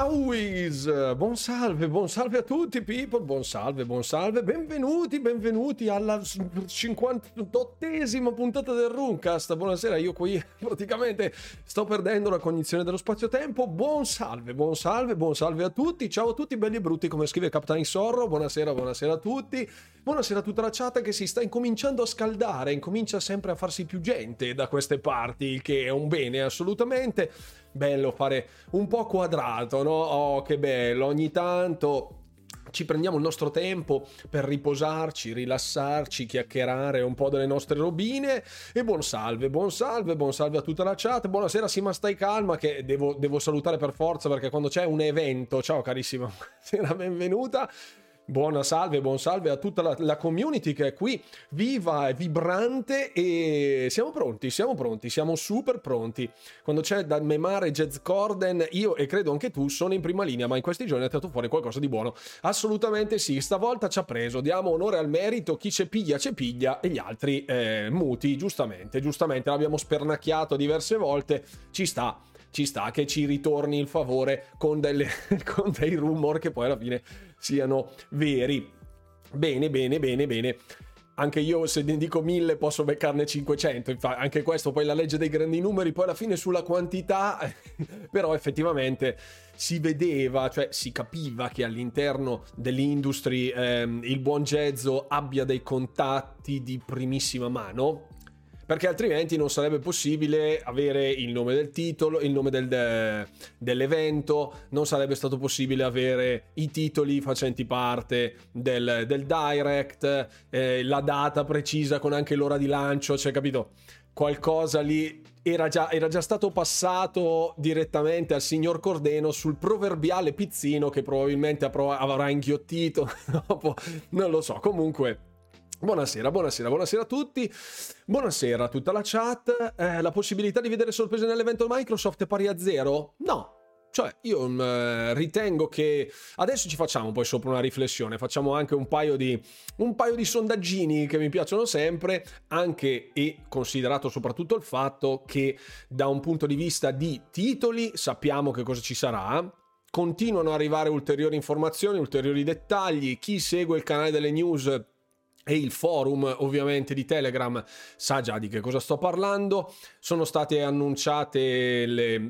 always, buon salve a tutti people, buon salve, benvenuti alla 58esima puntata del Rooncast. Buonasera, io qui praticamente sto perdendo la cognizione dello spazio-tempo. Buon salve a tutti, ciao a tutti belli e brutti, come scrive Captain Sorro. Buonasera a tutti, buonasera a tutta la chat che si sta incominciando a scaldare, incomincia sempre a farsi più gente da queste parti, il che è un bene assolutamente. Bello fare un po' quadrato, no? Oh, che bello, ogni tanto ci prendiamo il nostro tempo per riposarci, rilassarci, chiacchierare un po' delle nostre robine. E buon salve a tutta la chat. Buonasera Sima, stai calma che devo salutare per forza, perché quando c'è un evento, ciao carissima, buonasera, benvenuta. Buon salve a tutta la community che è qui, viva e vibrante, e siamo pronti, siamo super pronti. Quando c'è da memare Jazz Corden, io e credo anche tu sono in prima linea, ma in questi giorni ha tirato fuori qualcosa di buono. Assolutamente sì, stavolta ci ha preso, diamo onore al merito, chi c'è piglia e gli altri muti, giustamente, l'abbiamo spernacchiato diverse volte, ci sta che ci ritorni il favore con dei rumor che poi alla fine siano veri. Bene. Anche io, se ne dico 1000 posso beccarne 500, infatti anche questo poi la legge dei grandi numeri, poi alla fine sulla quantità però effettivamente si vedeva, cioè si capiva che all'interno dell'industry il buon Gezzo abbia dei contatti di primissima mano, perché altrimenti non sarebbe possibile avere il nome del titolo, il nome dell'evento, non sarebbe stato possibile avere i titoli facenti parte del direct, la data precisa con anche l'ora di lancio, cioè capito? Qualcosa lì era già stato passato direttamente al signor Cordeno sul proverbiale pizzino che probabilmente avrà inghiottito dopo, non lo so, comunque. Buonasera a tutti, buonasera a tutta la chat. La possibilità di vedere sorprese nell'evento Microsoft è pari a 0? No, cioè io ritengo che adesso ci facciamo poi sopra una riflessione, facciamo anche un paio di sondaggini che mi piacciono sempre, anche e considerato soprattutto il fatto che da un punto di vista di titoli sappiamo che cosa ci sarà. Continuano ad arrivare ulteriori informazioni, ulteriori dettagli. Chi segue il canale delle news e il forum ovviamente di Telegram sa già di che cosa sto parlando. Sono state annunciate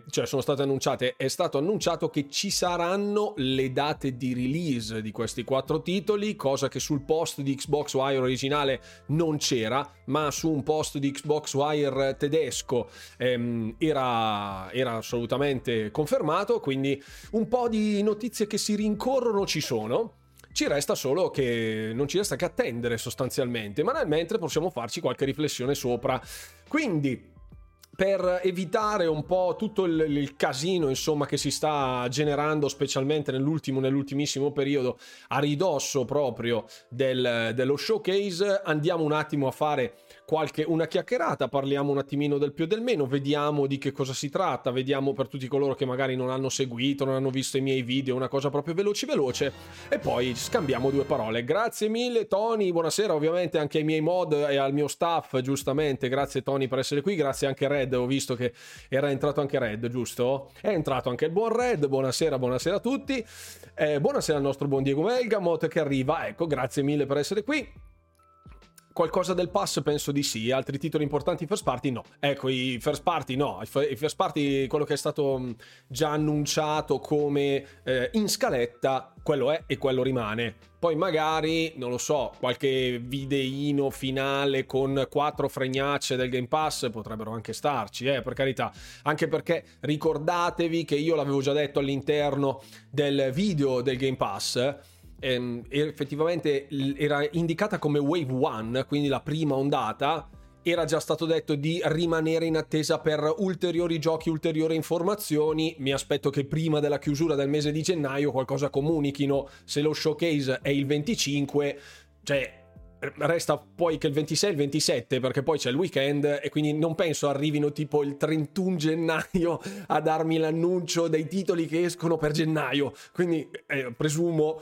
è stato annunciato che ci saranno le date di release di questi 4 titoli, cosa che sul post di Xbox Wire originale non c'era, ma su un post di Xbox Wire tedesco era assolutamente confermato, quindi un po' di notizie che si rincorrono ci sono. Ci resta solo che non ci resta che attendere sostanzialmente, ma nel mentre possiamo farci qualche riflessione sopra. Quindi, per evitare un po' tutto il casino insomma che si sta generando specialmente nell'ultimissimo periodo a ridosso proprio dello showcase, andiamo un attimo a fare una chiacchierata, parliamo un attimino del più e del meno, vediamo di che cosa si tratta, vediamo per tutti coloro che magari non hanno seguito, non hanno visto i miei video, una cosa proprio veloce, e poi scambiamo 2 parole. Grazie mille Tony, buonasera ovviamente anche ai miei mod e al mio staff, giustamente, grazie Tony per essere qui, grazie anche Red, ho visto che era entrato anche Red, giusto? È entrato anche il buon Red, buonasera a tutti, buonasera al nostro buon Diego Melgamot che arriva, ecco, grazie mille per essere qui. Qualcosa del pass penso di sì, altri titoli importanti first party no, ecco i first party no, i first party, quello che è stato già annunciato come in scaletta, quello è e quello rimane. Poi magari, non lo so, qualche videino finale con 4 fregnacce del Game Pass potrebbero anche starci, per carità, anche perché ricordatevi che io l'avevo già detto all'interno del video del Game Pass. Effettivamente era indicata come Wave 1, quindi la prima ondata. Era già stato detto di rimanere in attesa per ulteriori giochi, ulteriori informazioni. Mi aspetto che prima della chiusura del mese di gennaio qualcosa comunichino. Se lo showcase è il 25, cioè resta poi che il 26 e il 27, perché poi c'è il weekend e quindi non penso arrivino tipo il 31 gennaio a darmi l'annuncio dei titoli che escono per gennaio, quindi presumo.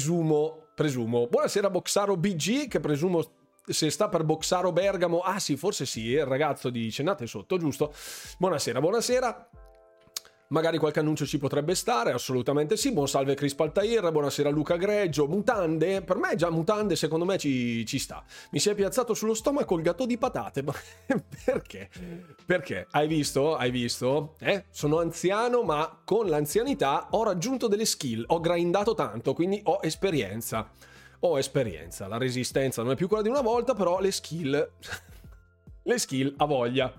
Buonasera Boxaro BG, che presumo se sta per Boxaro Bergamo, sì, forse sì, il ragazzo di Cenate sotto, giusto? Buonasera. Magari qualche annuncio ci potrebbe stare, assolutamente sì. Buon salve Chris Paltair, buonasera Luca Greggio. Mutande, per me già mutande secondo me ci sta. Mi si è piazzato sullo stomaco il gatto di patate, ma perché? Perché? Hai visto? Hai visto? Sono anziano, ma con l'anzianità ho raggiunto delle skill, ho grindato tanto, quindi ho esperienza. La resistenza non è più quella di una volta, però le skill a voglia.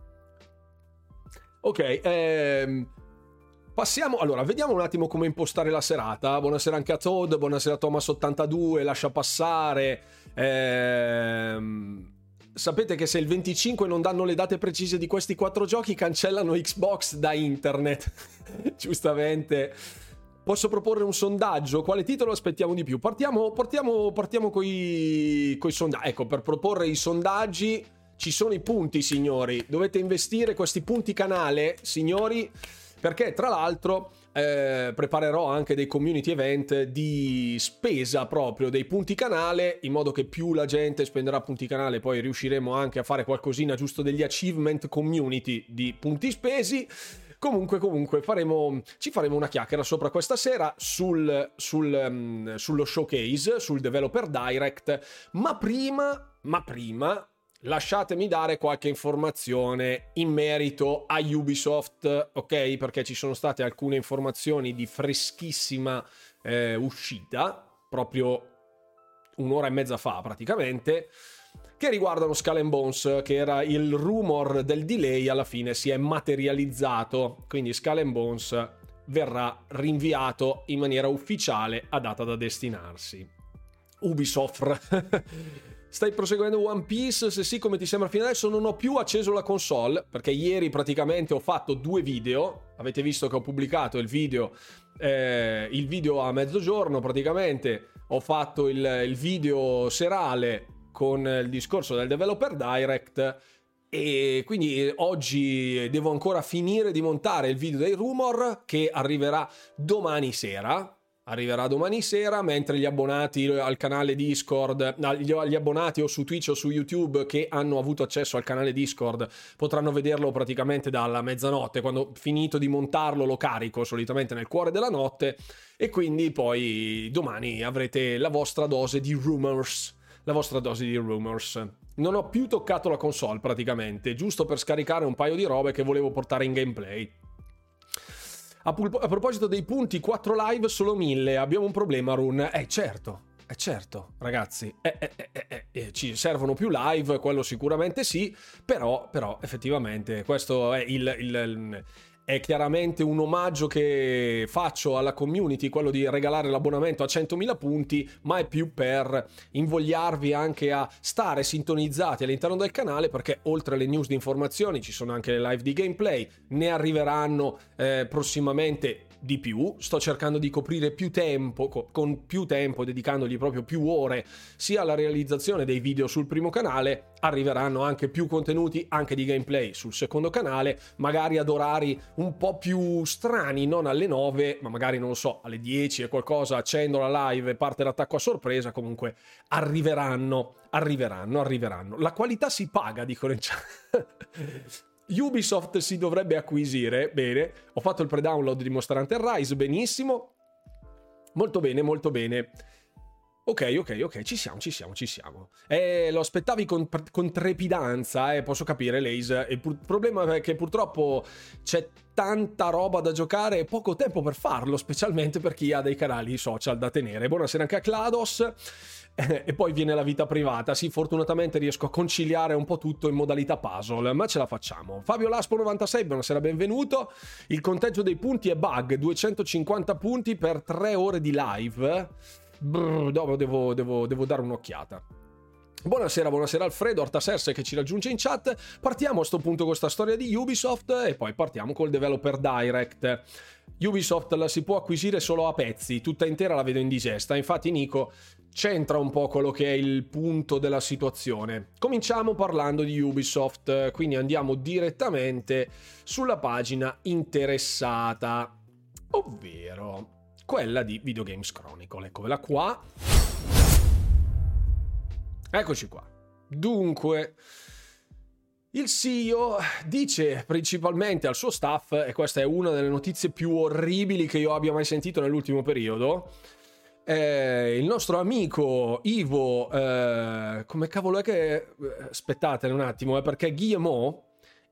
Ok, passiamo, allora, vediamo un attimo come impostare la serata. Buonasera anche a Todd, buonasera a Thomas82, lascia passare. Sapete che se il 25 non danno le date precise di questi 4 giochi, cancellano Xbox da internet. Giustamente. Posso proporre un sondaggio? Quale titolo aspettiamo di più? Partiamo coi sondaggi. Ecco, per proporre i sondaggi ci sono i punti, signori. Dovete investire questi punti canale, signori, perché tra l'altro preparerò anche dei community event di spesa proprio dei punti canale, in modo che più la gente spenderà punti canale, poi riusciremo anche a fare qualcosina giusto degli achievement community di punti spesi. Comunque ci faremo una chiacchiera sopra questa sera sullo showcase, sul Developer Direct, ma prima lasciatemi dare qualche informazione in merito a Ubisoft, ok? Perché ci sono state alcune informazioni di freschissima uscita, proprio un'ora e mezza fa praticamente, che riguardano Skull and Bones, che era il rumor del delay, alla fine si è materializzato, quindi Skull and Bones verrà rinviato in maniera ufficiale a data da destinarsi. Ubisoft stai proseguendo One Piece? Se sì, come ti sembra fino adesso? Non ho più acceso la console, perché ieri praticamente ho fatto 2 video. Avete visto che ho pubblicato il video a mezzogiorno praticamente. Ho fatto il video serale con il discorso del Developer Direct, e quindi oggi devo ancora finire di montare il video dei rumor, che arriverà domani sera, mentre gli abbonati al canale Discord, gli abbonati o su Twitch o su YouTube che hanno avuto accesso al canale Discord potranno vederlo praticamente dalla mezzanotte. Quando finito di montarlo lo carico solitamente nel cuore della notte, e quindi poi domani avrete la vostra dose di rumors. Non ho più toccato la console praticamente, giusto per scaricare un paio di robe che volevo portare in gameplay. A proposito dei punti, 4 live solo 1000, abbiamo un problema, Run. Certo, ragazzi, ci servono più live, quello sicuramente sì, però effettivamente questo è è chiaramente un omaggio che faccio alla community, quello di regalare l'abbonamento a 100.000 punti, ma è più per invogliarvi anche a stare sintonizzati all'interno del canale, perché oltre alle news di informazioni ci sono anche le live di gameplay, ne arriveranno prossimamente di più. Sto cercando di coprire più tempo, con più tempo, dedicandogli proprio più ore sia alla realizzazione dei video sul primo canale. Arriveranno anche più contenuti anche di gameplay sul secondo canale, magari ad orari un po' più strani, non alle 9 ma magari, non lo so, alle 10 e qualcosa, accendo la live e parte l'attacco a sorpresa. Comunque arriveranno. La qualità si paga, dicono in chat. Ubisoft si dovrebbe acquisire. Bene, ho fatto il pre-download di Monster Hunter Rise, benissimo, molto bene. Ok, ci siamo. Lo aspettavi con trepidanza, posso capire, Lace. Il problema è che purtroppo c'è tanta roba da giocare e poco tempo per farlo, specialmente per chi ha dei canali social da tenere. Buonasera anche a Klados. E poi viene la vita privata. Sì, fortunatamente riesco a conciliare un po' tutto in modalità puzzle, ma ce la facciamo. Fabio Laspo 96, buonasera, benvenuto. Il conteggio dei punti è bug, 250 punti per 3 ore di live. Dopo devo dare un'occhiata. Buonasera Alfredo Artaserse che ci raggiunge in chat. Partiamo a sto punto con questa storia di Ubisoft e poi partiamo col Developer Direct. Ubisoft la si può acquisire solo a pezzi, tutta intera la vedo indigesta. Infatti Nico c'entra un po' quello che è il punto della situazione. Cominciamo parlando di Ubisoft, quindi andiamo direttamente sulla pagina interessata, ovvero quella di Video Games Chronicle. Eccovela qua. Eccoci qua. Dunque, Il CEO dice principalmente al suo staff, e questa è una delle notizie più orribili che io abbia mai sentito nell'ultimo periodo, il nostro amico Ivo, come cavolo è che... aspettate un attimo, perché Guillemot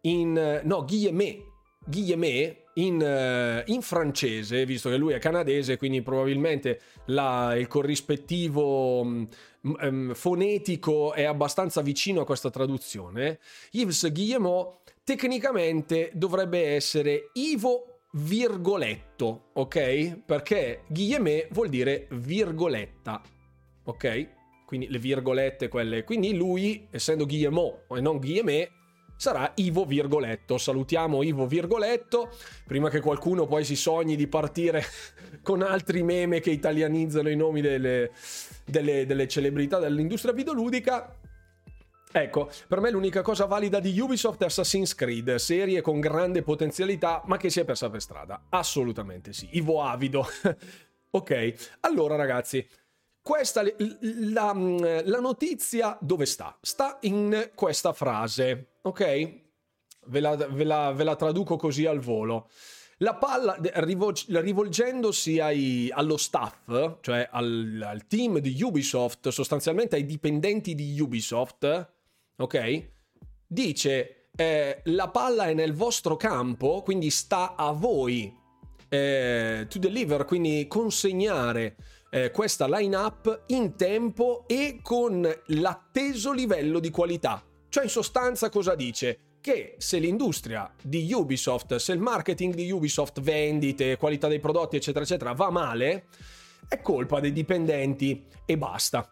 Guillemet in francese, visto che lui è canadese, quindi probabilmente il corrispettivo fonetico è abbastanza vicino a questa traduzione. Yves Guillemot tecnicamente dovrebbe essere Ivo virgoletto, ok? Perché Guillemet vuol dire virgoletta, ok? Quindi le virgolette quelle. Quindi lui, essendo Guillemot e non Guillemet, sarà Ivo Virgoletto. Salutiamo Ivo Virgoletto, prima che qualcuno poi si sogni di partire con altri meme che italianizzano i nomi delle celebrità dell'industria videoludica. Ecco, per me l'unica cosa valida di Ubisoft è Assassin's Creed, serie con grande potenzialità, ma che si è persa per strada. Assolutamente sì. Ivo Avido. Ok, allora ragazzi, questa la notizia dove sta? Sta in questa frase, ok? Ve la traduco così al volo. La palla, rivolgendosi allo staff, cioè al team di Ubisoft, sostanzialmente ai dipendenti di Ubisoft, ok? Dice, la palla è nel vostro campo, quindi sta a voi to deliver, quindi consegnare questa line-up in tempo e con l'atteso livello di qualità. Cioè in sostanza cosa dice? Che se l'industria di Ubisoft, se il marketing di Ubisoft, vendite, qualità dei prodotti eccetera eccetera va male, è colpa dei dipendenti e basta.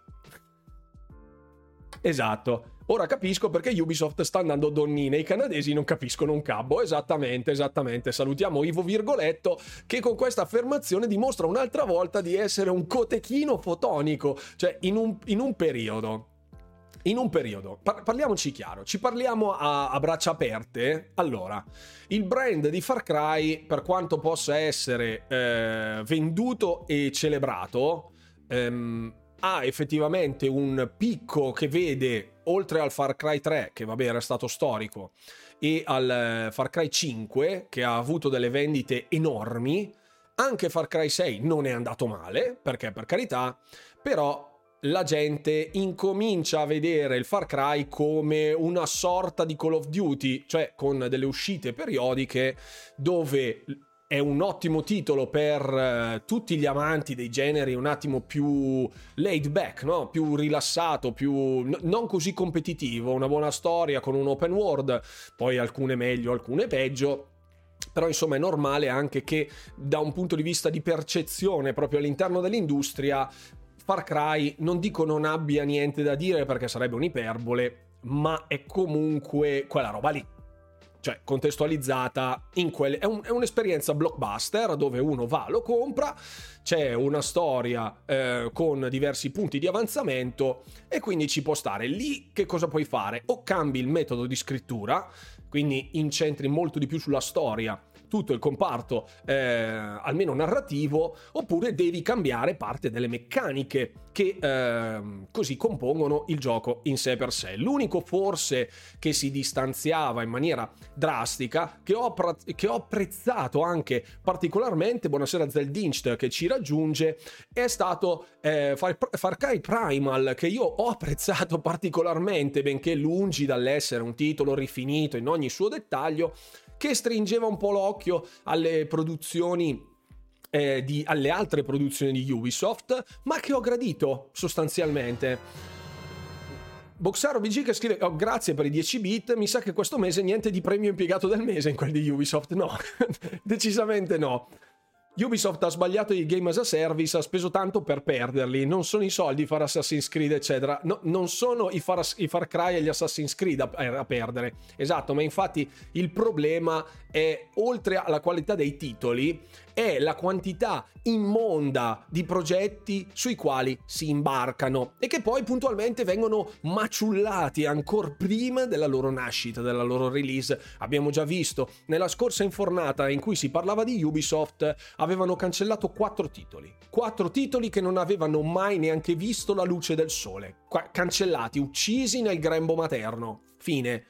Esatto. Ora capisco perché Ubisoft sta andando donnine, i canadesi non capiscono un cabbo. Esattamente. Salutiamo Ivo Virgoletto, che con questa affermazione dimostra un'altra volta di essere un cotechino fotonico, cioè in un periodo. Parliamoci chiaro, ci parliamo a braccia aperte. Allora, il brand di Far Cry, per quanto possa essere venduto e celebrato, ha effettivamente un picco che vede, oltre al Far Cry 3, che vabbè era stato storico, e al Far Cry 5, che ha avuto delle vendite enormi. Anche Far Cry 6 non è andato male, perché per carità, però la gente incomincia a vedere il Far Cry come una sorta di Call of Duty, cioè con delle uscite periodiche, dove è un ottimo titolo per tutti gli amanti dei generi un attimo più laid back, no? Più rilassato, più non così competitivo, una buona storia con un open world, poi alcune meglio, alcune peggio. Però insomma è normale anche che da un punto di vista di percezione proprio all'interno dell'industria Far Cry, non dico non abbia niente da dire perché sarebbe un'iperbole, ma è comunque quella roba lì. Cioè, contestualizzata in quelle... È un'esperienza blockbuster dove uno va, lo compra, c'è una storia con diversi punti di avanzamento e quindi ci può stare. Lì che cosa puoi fare? O cambi il metodo di scrittura, quindi incentri molto di più sulla storia tutto il comparto almeno narrativo, oppure devi cambiare parte delle meccaniche che così compongono il gioco in sé per sé. L'unico forse che si distanziava in maniera drastica, che ho apprezzato anche particolarmente, buonasera Zeldincht che ci raggiunge, è stato Far Cry Primal, che io ho apprezzato particolarmente, benché lungi dall'essere un titolo rifinito in ogni suo dettaglio, che stringeva un po' l'occhio alle produzioni alle altre produzioni di Ubisoft, ma che ho gradito sostanzialmente. Boxaro BG che scrive: oh, grazie per i 10 bit, mi sa che questo mese niente di premio impiegato del mese in quel di Ubisoft. No, decisamente no. Ubisoft ha sbagliato i game as a service, ha speso tanto per perderli, non sono i soldi fare Assassin's Creed eccetera, no, non sono i Far Cry e gli Assassin's Creed a perdere, esatto, ma infatti il problema è, oltre alla qualità dei titoli, è la quantità immonda di progetti sui quali si imbarcano e che poi puntualmente vengono maciullati ancora prima della loro nascita, della loro release. Abbiamo già visto nella scorsa infornata in cui si parlava di Ubisoft, avevano cancellato 4 titoli che non avevano mai neanche visto la luce del sole, cancellati, uccisi nel grembo materno, fine.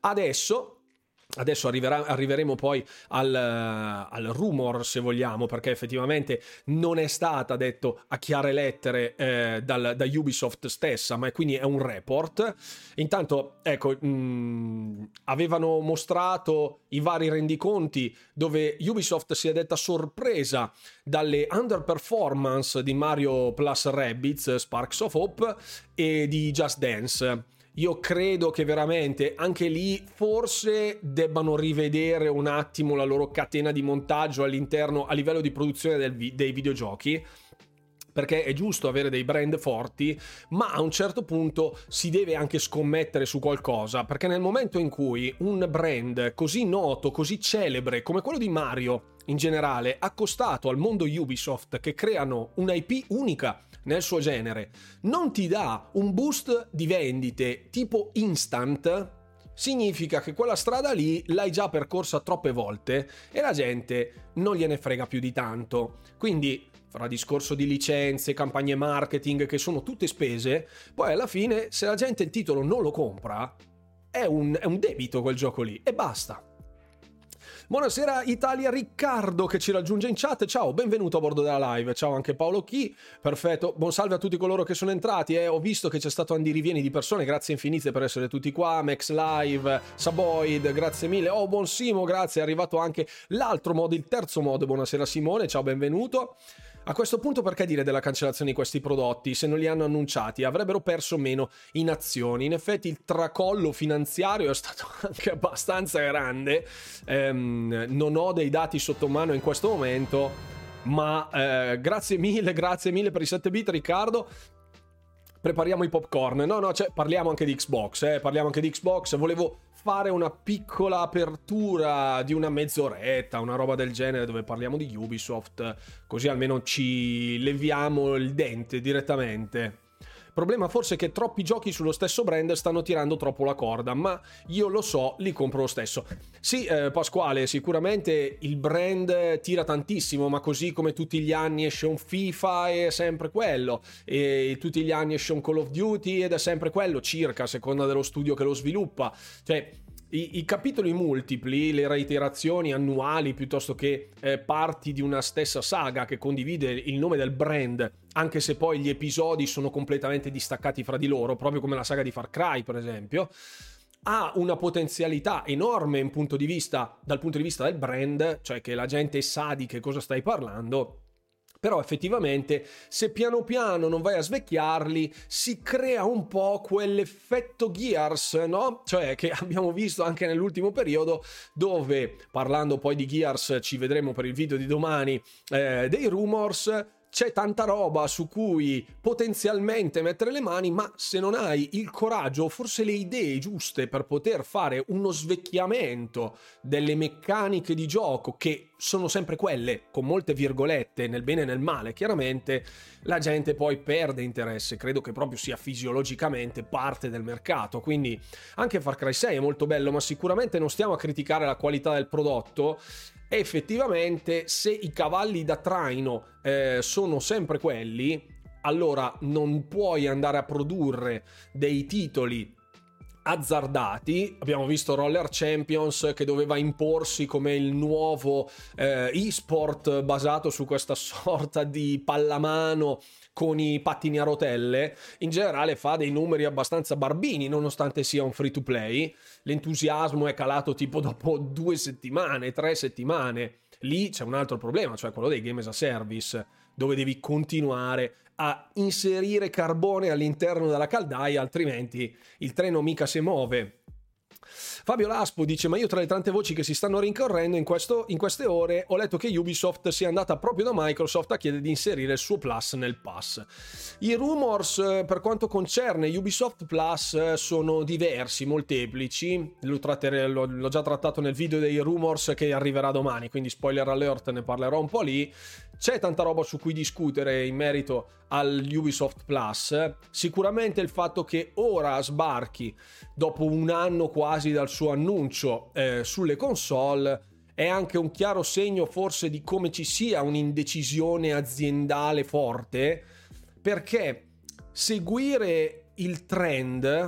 Adesso arriveremo poi al rumor, se vogliamo, perché effettivamente non è stata detto a chiare lettere da Ubisoft stessa, ma quindi è un report. Intanto, ecco, avevano mostrato i vari rendiconti dove Ubisoft si è detta sorpresa dalle underperformance di Mario Plus Rabbids Sparks of Hope e di Just Dance. Io credo che veramente anche lì forse debbano rivedere un attimo la loro catena di montaggio all'interno, a livello di produzione dei videogiochi, perché è giusto avere dei brand forti, ma a un certo punto si deve anche scommettere su qualcosa, perché nel momento in cui un brand così noto, così celebre come quello di Mario in generale, accostato al mondo Ubisoft, che creano un'IP unica nel suo genere, non ti dà un boost di vendite tipo instant, significa che quella strada lì l'hai già percorsa troppe volte e la gente non gliene frega più di tanto. Quindi fra discorso di licenze, campagne marketing, che sono tutte spese, poi alla fine se la gente il titolo non lo compra è un debito quel gioco lì e basta. Buonasera Italia, Riccardo che ci raggiunge in chat, ciao, benvenuto a bordo della live, ciao anche Paolo Chi, perfetto, buon salve a tutti coloro che sono entrati, ho visto che c'è stato andirivieni di persone, grazie infinite per essere tutti qua, Max Live, Saboid, grazie mille, buon Simo, grazie, è arrivato anche l'altro modo, il terzo modo, buonasera Simone, ciao, benvenuto. A questo punto perché dire della cancellazione di questi prodotti se non li hanno annunciati? Avrebbero perso meno in azioni. In effetti il tracollo finanziario è stato anche abbastanza grande. Non ho dei dati sotto mano in questo momento, ma grazie mille per i 7 bit Riccardo. Prepariamo i popcorn. Parliamo anche di Xbox, volevo fare una piccola apertura di una mezz'oretta, una roba del genere, dove parliamo di Ubisoft, così almeno ci leviamo il dente direttamente. Problema forse che troppi giochi sullo stesso brand stanno tirando troppo la corda, ma io lo so, li compro lo stesso. Sì, Pasquale, sicuramente il brand tira tantissimo, ma così come tutti gli anni esce un FIFA è sempre quello, e tutti gli anni esce un Call of Duty ed è sempre quello, circa, a seconda dello studio che lo sviluppa. Cioè, i capitoli multipli, le reiterazioni annuali piuttosto che parti di una stessa saga che condivide il nome del brand, anche se poi gli episodi sono completamente distaccati fra di loro, proprio come la saga di Far Cry per esempio, ha una potenzialità enorme dal punto di vista del brand, cioè che la gente sa di che cosa stai parlando. Però effettivamente se piano piano non vai a svecchiarli si crea un po' quell'effetto Gears, no? Cioè che abbiamo visto anche nell'ultimo periodo, dove parlando poi di Gears ci vedremo per il video di domani dei rumors. C'è tanta roba su cui potenzialmente mettere le mani, ma se non hai il coraggio o forse le idee giuste per poter fare uno svecchiamento delle meccaniche di gioco, che sono sempre quelle, con molte virgolette, nel bene e nel male, chiaramente, la gente poi perde interesse. Credo che proprio sia fisiologicamente parte del mercato. Quindi anche Far Cry 6 è molto bello, ma sicuramente non stiamo a criticare la qualità del prodotto. Effettivamente se i cavalli da traino sono sempre quelli, allora non puoi andare a produrre dei titoli azzardati. Abbiamo visto Roller Champions che doveva imporsi come il nuovo e-sport basato su questa sorta di pallamano con i pattini a rotelle. In generale fa dei numeri abbastanza barbini nonostante sia un free to play. L'entusiasmo è calato tipo dopo 2 settimane, 3 settimane. Lì c'è un altro problema, cioè quello dei game as a service, dove devi continuare a inserire carbone all'interno della caldaia, altrimenti il treno mica si muove. Fabio Laspo dice: ma io tra le tante voci che si stanno rincorrendo in queste ore ho letto che Ubisoft sia andata proprio da Microsoft a chiedere di inserire il suo Plus nel Pass. I rumors per quanto concerne Ubisoft Plus sono diversi, molteplici. L'ho già trattato nel video dei rumors che arriverà domani, quindi spoiler alert, ne parlerò un po' lì. C'è tanta roba su cui discutere in merito al Ubisoft Plus. Sicuramente il fatto che ora sbarchi dopo un anno quasi dal suo annuncio sulle console è anche un chiaro segno forse di come ci sia un'indecisione aziendale forte, perché seguire il trend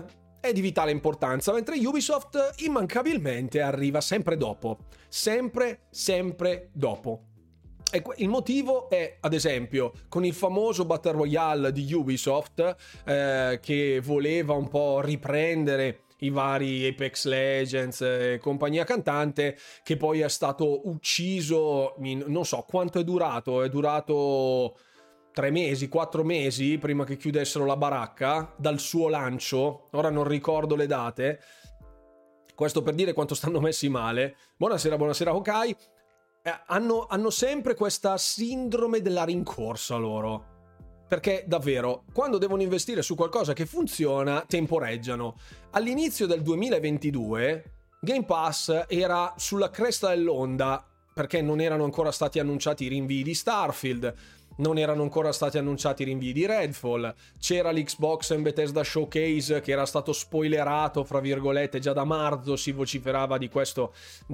è di vitale importanza, mentre Ubisoft immancabilmente arriva sempre dopo, sempre dopo. E il motivo è, ad esempio, con il famoso Battle Royale di Ubisoft, che voleva un po' riprendere i vari Apex Legends e compagnia cantante, che poi è stato ucciso non so quanto è durato 3 mesi, 4 mesi prima che chiudessero la baracca dal suo lancio. Ora non ricordo le date, questo per dire quanto stanno messi male. Buonasera Hokai. Hanno sempre questa sindrome della rincorsa loro, perché davvero quando devono investire su qualcosa che funziona temporeggiano. All'inizio del 2022 Game Pass era sulla cresta dell'onda, perché non erano ancora stati annunciati i rinvii di Starfield, non erano ancora stati annunciati i rinvii di Redfall, c'era l'Xbox and Bethesda Showcase che era stato spoilerato fra virgolette già da marzo, si vociferava di questo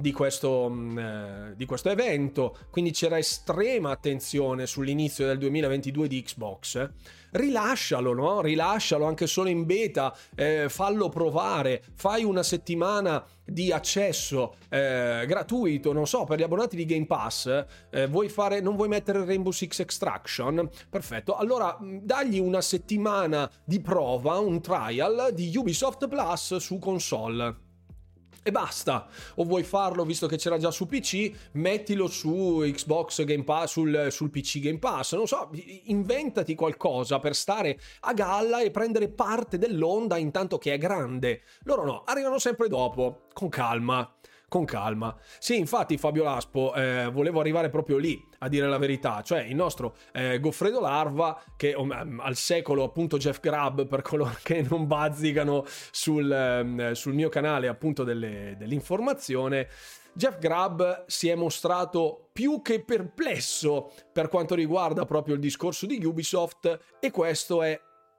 evento, quindi c'era estrema attenzione sull'inizio del 2022 di Xbox. Rilascialo, no? Rilascialo anche solo in beta, fallo provare, fai una settimana di accesso gratuito, non so, per gli abbonati di Game Pass. Non vuoi mettere Rainbow Six Extraction? Perfetto, allora dagli una settimana di prova, un trial di Ubisoft Plus su console. E basta. O vuoi farlo, visto che c'era già su PC, mettilo su Xbox Game Pass, sul PC Game Pass, non so, inventati qualcosa per stare a galla e prendere parte dell'onda intanto che è grande. Loro no, arrivano sempre dopo, con calma. Sì, infatti Fabio Laspo, volevo arrivare proprio lì, a dire la verità, cioè il nostro Goffredo Larva, che al secolo appunto Jeff Grubb, per coloro che non bazzicano sul mio canale appunto dell'informazione. Jeff Grubb si è mostrato più che perplesso per quanto riguarda proprio il discorso di Ubisoft, e questo è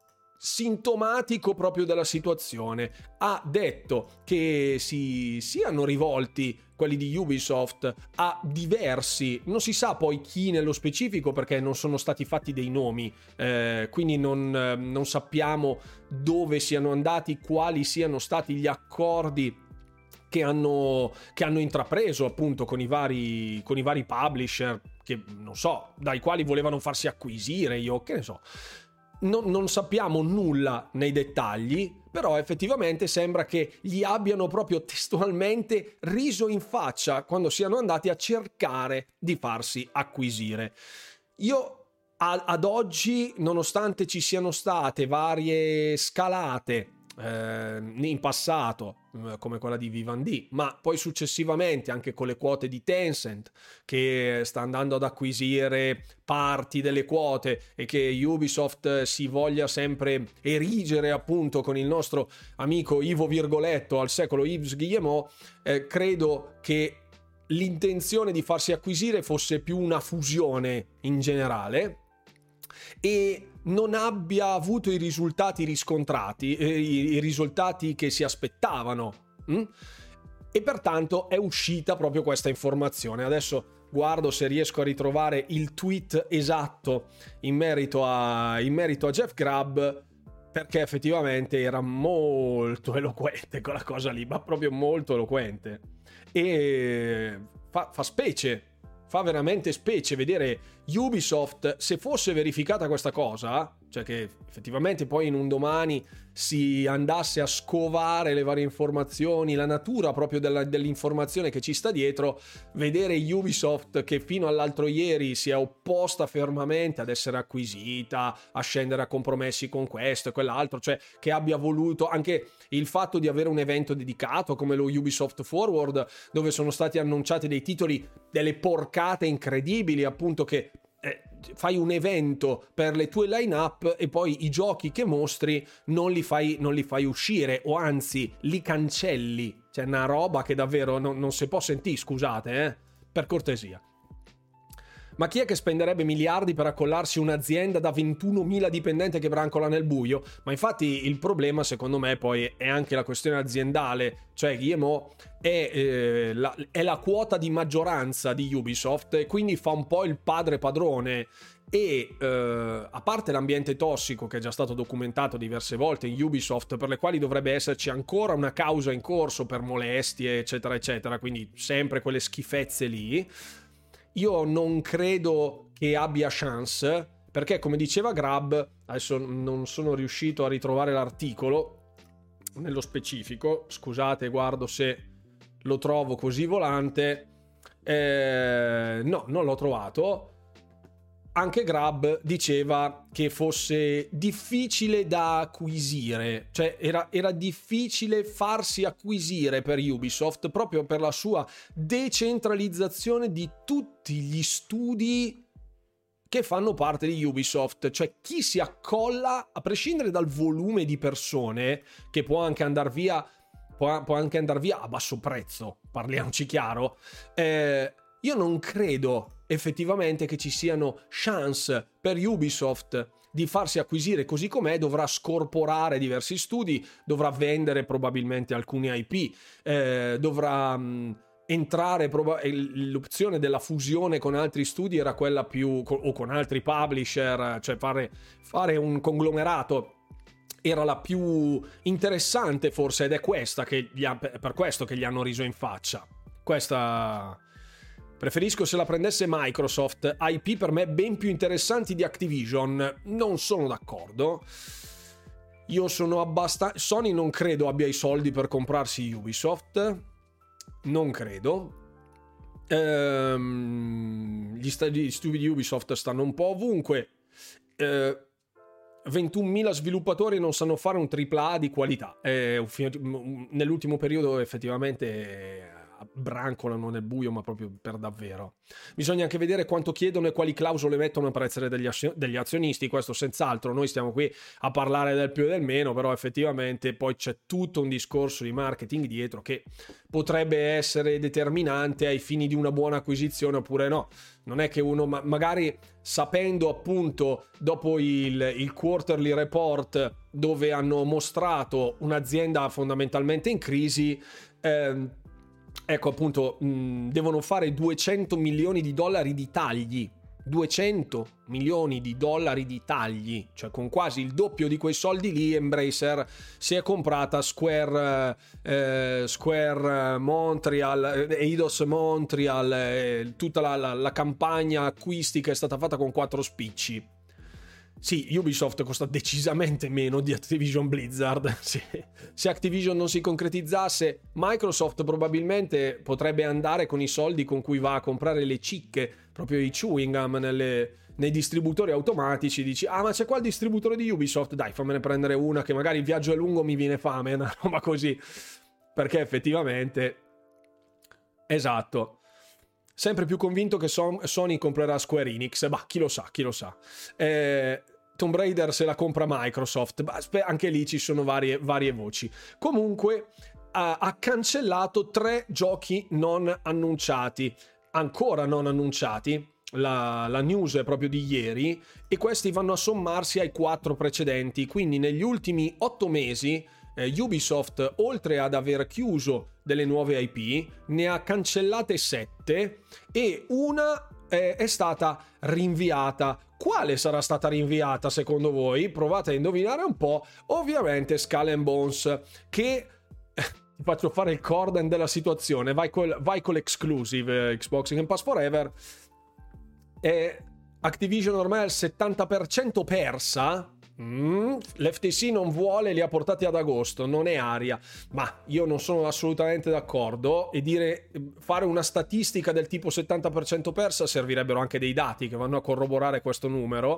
sintomatico proprio della situazione. Ha detto che si siano rivolti quelli di Ubisoft a diversi, non si sa poi chi nello specifico perché non sono stati fatti dei nomi, quindi non sappiamo dove siano andati, quali siano stati gli accordi che hanno intrapreso appunto con i vari publisher, che non so, dai quali volevano farsi acquisire, io che ne so. Non sappiamo nulla nei dettagli, però effettivamente sembra che gli abbiano proprio testualmente riso in faccia quando siano andati a cercare di farsi acquisire. Io ad oggi, nonostante ci siano state varie scalate in passato, come quella di Vivendi, ma poi successivamente anche con le quote di Tencent, che sta andando ad acquisire parti delle quote, e che Ubisoft si voglia sempre erigere appunto con il nostro amico Ivo Virgoletto al secolo Yves Guillemot, credo che l'intenzione di farsi acquisire fosse più una fusione in generale e non abbia avuto i risultati riscontrati, i risultati che si aspettavano. E pertanto è uscita proprio questa informazione. Adesso guardo se riesco a ritrovare il tweet esatto in merito a Jeff Grubb, perché effettivamente era molto eloquente quella cosa lì, ma proprio molto eloquente. E fa specie. Fa veramente specie vedere Ubisoft, se fosse verificata questa cosa, cioè che effettivamente poi in un domani si andasse a scovare le varie informazioni, la natura proprio dell'informazione che ci sta dietro, vedere Ubisoft che fino all'altro ieri si è opposta fermamente ad essere acquisita, a scendere a compromessi con questo e quell'altro, cioè che abbia voluto anche il fatto di avere un evento dedicato come lo Ubisoft Forward, dove sono stati annunciati dei titoli, delle porcate incredibili, appunto, che fai un evento per le tue line-up e poi i giochi che mostri non li fai uscire, o anzi li cancelli. Cioè una roba che davvero non si può sentire, scusate, per cortesia. Ma chi è che spenderebbe miliardi per accollarsi un'azienda da 21.000 dipendenti che brancola nel buio? Ma infatti il problema, secondo me, poi è anche la questione aziendale. Cioè, Guillemot è la quota di maggioranza di Ubisoft e quindi fa un po' il padre padrone. E a parte l'ambiente tossico che è già stato documentato diverse volte in Ubisoft, per le quali dovrebbe esserci ancora una causa in corso per molestie, eccetera, eccetera, quindi sempre quelle schifezze lì, io non credo che abbia chance, perché come diceva Grab, adesso non sono riuscito a ritrovare l'articolo nello specifico, scusate, guardo se lo trovo così volante, no, non l'ho trovato. Anche Grab diceva che fosse difficile da acquisire, cioè era difficile farsi acquisire per Ubisoft proprio per la sua decentralizzazione di tutti gli studi che fanno parte di Ubisoft. Cioè chi si accolla, a prescindere dal volume di persone, che può anche andare via a basso prezzo, parliamoci chiaro, io non credo effettivamente che ci siano chance per Ubisoft di farsi acquisire così com'è. Dovrà scorporare diversi studi, dovrà vendere probabilmente alcuni IP, dovrà entrare, l'opzione della fusione con altri studi era quella più, o con altri publisher, cioè fare un conglomerato era la più interessante forse, ed è questa per questo che gli hanno riso in faccia. Questa preferisco se la prendesse Microsoft, IP per me ben più interessanti di Activision. Non sono d'accordo. Io sono abbastanza... Sony non credo abbia i soldi per comprarsi Ubisoft, non credo. Gli studi di Ubisoft stanno un po' ovunque. 21.000 sviluppatori non sanno fare un AAA di qualità. Nell'ultimo periodo effettivamente brancolano nel buio, ma proprio per davvero. Bisogna anche vedere quanto chiedono e quali clausole mettono per essere degli azionisti. Questo senz'altro, noi stiamo qui a parlare del più e del meno, però effettivamente poi c'è tutto un discorso di marketing dietro che potrebbe essere determinante ai fini di una buona acquisizione oppure no. Non è che uno magari, sapendo appunto dopo il quarterly report dove hanno mostrato un'azienda fondamentalmente in crisi, ecco appunto, devono fare 200 milioni di dollari di tagli. 200 milioni di dollari di tagli, cioè con quasi il doppio di quei soldi lì Embracer si è comprata Square Montreal, Eidos Montreal, tutta la campagna acquistica è stata fatta con 4 spicci. Sì, Ubisoft costa decisamente meno di Activision Blizzard. Sì. Se Activision non si concretizzasse, Microsoft probabilmente potrebbe andare con i soldi con cui va a comprare le cicche, proprio i chewing gum nei distributori automatici. Dici, ma c'è qua il distributore di Ubisoft, dai, fammene prendere una che magari il viaggio è lungo, mi viene fame, una roba così. Perché effettivamente... Esatto. Sempre più convinto che Sony comprerà Square Enix. Bah, chi lo sa. Tomb Raider se la compra Microsoft. Anche lì ci sono varie voci. Comunque ha cancellato 3 giochi non annunciati. Ancora non annunciati. La news è proprio di ieri. E questi vanno a sommarsi ai 4 precedenti. Quindi negli ultimi 8 mesi... Ubisoft, oltre ad aver chiuso delle nuove IP, ne ha cancellate 7 e una è stata rinviata. Quale sarà stata rinviata secondo voi? Provate a indovinare un po'. Ovviamente Skull and Bones, che ti faccio fare il corden della situazione. Vai con l'exclusive Xbox Game Pass Forever. Activision ormai al 70% persa. L'FTC non vuole, li ha portati ad agosto, non è aria. Ma io non sono assolutamente d'accordo, e fare una statistica del tipo 70% persa, servirebbero anche dei dati che vanno a corroborare questo numero.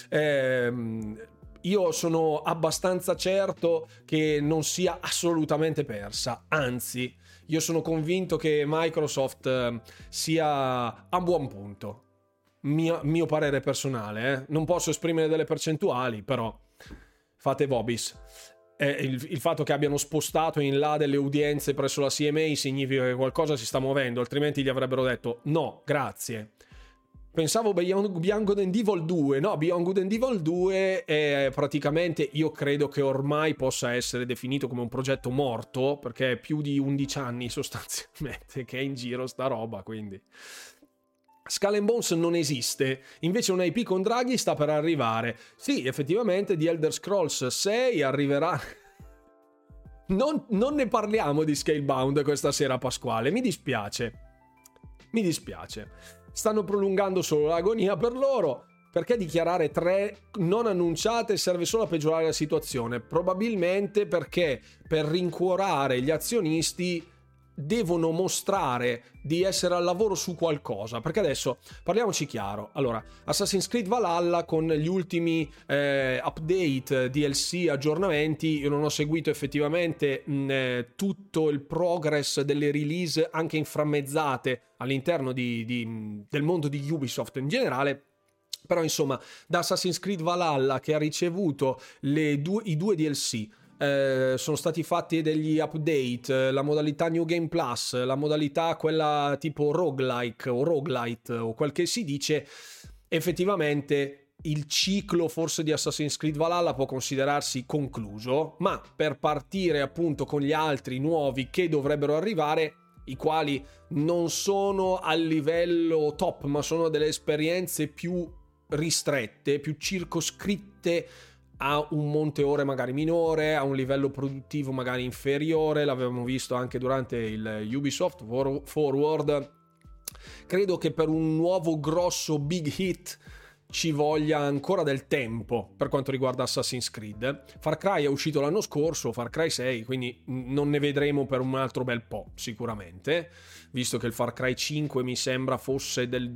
Io sono abbastanza certo che non sia assolutamente persa, anzi io sono convinto che Microsoft sia a buon punto. Mio parere personale, non posso esprimere delle percentuali, però fate vobis. Il fatto che abbiano spostato in là delle udienze presso la CMA significa che qualcosa si sta muovendo, altrimenti gli avrebbero detto no, grazie. Pensavo Beyond Good and Evil 2. No, Beyond Good and Evil 2 è praticamente, io credo che ormai possa essere definito come un progetto morto, perché è più di 11 anni sostanzialmente che è in giro sta roba, quindi... Skull and Bones non esiste, invece un IP con draghi sta per arrivare. Sì, effettivamente The Elder Scrolls 6 arriverà... Non ne parliamo di Scalebound questa sera, Pasquale, mi dispiace. Stanno prolungando solo l'agonia per loro. Perché dichiarare 3 non annunciate serve solo a peggiorare la situazione? Probabilmente perché per rincuorare gli azionisti devono mostrare di essere al lavoro su qualcosa, perché adesso parliamoci chiaro. Allora, Assassin's Creed Valhalla con gli ultimi update, DLC, aggiornamenti, io non ho seguito effettivamente tutto il progress delle release anche inframmezzate all'interno del mondo di Ubisoft in generale. Però insomma, da Assassin's Creed Valhalla, che ha ricevuto i 2 DLC, sono stati fatti degli update, la modalità New Game Plus, la modalità quella tipo roguelike o roguelite o quel che si dice, effettivamente il ciclo forse di Assassin's Creed Valhalla può considerarsi concluso, ma per partire appunto con gli altri nuovi che dovrebbero arrivare, i quali non sono a livello top, ma sono delle esperienze più ristrette, più circoscritte a un monte ore magari minore, a un livello produttivo magari inferiore. L'avevamo visto anche durante il Ubisoft Forward. Credo che per un nuovo grosso big hit ci voglia ancora del tempo per quanto riguarda Assassin's Creed. Far Cry è uscito l'anno scorso, Far Cry 6, quindi non ne vedremo per un altro bel po' sicuramente, visto che il Far Cry 5 mi sembra fosse del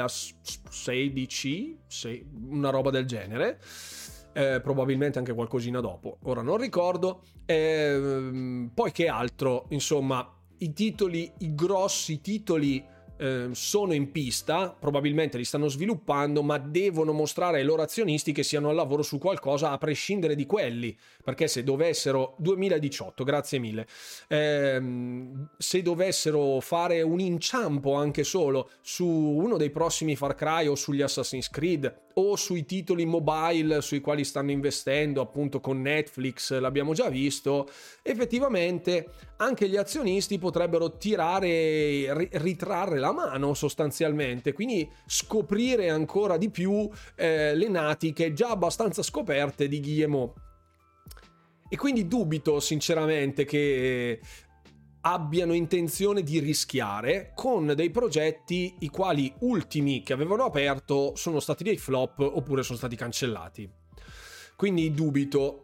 2016, una roba del genere. Probabilmente anche qualcosina dopo, ora non ricordo. Poi che altro, insomma, i grossi titoli sono in pista, probabilmente li stanno sviluppando, ma devono mostrare ai loro azionisti che siano al lavoro su qualcosa a prescindere di quelli, perché se dovessero 2018, grazie mille, se dovessero fare un inciampo anche solo su uno dei prossimi Far Cry o sugli Assassin's Creed o sui titoli mobile sui quali stanno investendo appunto con Netflix, l'abbiamo già visto, effettivamente anche gli azionisti potrebbero ritrarre la mano sostanzialmente, quindi scoprire ancora di più le natiche già abbastanza scoperte di Guillemot. E quindi dubito sinceramente che abbiano intenzione di rischiare con dei progetti i quali ultimi che avevano aperto sono stati dei flop oppure sono stati cancellati. Quindi dubito,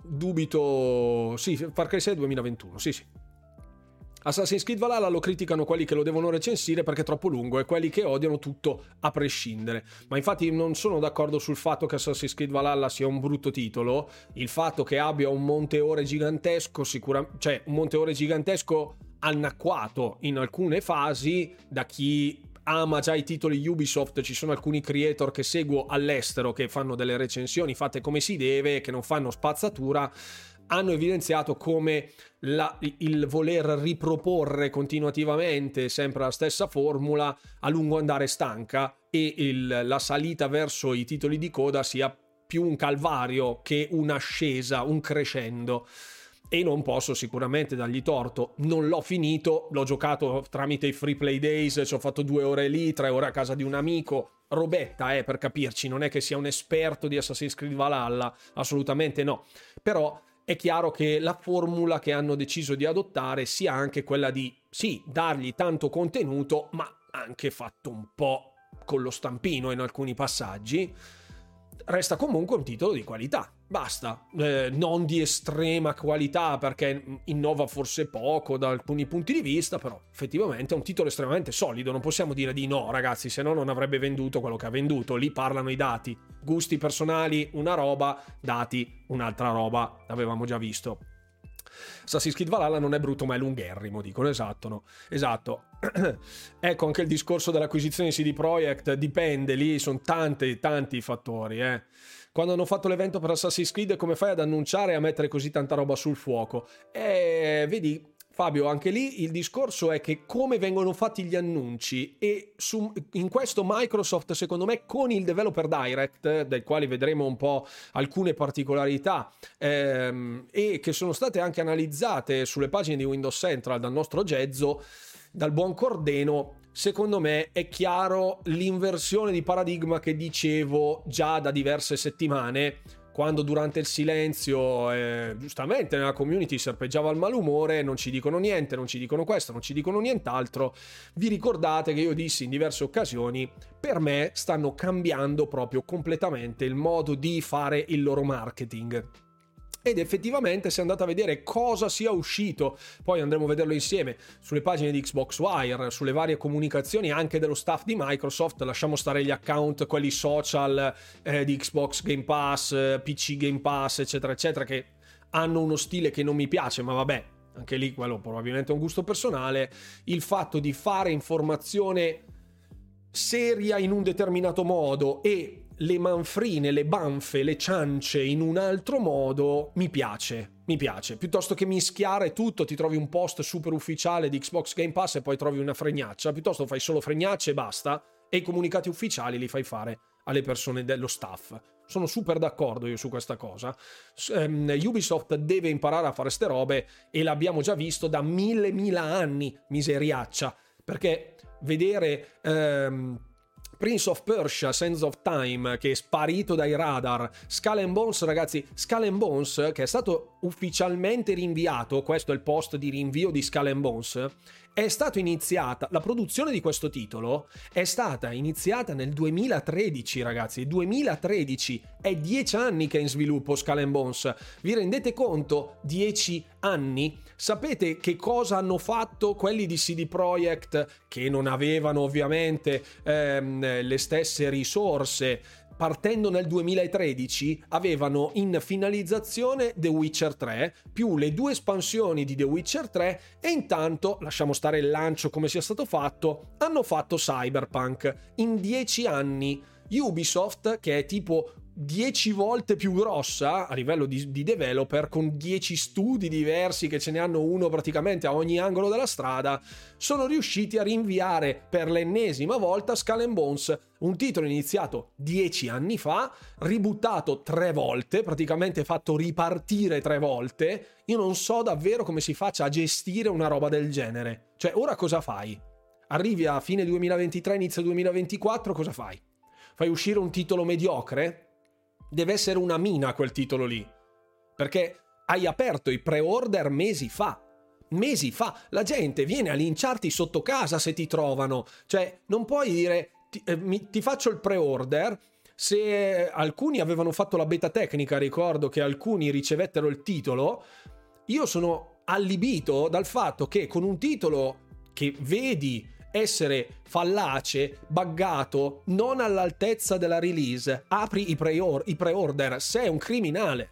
sì, Far Cry 6 2021, sì. Assassin's Creed Valhalla lo criticano quelli che lo devono recensire perché è troppo lungo e quelli che odiano tutto a prescindere. Ma infatti non sono d'accordo sul fatto che Assassin's Creed Valhalla sia un brutto titolo. Il fatto che abbia un monte ore gigantesco, cioè un monte ore gigantesco anacquato in alcune fasi da chi ama già i titoli Ubisoft. Ci sono alcuni creator che seguo all'estero che fanno delle recensioni fatte come si deve, che non fanno spazzatura, hanno evidenziato come il voler riproporre continuativamente sempre la stessa formula a lungo andare stanca e la salita verso i titoli di coda sia più un calvario che un'ascesa, un crescendo. E non posso sicuramente dargli torto. Non l'ho finito, l'ho giocato tramite i Free Play Days, ci ho fatto 2 ore lì, 3 ore a casa di un amico, robetta per capirci, non è che sia un esperto di Assassin's Creed Valhalla, assolutamente no, però è chiaro che la formula che hanno deciso di adottare sia anche quella di, sì, dargli tanto contenuto, ma anche fatto un po' con lo stampino in alcuni passaggi. Resta comunque un titolo di qualità, basta, non di estrema qualità perché innova forse poco da alcuni punti di vista, però effettivamente è un titolo estremamente solido. Non possiamo dire di no, ragazzi, se no non avrebbe venduto quello che ha venduto. Lì parlano i dati, gusti personali una roba, dati un'altra roba, l'avevamo già visto. Assassin's Creed Valhalla non è brutto ma è lungherrimo, dicono, esatto, no? Esatto. Ecco, anche il discorso dell'acquisizione di CD Projekt dipende, lì sono tanti fattori, Quando hanno fatto l'evento per Assassin's Creed, come fai ad annunciare e a mettere così tanta roba sul fuoco? Vedi, Fabio, anche lì il discorso è che come vengono fatti gli annunci, e in questo Microsoft, secondo me, con il Developer Direct, del quale vedremo un po' alcune particolarità, e che sono state anche analizzate sulle pagine di Windows Central dal nostro Gezzo, dal buon Cordeno, secondo me è chiaro l'inversione di paradigma che dicevo già da diverse settimane, quando durante il silenzio, giustamente nella community serpeggiava il malumore, non ci dicono niente, non ci dicono questo, non ci dicono nient'altro. Vi ricordate che io dissi in diverse occasioni, per me stanno cambiando proprio completamente il modo di fare il loro marketing. Ed effettivamente, se andate a vedere cosa sia uscito, poi andremo a vederlo insieme sulle pagine di Xbox Wire, sulle varie comunicazioni anche dello staff di Microsoft, lasciamo stare gli account, quelli social di Xbox Game Pass, PC Game Pass, eccetera, eccetera, che hanno uno stile che non mi piace, ma vabbè, anche lì quello probabilmente è un gusto personale. Il fatto di fare informazione seria in un determinato modo e le manfrine, le banfe, le ciance in un altro modo mi piace, piuttosto che mischiare tutto, ti trovi un post super ufficiale di Xbox Game Pass e poi trovi una fregnaccia, piuttosto fai solo fregnacce e basta, e i comunicati ufficiali li fai fare alle persone dello staff. Sono super d'accordo io su questa cosa. Ubisoft deve imparare a fare ste robe, e l'abbiamo già visto da mille anni, miseriaccia, perché vedere Prince of Persia, Sands of Time, che è sparito dai radar, Skull and Bones, ragazzi, Skull and Bones, che è stato ufficialmente rinviato, questo è il post di rinvio di Skull and Bones, è stata iniziata, la produzione di questo titolo è stata iniziata nel 2013, ragazzi, 2013, è 10 anni che è in sviluppo Skull and Bones, vi rendete conto? 10 anni? Sapete che cosa hanno fatto quelli di CD Projekt, che non avevano ovviamente le stesse risorse? Partendo nel 2013 avevano in finalizzazione The Witcher 3 più le 2 espansioni di The Witcher 3, e intanto, lasciamo stare il lancio come sia stato fatto, hanno fatto Cyberpunk. In 10 anni Ubisoft, che è tipo 10 volte più grossa a livello di developer, con 10 studi diversi che ce ne hanno uno praticamente a ogni angolo della strada, sono riusciti a rinviare per l'ennesima volta Skull and Bones, un titolo iniziato 10 anni fa, ributtato 3 volte, praticamente fatto ripartire 3 volte. Io non so davvero come si faccia a gestire una roba del genere. Cioè, ora cosa fai? Arrivi a fine 2023, inizio 2024, cosa fai? Fai uscire un titolo mediocre? Deve essere una mina quel titolo lì, perché hai aperto i pre-order mesi fa, la gente viene a linciarti sotto casa se ti trovano, cioè non puoi dire ti faccio il pre-order. Se alcuni avevano fatto la beta tecnica, ricordo che alcuni ricevettero il titolo, io sono allibito dal fatto che con un titolo che vedi essere fallace, buggato, non all'altezza della release, apri i pre-order, sei un criminale.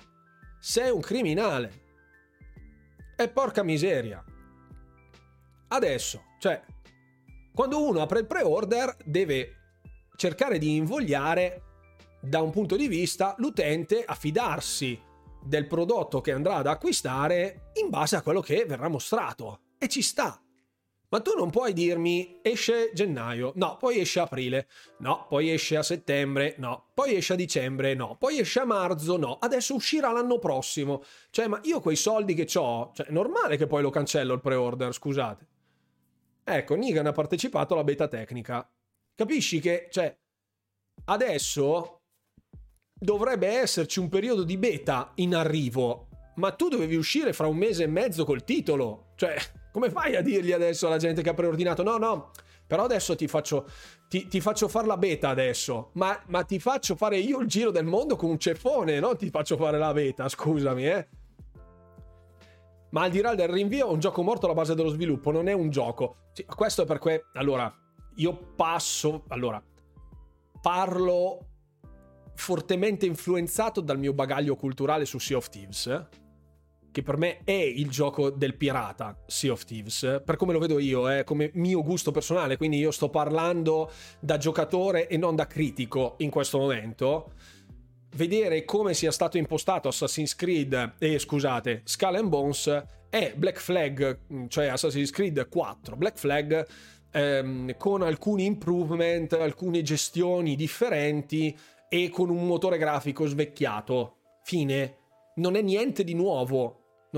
E porca miseria. Adesso, cioè, quando uno apre il pre-order deve cercare di invogliare da un punto di vista l'utente a fidarsi del prodotto che andrà ad acquistare in base a quello che verrà mostrato. E ci sta. Ma tu non puoi dirmi esce gennaio, no, poi esce aprile, no, poi esce a settembre, no, poi esce a dicembre, no, poi esce a marzo, no, adesso uscirà l'anno prossimo. Cioè, ma io quei soldi che c'ho, cioè è normale che poi lo cancello il pre-order, scusate. Ecco, Nigan ha partecipato alla beta tecnica. Capisci che, cioè, adesso dovrebbe esserci un periodo di beta in arrivo, ma tu dovevi uscire fra 1 mese e mezzo col titolo, cioè... Come fai a dirgli adesso alla gente che ha preordinato? No, però adesso ti faccio fare la beta adesso. Ma ti faccio fare io il giro del mondo con un ceffone, no? Ti faccio fare la beta, scusami, Ma al di là del rinvio, un gioco morto alla base dello sviluppo non è un gioco. Sì, questo è perché... Allora, io parlo fortemente influenzato dal mio bagaglio culturale su Sea of Thieves, che per me è il gioco del pirata, Sea of Thieves, per come lo vedo io, come mio gusto personale, quindi io sto parlando da giocatore e non da critico in questo momento. vedere come sia stato impostato Assassin's Creed, Skull and Bones e Black Flag, cioè Assassin's Creed 4 Black Flag, con alcuni improvement, alcune gestioni differenti e con un motore grafico svecchiato. Fine. Non è niente di nuovo.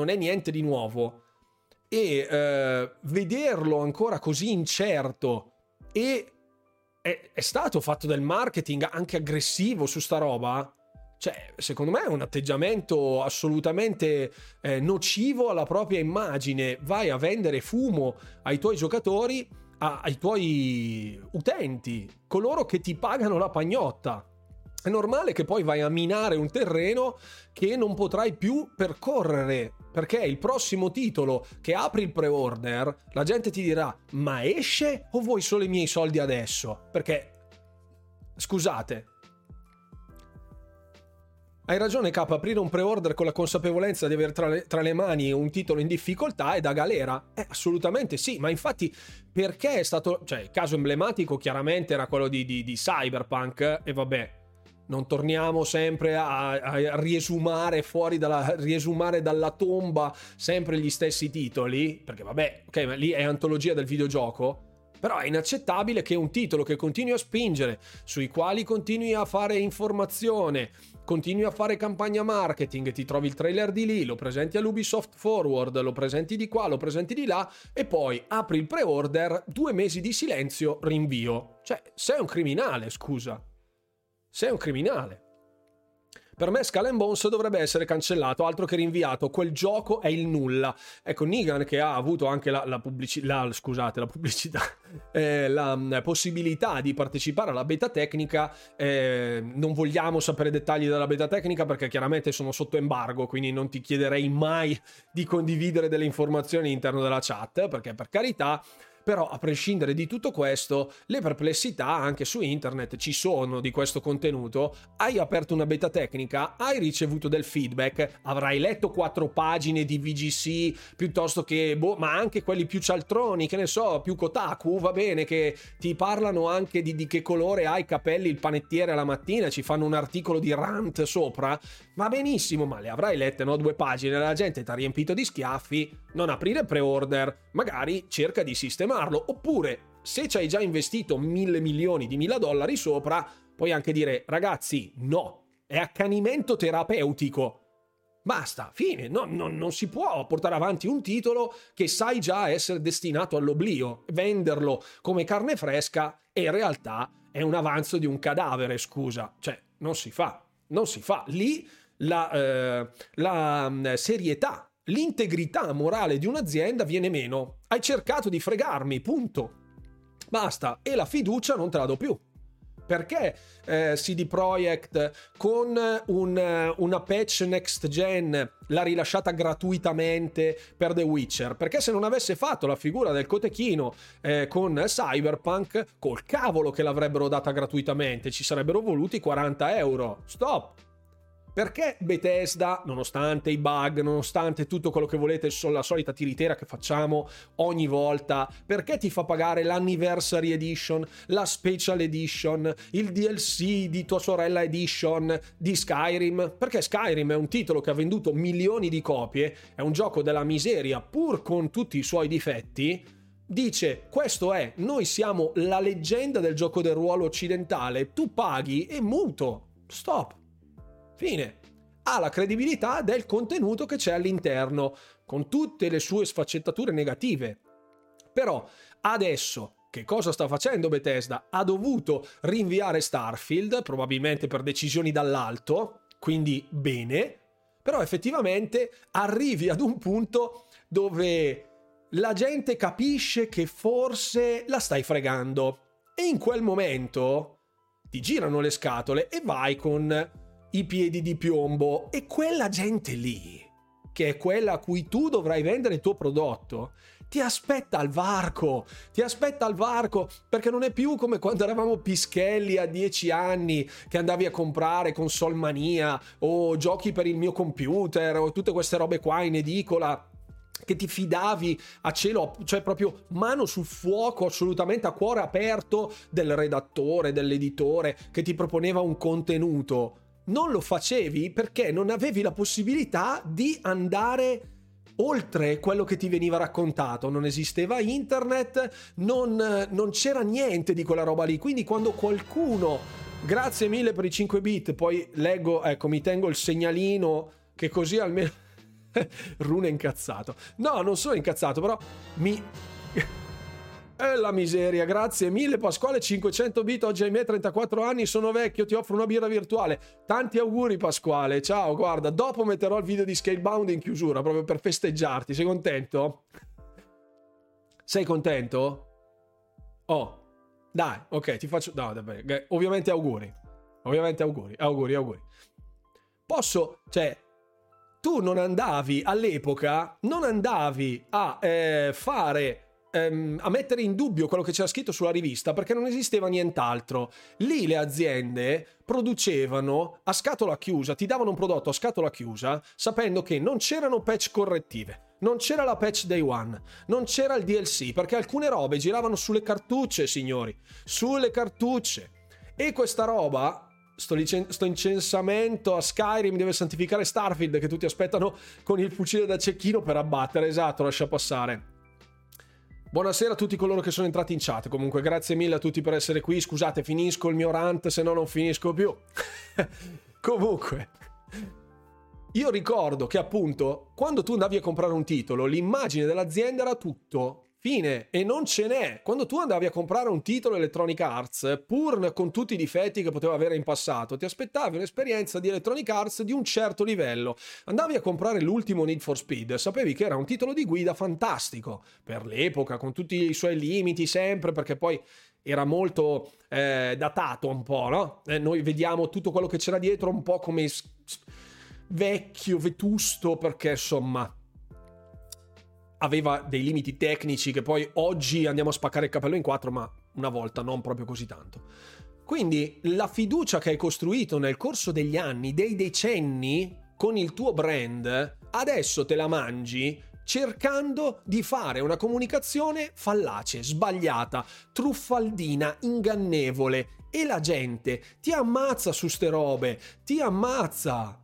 E vederlo ancora così incerto, e è stato fatto del marketing anche aggressivo su sta roba, cioè secondo me è un atteggiamento assolutamente nocivo alla propria immagine. Vai a vendere fumo ai tuoi giocatori, ai tuoi utenti, coloro che ti pagano la pagnotta. È normale che poi vai a minare un terreno che non potrai più percorrere, perché il prossimo titolo che apri il pre-order, la gente ti dirà: ma esce o vuoi solo i miei soldi adesso? Perché, scusate, hai ragione K, aprire un pre-order con la consapevolezza di avere tra le mani un titolo in difficoltà è da galera. Assolutamente sì, ma infatti perché è stato... Cioè, il caso emblematico chiaramente era quello di Cyberpunk, e vabbè, non torniamo sempre a riesumare riesumare dalla tomba sempre gli stessi titoli, perché vabbè, ok, ma lì è antologia del videogioco. Però è inaccettabile che un titolo che continui a spingere, sui quali continui a fare informazione, continui a fare campagna marketing, ti trovi il trailer di lì, lo presenti all'Ubisoft Forward, lo presenti di qua, lo presenti di là, e poi apri il pre-order, 2 mesi di silenzio, rinvio. Cioè, sei un criminale, scusa. Sei un criminale. Per me Skull and Bones dovrebbe essere cancellato, altro che rinviato. Quel gioco è il nulla. Ecco, Negan, che ha avuto anche la possibilità di partecipare alla beta tecnica, non vogliamo sapere dettagli della beta tecnica perché chiaramente sono sotto embargo, quindi non ti chiederei mai di condividere delle informazioni all'interno della chat, perché per carità. Però a prescindere di tutto questo, le perplessità anche su internet ci sono di questo contenuto. Hai aperto una beta tecnica, hai ricevuto del feedback, avrai letto 4 pagine di VGC piuttosto che, ma anche quelli più cialtroni, che ne so, più Kotaku, va bene, che ti parlano anche di che colore ha i capelli il panettiere la mattina, ci fanno un articolo di rant sopra, va benissimo, ma le avrai lette, no? 2 pagine, la gente ti ha riempito di schiaffi. Non aprire pre-order, magari cerca di sistemare. Oppure, se ci hai già investito 1.000 milioni di $1.000 sopra, puoi anche dire: ragazzi, no, è accanimento terapeutico, basta, fine. Non si può portare avanti un titolo che sai già essere destinato all'oblio, venderlo come carne fresca, e in realtà è un avanzo di un cadavere, scusa. Cioè, non si fa. Lì la serietà, l'integrità morale di un'azienda viene meno. Hai cercato di fregarmi, punto, basta, e la fiducia non te la do più. Perché CD Projekt con una patch next gen l'ha rilasciata gratuitamente per The Witcher? Perché se non avesse fatto la figura del cotechino con Cyberpunk, col cavolo che l'avrebbero data gratuitamente, ci sarebbero voluti 40 euro. Stop. Perché Bethesda, nonostante i bug, nonostante tutto quello che volete, la solita tiritera che facciamo ogni volta, perché ti fa pagare l'Anniversary Edition, la Special Edition, il DLC di tua sorella Edition di Skyrim? Perché Skyrim è un titolo che ha venduto milioni di copie, è un gioco della miseria pur con tutti i suoi difetti. Dice: questo è, noi siamo la leggenda del gioco del ruolo occidentale, tu paghi e muto. Stop. Fine. Ha la credibilità del contenuto che c'è all'interno, con tutte le sue sfaccettature negative. Però adesso che cosa sta facendo Bethesda? Ha dovuto rinviare Starfield, probabilmente per decisioni dall'alto, quindi bene, però effettivamente arrivi ad un punto dove la gente capisce che forse la stai fregando, e in quel momento ti girano le scatole e vai con i piedi di piombo, e quella gente lì, che è quella a cui tu dovrai vendere il tuo prodotto, ti aspetta al varco, perché non è più come quando eravamo pischelli a 10 anni che andavi a comprare Console Mania o giochi per il mio computer o tutte queste robe qua in edicola, che ti fidavi a cielo, cioè proprio mano sul fuoco, assolutamente a cuore aperto, del redattore, dell'editore che ti proponeva un contenuto. non lo facevi perché non avevi la possibilità di andare oltre quello che ti veniva raccontato. Non esisteva internet, non c'era niente di quella roba lì. Quindi quando qualcuno, grazie mille per i 5 bit, poi leggo, ecco, mi tengo il segnalino che così almeno Rune è incazzato. No, non sono incazzato, però mi la miseria. Grazie mille Pasquale, 500 bit. Oggi hai me 34 anni, sono vecchio, ti offro una birra virtuale. Tanti auguri Pasquale, ciao. Guarda, dopo metterò il video di Scalebound in chiusura proprio per festeggiarti. Sei contento? Sei contento? Oh, dai, ok, ti faccio, no, vabbè, ovviamente auguri. Ovviamente auguri. Posso, cioè, tu non andavi all'epoca, non andavi a fare, a mettere in dubbio quello che c'era scritto sulla rivista, perché non esisteva nient'altro. Lì le aziende producevano a scatola chiusa, ti davano un prodotto a scatola chiusa, sapendo che non c'erano patch correttive, non c'era la patch day one, non c'era il DLC, perché alcune robe giravano sulle cartucce, signori, sulle cartucce. E questa roba, sto incensamento a Skyrim deve santificare Starfield, che tutti aspettano con il fucile da cecchino per abbattere. Esatto, lascia passare. Buonasera a tutti coloro che sono entrati in chat. Comunque grazie mille a tutti per essere qui. Scusate, finisco il mio rant, se no non finisco più. Comunque, io ricordo che appunto quando tu andavi a comprare un titolo, l'immagine dell'azienda era tutto, fine, e non ce n'è. Quando tu andavi a comprare un titolo Electronic Arts, pur con tutti i difetti che poteva avere in passato, ti aspettavi un'esperienza di Electronic Arts di un certo livello. Andavi a comprare l'ultimo Need for Speed, sapevi che era un titolo di guida fantastico per l'epoca, con tutti i suoi limiti sempre, perché poi era molto datato un po', no? Noi vediamo tutto quello che c'era dietro un po' come vecchio, vetusto, perché insomma aveva dei limiti tecnici che poi oggi andiamo a spaccare il capello in quattro, ma una volta non proprio così tanto. Quindi la fiducia che hai costruito nel corso degli anni, dei decenni, con il tuo brand, adesso te la mangi cercando di fare una comunicazione fallace, sbagliata, truffaldina, ingannevole, e la gente ti ammazza su ste robe, ti ammazza.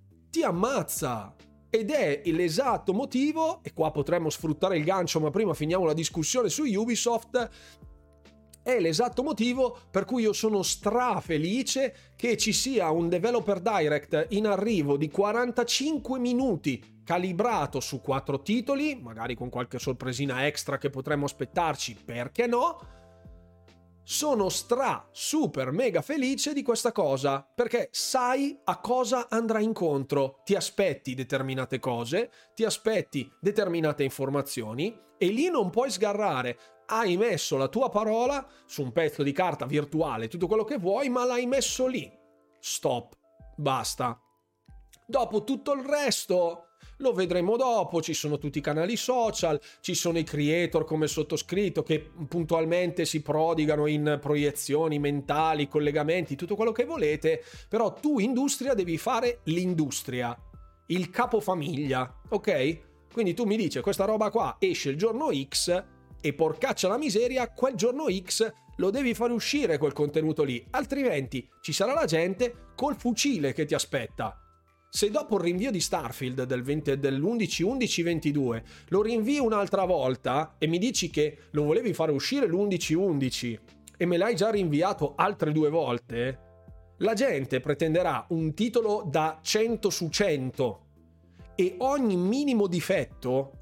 Ed è l'esatto motivo, e qua potremmo sfruttare il gancio, ma prima finiamo la discussione su Ubisoft, è l'esatto motivo per cui io sono strafelice che ci sia un Developer Direct in arrivo di 45 minuti, calibrato su 4 titoli, magari con qualche sorpresina extra che potremmo aspettarci, perché no? Sono super mega felice di questa cosa, perché sai a cosa andrà incontro, ti aspetti determinate cose, ti aspetti determinate informazioni e lì non puoi sgarrare. Hai messo la tua parola su un pezzo di carta virtuale, tutto quello che vuoi, ma l'hai messo lì. Stop, basta. Dopo tutto il resto lo vedremo dopo, ci sono tutti i canali social, ci sono i creator come sottoscritto che puntualmente si prodigano in proiezioni mentali, collegamenti, tutto quello che volete, però tu industria devi fare l'industria, il capofamiglia, ok? Quindi tu mi dici questa roba qua esce il giorno X e porcaccia la miseria, quel giorno X lo devi fare uscire quel contenuto lì, altrimenti ci sarà la gente col fucile che ti aspetta. Se dopo il rinvio di Starfield dell'11/11/22 lo rinvii un'altra volta e mi dici che lo volevi fare uscire l'11/11 e me l'hai già rinviato altre 2 volte, la gente pretenderà un titolo da 100 su 100 e ogni minimo difetto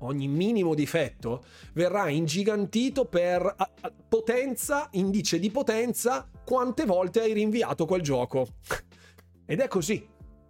verrà ingigantito per potenza, indice di potenza, quante volte hai rinviato quel gioco. Ed è così.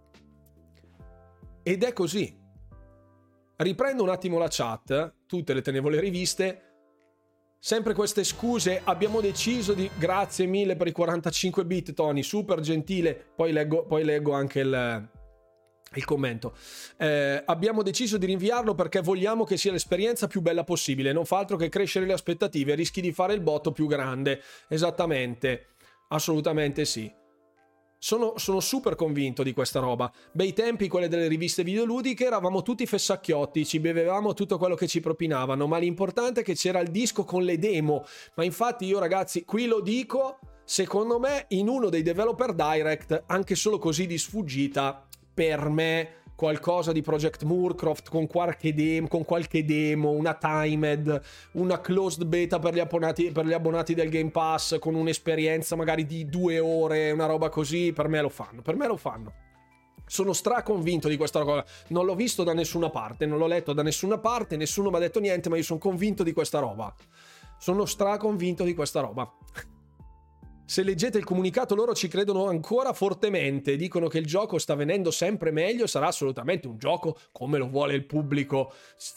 Riprendo un attimo la chat, tutte le tenevo le riviste, sempre queste scuse, abbiamo deciso di... Grazie mille per i 45 bit Tony, super gentile, poi leggo anche il commento. Abbiamo deciso di rinviarlo perché vogliamo che sia l'esperienza più bella possibile, non fa altro che crescere le aspettative, rischi di fare il botto più grande. Esattamente, assolutamente sì. Sono super convinto di questa roba. Bei tempi, quelle delle riviste videoludiche, eravamo tutti fessacchiotti, ci bevevamo tutto quello che ci propinavano, ma l'importante è che c'era il disco con le demo. Ma infatti io, ragazzi, qui lo dico secondo me in uno dei developer direct, anche solo così di sfuggita, per me qualcosa di Project Moorcroft con qualche demo, una timed, una closed beta per gli abbonati del Game Pass, con un'esperienza magari di 2 ore, una roba così, per me lo fanno. Sono straconvinto di questa cosa, non l'ho visto da nessuna parte, non l'ho letto da nessuna parte, nessuno mi ha detto niente, ma io sono convinto di questa roba. Sono straconvinto di questa roba. Se leggete il comunicato, loro ci credono ancora fortemente, dicono che il gioco sta venendo sempre meglio, sarà assolutamente un gioco come lo vuole il pubblico.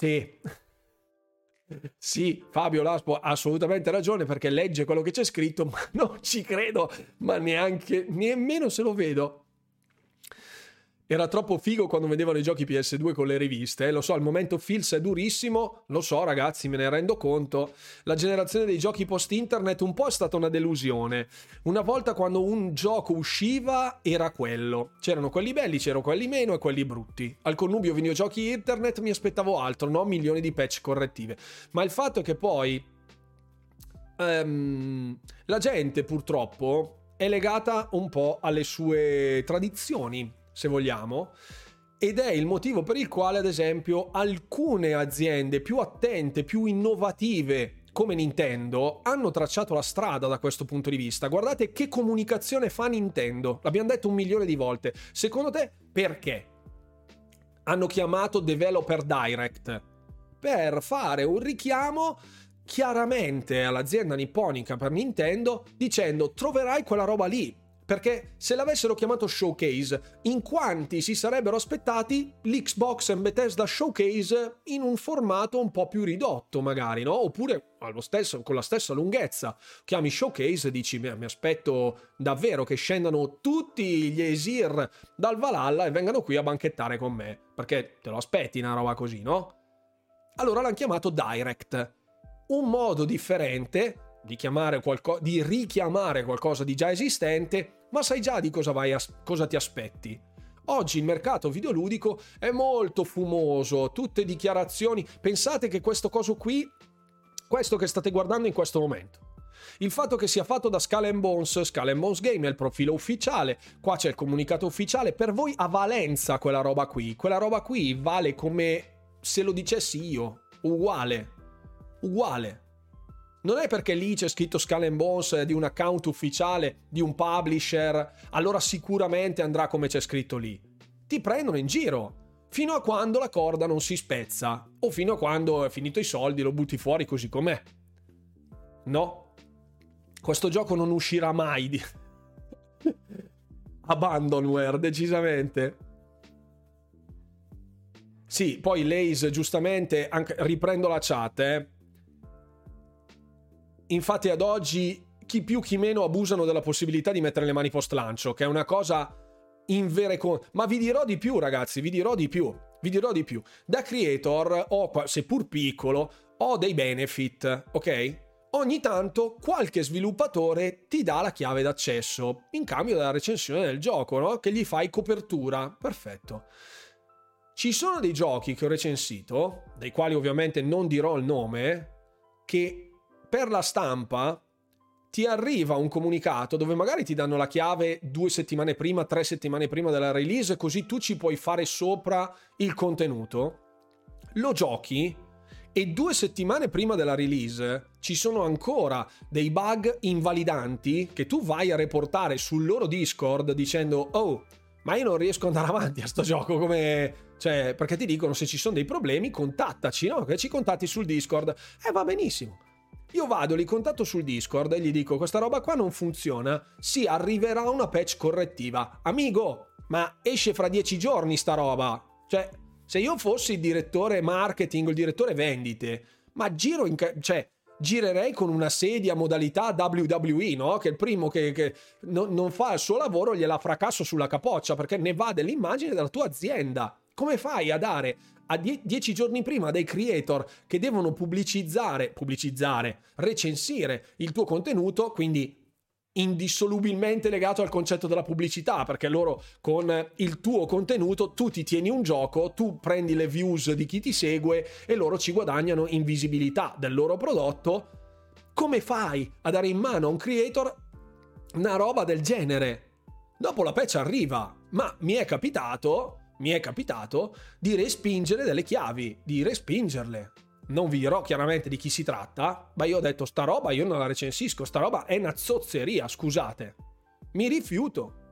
Sì, Fabio Laspo ha assolutamente ragione, perché legge quello che c'è scritto, ma non ci credo, ma nemmeno se lo vedo. Era troppo figo quando vedevano i giochi PS2 con le riviste. Lo so, al momento Fils è durissimo, lo so ragazzi, me ne rendo conto. La generazione dei giochi post-internet un po' è stata una delusione. Una volta quando un gioco usciva era quello. C'erano quelli belli, c'erano quelli meno e quelli brutti. Al connubio videogiochi internet mi aspettavo altro, no milioni di patch correttive. Ma il fatto è che poi la gente purtroppo è legata un po' alle sue tradizioni, se vogliamo, ed è il motivo per il quale, ad esempio, alcune aziende più attente, più innovative come Nintendo hanno tracciato la strada da questo punto di vista. Guardate che comunicazione fa Nintendo, l'abbiamo detto 1 milione di volte. Secondo te perché hanno chiamato Developer Direct? Per fare un richiamo chiaramente all'azienda nipponica per Nintendo, dicendo: troverai quella roba lì. Perché se l'avessero chiamato Showcase, in quanti si sarebbero aspettati l'Xbox and Bethesda Showcase in un formato un po' più ridotto magari, no? Oppure con la stessa lunghezza. Chiami Showcase e dici: mi aspetto davvero che scendano tutti gli Esir dal Valhalla e vengano qui a banchettare con me, perché te lo aspetti una roba così, no? Allora l'hanno chiamato Direct, un modo differente di richiamare qualcosa di già esistente, ma sai già di cosa ti aspetti. Oggi il mercato videoludico è molto fumoso, tutte dichiarazioni. Pensate che questo coso qui, questo che state guardando in questo momento, il fatto che sia fatto da Skull and Bones Game è il profilo ufficiale, qua c'è il comunicato ufficiale, per voi ha valenza quella roba qui vale come se lo dicessi io, uguale. Non è perché lì c'è scritto Skull and Bones di un account ufficiale, di un publisher, allora sicuramente andrà come c'è scritto lì. Ti prendono in giro, fino a quando la corda non si spezza, o fino a quando è finito i soldi, lo butti fuori così com'è. No, questo gioco non uscirà mai di Abandonware, decisamente. Sì, poi Lays giustamente, riprendo la chat, Infatti ad oggi chi più chi meno abusano della possibilità di mettere le mani post lancio, che è una cosa ma vi dirò di più, ragazzi, vi dirò di più. Da creator seppur piccolo, ho dei benefit, ok? Ogni tanto qualche sviluppatore ti dà la chiave d'accesso in cambio della recensione del gioco, no? Che gli fai copertura, perfetto. Ci sono dei giochi che ho recensito, dei quali ovviamente non dirò il nome, che per la stampa ti arriva un comunicato dove magari ti danno la chiave 2 settimane prima, 3 settimane prima della release, così tu ci puoi fare sopra il contenuto, lo giochi e 2 settimane prima della release ci sono ancora dei bug invalidanti che tu vai a reportare sul loro Discord dicendo: oh, ma io non riesco ad andare avanti a sto gioco, cioè, perché ti dicono: se ci sono dei problemi contattaci, no? Che ci contatti sul Discord. Va benissimo. Io vado, li contatto sul Discord e gli dico: questa roba qua non funziona, sì, arriverà una patch correttiva. Amigo, ma esce fra 10 giorni sta roba. Cioè, se io fossi il direttore marketing o il direttore vendite, ma girerei con una sedia modalità WWE, no? Che il primo che non fa il suo lavoro gliela fracasso sulla capoccia, perché ne va dell'immagine della tua azienda. Come fai a dare a 10 giorni prima dei creator che devono pubblicizzare, recensire il tuo contenuto, quindi indissolubilmente legato al concetto della pubblicità, perché loro con il tuo contenuto tu ti tieni un gioco, tu prendi le views di chi ti segue e loro ci guadagnano in visibilità del loro prodotto. Come fai a dare in mano a un creator una roba del genere. Dopo la patch arriva, ma mi è capitato di respingere delle chiavi, di respingerle. Non vi dirò chiaramente di chi si tratta, ma io ho detto sta roba io non la recensisco, sta roba è una zozzeria, scusate. Mi rifiuto.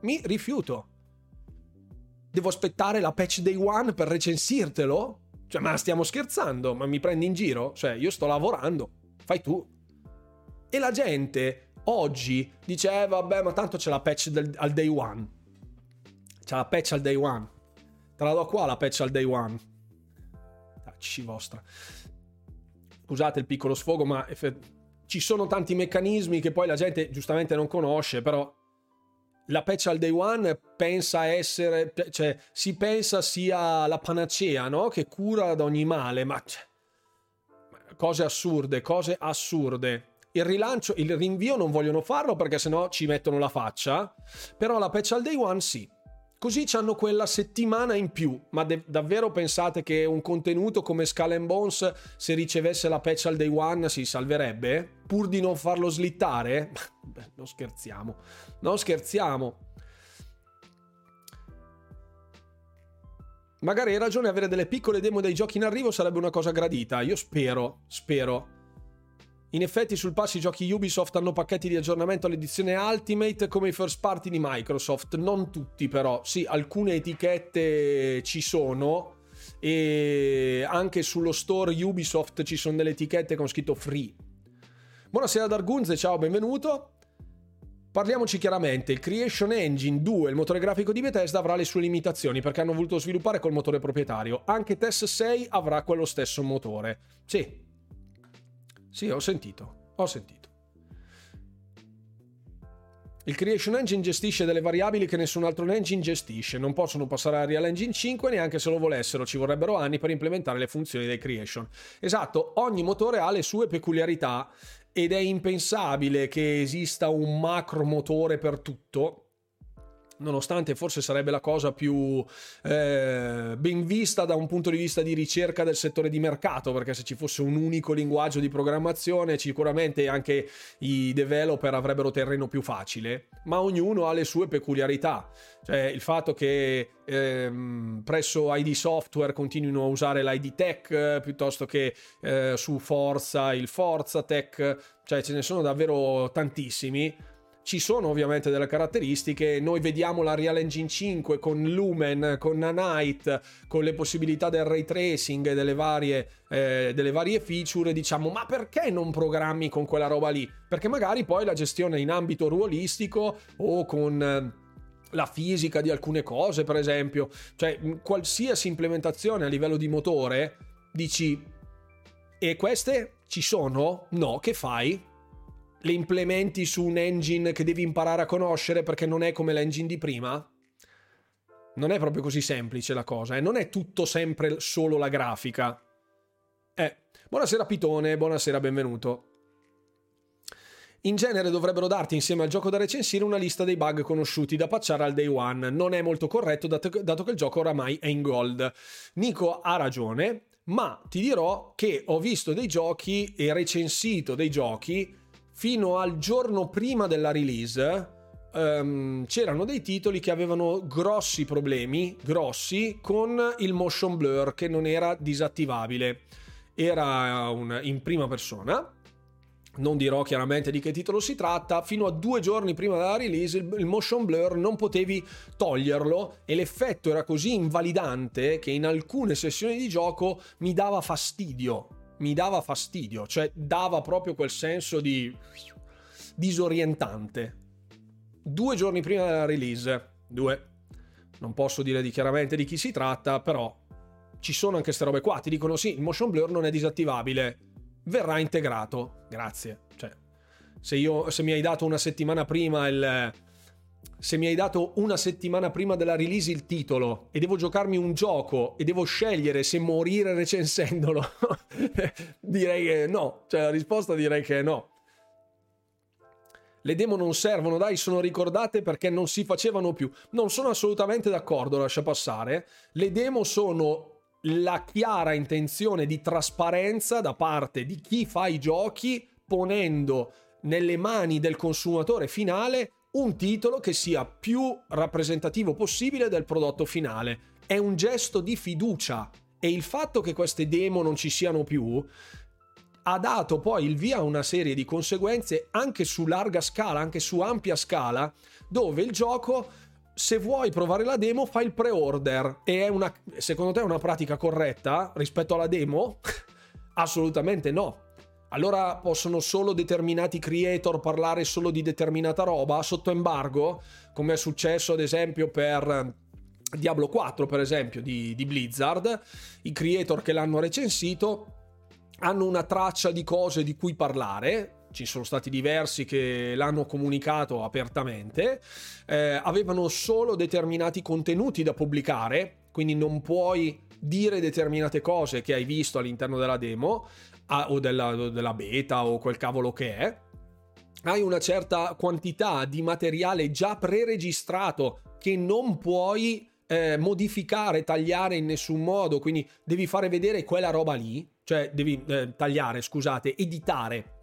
Devo aspettare la patch day one per recensirtelo? Cioè, ma stiamo scherzando? Ma mi prendi in giro? Cioè, io sto lavorando, fai tu. E la gente oggi dice, vabbè, ma tanto c'è la patch al day one. C'è la patch al day one. Te la do qua la patch al day one. Tacci vostra. Scusate il piccolo sfogo, ma ci sono tanti meccanismi che poi la gente giustamente non conosce, però la patch al day one si pensa sia la panacea, no? Che cura da ogni male, ma cose assurde. Il rinvio non vogliono farlo perché sennò ci mettono la faccia, però la patch al day one sì. Così c'hanno quella settimana in più. Ma davvero pensate che un contenuto come Skull and Bones, se ricevesse la patch al day one, si salverebbe? Pur di non farlo slittare? Non scherziamo. Magari hai ragione, avere delle piccole demo dei giochi in arrivo sarebbe una cosa gradita. Io spero. In effetti sul pass i giochi Ubisoft hanno pacchetti di aggiornamento all'edizione Ultimate come i first party di Microsoft, non tutti però, sì, alcune etichette ci sono e anche sullo store Ubisoft ci sono delle etichette con scritto free. Buonasera Dargunze, ciao, benvenuto. Parliamoci chiaramente, il Creation Engine 2, il motore grafico di Bethesda, avrà le sue limitazioni perché hanno voluto sviluppare col motore proprietario. Anche TES 6 avrà quello stesso motore. Sì, ho sentito. Il Creation Engine gestisce delle variabili che nessun altro engine gestisce. Non possono passare a Real Engine 5 neanche se lo volessero. Ci vorrebbero anni per implementare le funzioni dei Creation. Esatto, ogni motore ha le sue peculiarità ed è impensabile che esista un macro motore per tutto. Nonostante forse sarebbe la cosa più ben vista da un punto di vista di ricerca del settore di mercato, perché se ci fosse un unico linguaggio di programmazione sicuramente anche i developer avrebbero terreno più facile, ma ognuno ha le sue peculiarità. Cioè il fatto che presso ID Software continuino a usare l'ID Tech piuttosto che su Forza il Forza Tech, cioè ce ne sono davvero tantissimi. Ci sono ovviamente delle caratteristiche, noi vediamo la Real Engine 5 con Lumen, con Nanite, con le possibilità del ray tracing e delle varie feature, diciamo ma perché non programmi con quella roba lì? Perché magari poi la gestione in ambito ruolistico o con la fisica di alcune cose per esempio, cioè qualsiasi implementazione a livello di motore, dici e queste ci sono? No, che fai? Le implementi su un engine che devi imparare a conoscere perché non è come l'engine di prima? Non è proprio così semplice la cosa, non è tutto sempre solo la grafica. Buonasera Pitone, buonasera, benvenuto. In genere dovrebbero darti insieme al gioco da recensire una lista dei bug conosciuti da patchare al day one. Non è molto corretto dato che il gioco oramai è in gold. Nico ha ragione, ma ti dirò che ho visto dei giochi e recensito dei giochi fino al giorno prima della release. C'erano dei titoli che avevano grossi problemi con il motion blur che non era disattivabile, era in prima persona. Non dirò chiaramente di che titolo si tratta. Fino a 2 giorni prima della release il motion blur non potevi toglierlo e l'effetto era così invalidante che in alcune sessioni di gioco mi dava fastidio, cioè dava proprio quel senso di disorientante. 2 giorni prima della release, non posso dire chiaramente di chi si tratta, però ci sono anche queste robe qua, ti dicono sì, il motion blur non è disattivabile, verrà integrato, grazie. Cioè, se mi hai dato una settimana prima della release il titolo e devo giocarmi un gioco e devo scegliere se morire recensendolo, direi che no. Cioè la risposta direi che no. Le demo non servono, dai, sono ricordate perché non si facevano più. Non sono assolutamente d'accordo, lascia passare. Le demo sono la chiara intenzione di trasparenza da parte di chi fa i giochi, ponendo nelle mani del consumatore finale un titolo che sia più rappresentativo possibile del prodotto finale. È un gesto di fiducia, e il fatto che queste demo non ci siano più ha dato poi il via a una serie di conseguenze anche su larga scala, anche su ampia scala, dove il gioco, se vuoi provare la demo, fai il pre-order. E secondo te è una pratica corretta rispetto alla demo? Assolutamente no. Allora possono solo determinati creator parlare solo di determinata roba sotto embargo, come è successo ad esempio per Diablo 4, per esempio, di Blizzard. I creator che l'hanno recensito hanno una traccia di cose di cui parlare. Ci sono stati diversi che l'hanno comunicato apertamente. Avevano solo determinati contenuti da pubblicare, quindi non puoi dire determinate cose che hai visto all'interno della demo o della beta o quel cavolo che è. Hai una certa quantità di materiale già preregistrato che non puoi modificare, tagliare in nessun modo, quindi devi fare vedere quella roba lì, cioè devi tagliare, scusate, editare.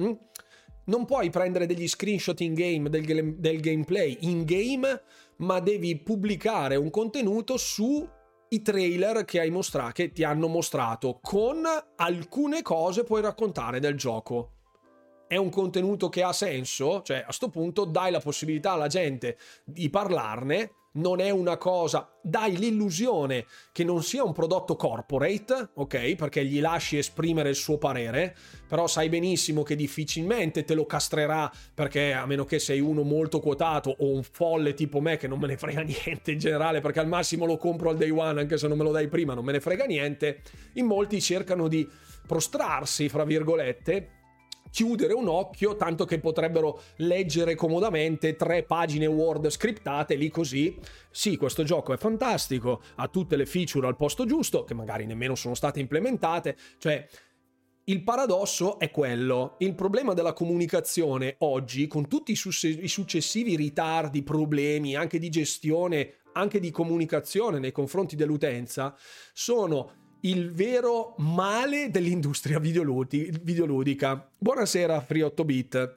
Non puoi prendere degli screenshot in game del gameplay in game, ma devi pubblicare un contenuto su i trailer che ti hanno mostrato, con alcune cose puoi raccontare del gioco. È un contenuto che ha senso, cioè a sto punto dai la possibilità alla gente di parlarne. Non è una cosa, dai l'illusione che non sia un prodotto corporate, ok? Perché gli lasci esprimere il suo parere, però sai benissimo che difficilmente te lo castrerà, perché a meno che sei uno molto quotato o un folle tipo me che non me ne frega niente in generale, perché al massimo lo compro al day one anche se non me lo dai prima, non me ne frega niente. In molti cercano di prostrarsi, fra virgolette, chiudere un occhio, tanto che potrebbero leggere comodamente 3 pagine Word scriptate lì così. Sì, questo gioco è fantastico, ha tutte le feature al posto giusto, che magari nemmeno sono state implementate. Cioè, il paradosso è quello. Il problema della comunicazione oggi, con tutti i successivi ritardi, problemi, anche di gestione, anche di comunicazione nei confronti dell'utenza, sono il vero male dell'industria videoludica. Buonasera Free 8-bit.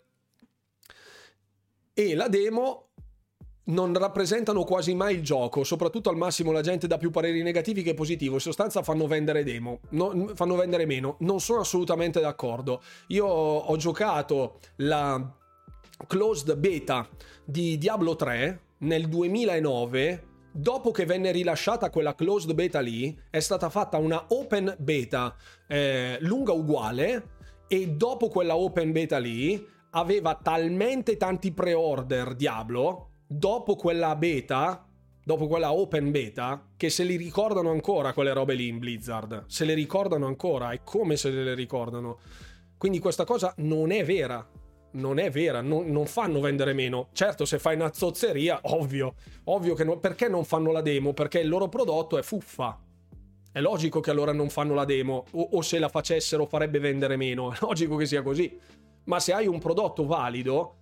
E la demo non rappresentano quasi mai il gioco, soprattutto al massimo la gente dà più pareri negativi che positivi. In sostanza fanno vendere demo, fanno vendere meno. Non sono assolutamente d'accordo. Io ho giocato la closed beta di Diablo 3 nel 2009. Dopo che venne rilasciata quella closed beta lì, è stata fatta una open beta lunga uguale, e dopo quella open beta lì aveva talmente tanti pre-order Diablo, dopo quella open beta, che se li ricordano ancora quelle robe lì in Blizzard. Se le ricordano ancora, è come se le ricordano. Quindi questa cosa non è vera. Non fanno vendere meno. Certo, se fai una zozzeria, ovvio che no. Perché non fanno la demo? Perché il loro prodotto è fuffa. È logico che allora non fanno la demo, o se la facessero farebbe vendere meno. È logico che sia così. Ma se hai un prodotto valido,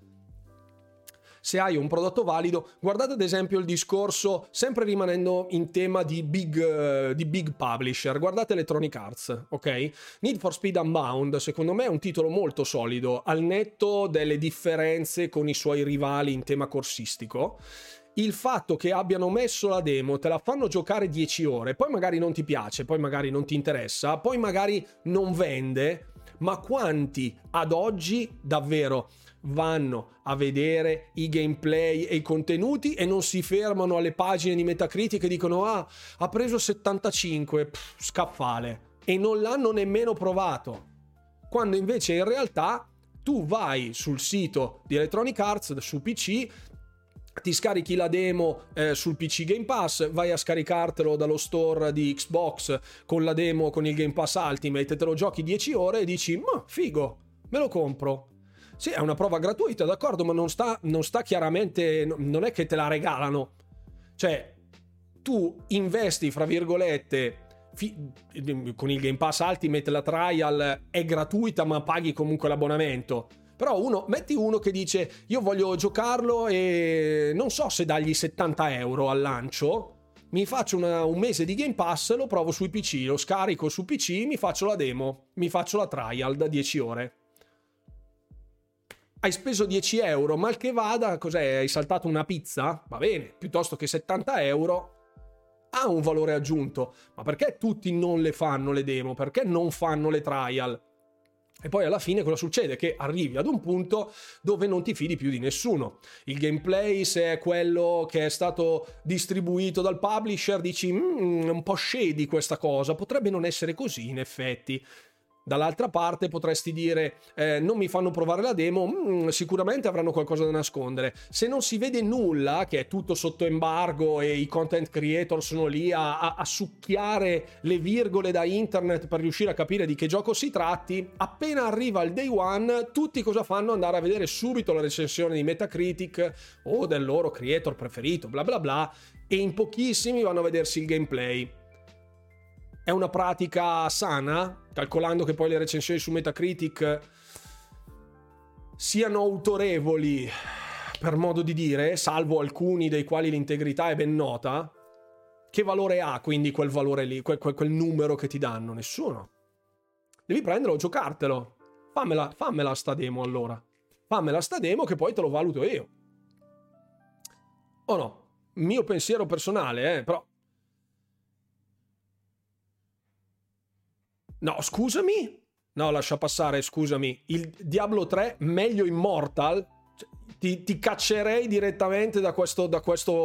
guardate ad esempio il discorso, sempre rimanendo in tema di big publisher, guardate Electronic Arts, ok? Need for Speed Unbound secondo me è un titolo molto solido, al netto delle differenze con i suoi rivali in tema corsistico. Il fatto che abbiano messo la demo, te la fanno giocare 10 ore, poi magari non ti piace, poi magari non ti interessa, poi magari non vende, ma quanti ad oggi davvero vanno a vedere i gameplay e i contenuti e non si fermano alle pagine di Metacritic e dicono ha preso 75, scaffale, e non l'hanno nemmeno provato, quando invece in realtà tu vai sul sito di Electronic Arts su PC, ti scarichi la demo sul PC Game Pass, vai a scaricartelo dallo store di Xbox con la demo con il Game Pass Ultimate, te lo giochi 10 ore e dici ma figo, me lo compro. Sì, è una prova gratuita, d'accordo, ma non sta chiaramente, non è che te la regalano. Cioè, tu investi, fra virgolette, con il Game Pass Ultimate la trial è gratuita, ma paghi comunque l'abbonamento. Però metti uno che dice io voglio giocarlo e non so se dargli 70 euro al lancio, mi faccio un mese di Game Pass, lo provo sui PC, lo scarico su PC, mi faccio la demo, mi faccio la trial da 10 ore. hai speso 10 euro, mal che vada, cos'è? Hai saltato una pizza? Va bene, piuttosto che 70 euro ha un valore aggiunto. Ma perché tutti non le fanno le demo? Perché non fanno le trial? E poi alla fine cosa succede? Che arrivi ad un punto dove non ti fidi più di nessuno. Il gameplay, se è quello che è stato distribuito dal publisher, dici è un po' shady questa cosa, potrebbe non essere così in effetti. Dall'altra parte potresti dire non mi fanno provare la demo, sicuramente avranno qualcosa da nascondere. Se non si vede nulla, che è tutto sotto embargo e i content creator sono lì a succhiare le virgole da internet per riuscire a capire di che gioco si tratti, appena arriva il day one tutti cosa fanno? Andare a vedere subito la recensione di Metacritic o del loro creator preferito, bla bla bla, e in pochissimi vanno a vedersi il gameplay. È una pratica sana, calcolando che poi le recensioni su Metacritic siano autorevoli, per modo di dire, salvo alcuni dei quali l'integrità è ben nota. Che valore ha quindi quel valore lì, quel numero che ti danno? Nessuno. Devi prenderlo, giocartelo. Fammela sta demo allora. Fammela sta demo che poi te lo valuto io. O no? Mio pensiero personale, però... No, scusami? No, lascia passare, scusami. Il Diablo 3 meglio Immortal? Ti caccerei direttamente da questa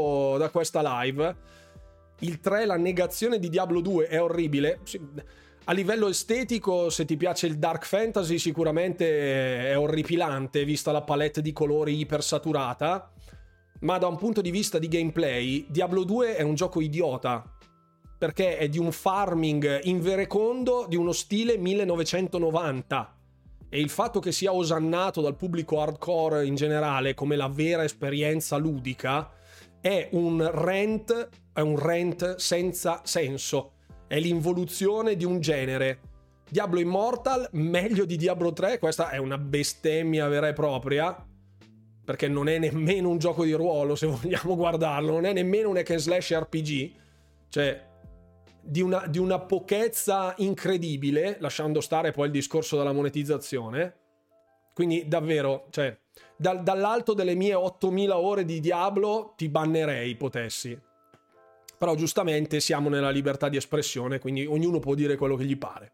live. Il 3, la negazione di Diablo 2 è orribile. A livello estetico, se ti piace il dark fantasy, sicuramente è orripilante, vista la palette di colori ipersaturata. Ma da un punto di vista di gameplay, Diablo 2 è un gioco idiota. Perché è di un farming inverecondo di uno stile 1990 e il fatto che sia osannato dal pubblico hardcore in generale come la vera esperienza ludica è un rant senza senso, è l'involuzione di un genere. Diablo Immortal meglio di Diablo 3, questa è una bestemmia vera e propria, perché non è nemmeno un gioco di ruolo, se vogliamo guardarlo, non è nemmeno un hack and slash RPG, cioè di una pochezza incredibile, lasciando stare poi il discorso della monetizzazione. Quindi davvero, cioè, dall'alto delle mie 8000 ore di Diablo ti bannerei, potessi. Però giustamente siamo nella libertà di espressione, quindi ognuno può dire quello che gli pare.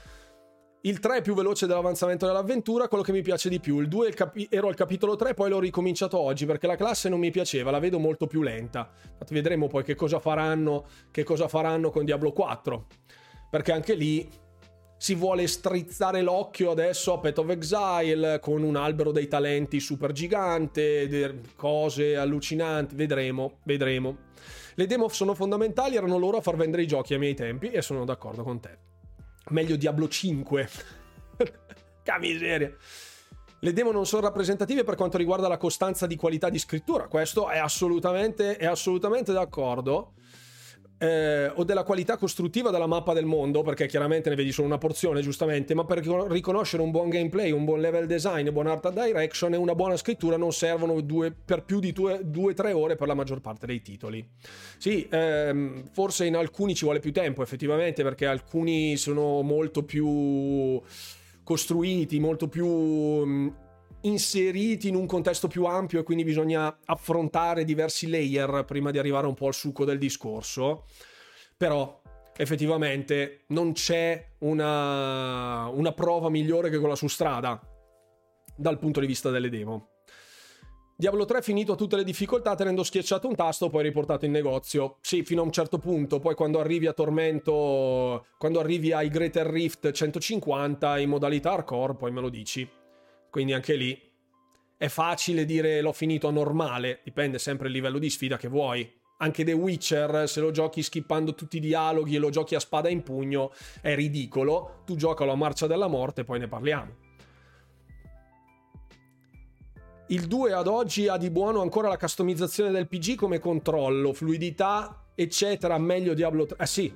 Il 3 è più veloce dell'avanzamento dell'avventura, quello che mi piace di più. Il 2 ero al capitolo 3, poi l'ho ricominciato oggi perché la classe non mi piaceva, la vedo molto più lenta. Infatti vedremo poi che cosa faranno con Diablo 4, perché anche lì si vuole strizzare l'occhio adesso a Path of Exile con un albero dei talenti super gigante, cose allucinanti, vedremo. Le demo sono fondamentali, erano loro a far vendere i giochi ai miei tempi e sono d'accordo con te. Meglio Diablo 5. Che miseria. Le demo non sono rappresentative per quanto riguarda la costanza di qualità di scrittura, questo è assolutamente d'accordo. O della qualità costruttiva della mappa del mondo, perché chiaramente ne vedi solo una porzione, giustamente, ma per riconoscere un buon gameplay, un buon level design, buon art direction e una buona scrittura non servono per più di 2-3 ore per la maggior parte dei titoli. Sì, forse in alcuni ci vuole più tempo effettivamente, perché alcuni sono molto più costruiti, molto più inseriti in un contesto più ampio e quindi bisogna affrontare diversi layer prima di arrivare un po' al succo del discorso. Però effettivamente non c'è una prova migliore che quella su strada dal punto di vista delle demo. Diablo 3 finito a tutte le difficoltà tenendo schiacciato un tasto, poi riportato in negozio. Sì, fino a un certo punto, poi quando arrivi a Tormento, quando arrivi ai Greater Rift 150 in modalità hardcore, poi me lo dici. Quindi anche lì è facile dire l'ho finito a normale, dipende sempre il livello di sfida che vuoi. Anche The Witcher, se lo giochi skippando tutti i dialoghi e lo giochi a spada in pugno, è ridicolo. Tu giocalo a marcia della morte, poi ne parliamo. Il 2 ad oggi ha di buono ancora la customizzazione del PG come controllo, fluidità, eccetera, meglio Diablo 3. Sì.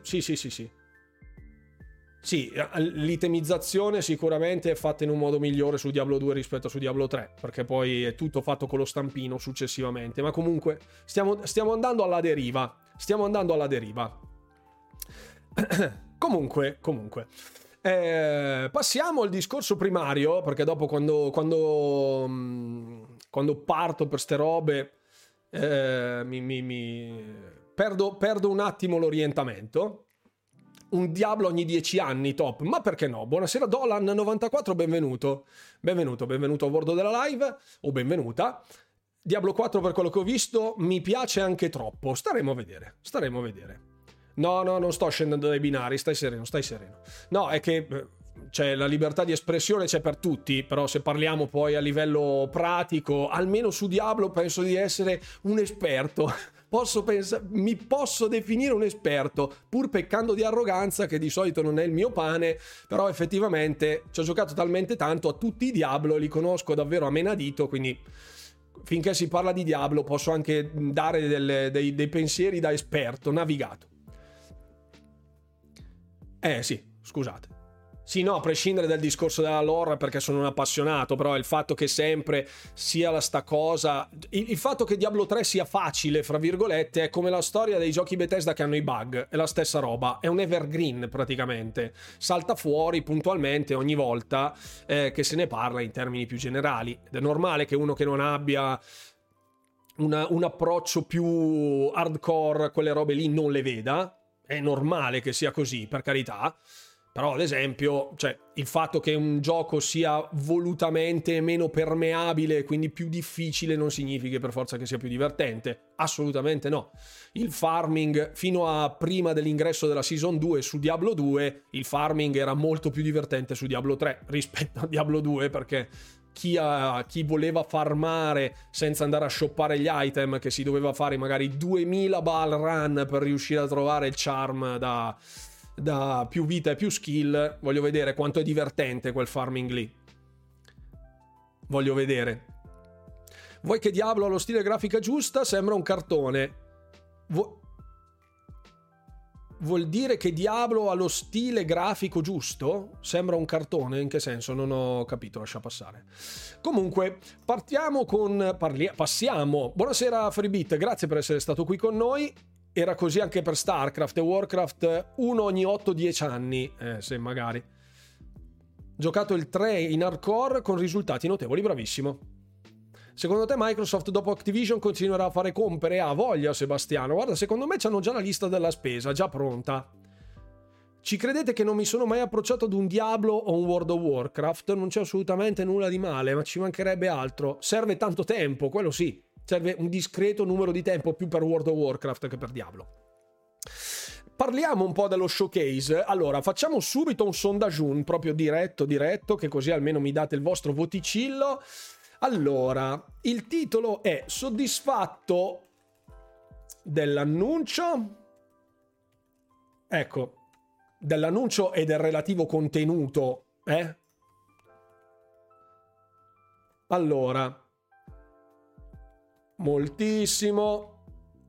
Sì, l'itemizzazione sicuramente è fatta in un modo migliore su Diablo 2 rispetto su Diablo 3, perché poi è tutto fatto con lo stampino successivamente, ma comunque stiamo andando alla deriva. Comunque. Passiamo al discorso primario, perché dopo quando parto per ste robe perdo un attimo l'orientamento. Un Diablo ogni 10 anni, top, ma perché no? Buonasera Dolan94, benvenuto a bordo della live, o benvenuta. Diablo 4, per quello che ho visto, mi piace anche troppo, staremo a vedere. No, non sto scendendo dai binari, stai sereno. No, è che c'è la libertà di espressione, c'è per tutti, però se parliamo poi a livello pratico, almeno su Diablo penso di essere un esperto. Mi posso definire un esperto, pur peccando di arroganza, che di solito non è il mio pane, però effettivamente ci ho giocato talmente tanto a tutti i Diablo, li conosco davvero a menadito, quindi finché si parla di Diablo posso anche dare dei pensieri da esperto, navigato. Sì, scusate. Sì, no, a prescindere dal discorso della lore, perché sono un appassionato, però il fatto che sempre sia la sta cosa, il fatto che Diablo 3 sia facile, fra virgolette, è come la storia dei giochi Bethesda che hanno i bug, è la stessa roba, è un evergreen praticamente, salta fuori puntualmente ogni volta che se ne parla in termini più generali, ed è normale che uno che non abbia un approccio più hardcore a quelle robe lì non le veda, è normale che sia così, per carità. Però ad esempio, cioè, il fatto che un gioco sia volutamente meno permeabile, quindi più difficile, non significa per forza che sia più divertente. Assolutamente no. Il farming, fino a prima dell'ingresso della Season 2 su Diablo 2, il farming era molto più divertente su Diablo 3 rispetto a Diablo 2, perché chi voleva farmare senza andare a shoppare gli item, che si doveva fare magari 2000 ball run per riuscire a trovare il charm da più vita e più skill, voglio vedere quanto è divertente quel farming lì. Voglio vedere. Vuoi che Diablo ha lo stile grafica giusta? Sembra un cartone. Vuol dire che Diablo ha lo stile grafico giusto? Sembra un cartone? In che senso? Non ho capito, lascia passare. Comunque, passiamo. Buonasera Freebit, grazie per essere stato qui con noi. Era così anche per StarCraft e Warcraft, uno ogni 8-10 anni, se magari. Giocato il 3 in hardcore con risultati notevoli, bravissimo. Secondo te Microsoft dopo Activision continuerà a fare compere? Ha voglia, Sebastiano? Guarda, secondo me c'hanno già la lista della spesa, già pronta. Ci credete che non mi sono mai approcciato ad un Diablo o un World of Warcraft? Non c'è assolutamente nulla di male, ma ci mancherebbe altro. Serve tanto tempo, quello sì. Serve un discreto numero di tempo più per World of Warcraft che per Diablo. Parliamo un po' dello showcase. Allora, facciamo subito un sondaggio, proprio diretto, che così almeno mi date il vostro voticillo. Allora, il titolo è soddisfatto dell'annuncio? Ecco, dell'annuncio e del relativo contenuto, Allora, moltissimo.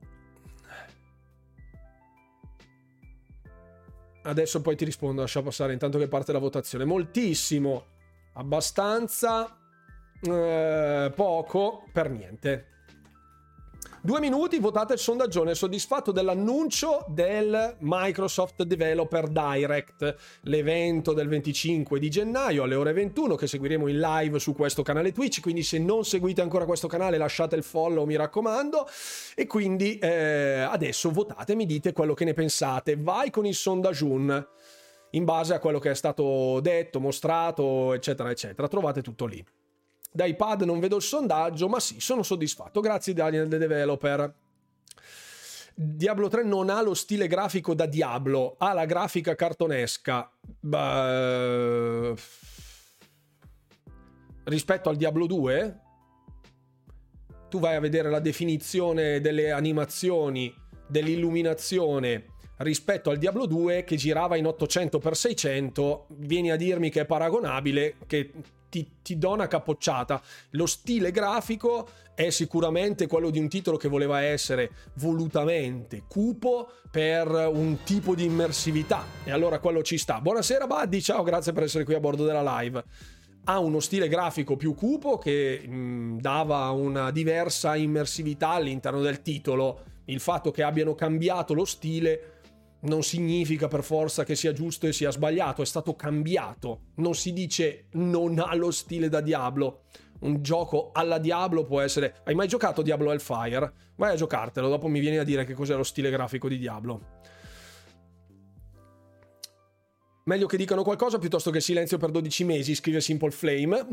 Adesso poi ti rispondo, lascia passare intanto che parte la votazione. Moltissimo, abbastanza, poco, per niente. 2 minuti, votate il sondaggione. Soddisfatto dell'annuncio del Microsoft Developer Direct, l'evento del 25 di gennaio alle ore 21 che seguiremo in live su questo canale Twitch, quindi se non seguite ancora questo canale lasciate il follow, mi raccomando, e quindi adesso votate, mi dite quello che ne pensate. Vai con il sondaggio in base a quello che è stato detto, mostrato, eccetera eccetera, trovate tutto lì. Da iPad non vedo il sondaggio, ma sì, sono soddisfatto. Grazie Daniel The Developer. Diablo 3 non ha lo stile grafico da Diablo, ha la grafica cartonesca. Rispetto al Diablo 2, tu vai a vedere la definizione delle animazioni, dell'illuminazione rispetto al Diablo 2 che girava in 800x600, vieni a dirmi che è paragonabile, che ti do una capocciata. Lo stile grafico è sicuramente quello di un titolo che voleva essere volutamente cupo per un tipo di immersività, e allora quello ci sta. Buonasera Buddy, ciao, grazie per essere qui a bordo della live. Ha uno stile grafico più cupo che dava una diversa immersività all'interno del titolo. Il fatto che abbiano cambiato lo stile non significa per forza che sia giusto e sia sbagliato, è stato cambiato. Non si dice non ha lo stile da Diablo. Un gioco alla Diablo può essere... Hai mai giocato Diablo Hellfire? Vai a giocartelo, dopo mi vieni a dire che cos'è lo stile grafico di Diablo. Meglio che dicano qualcosa piuttosto che silenzio per 12 mesi, scrive Simple Flame.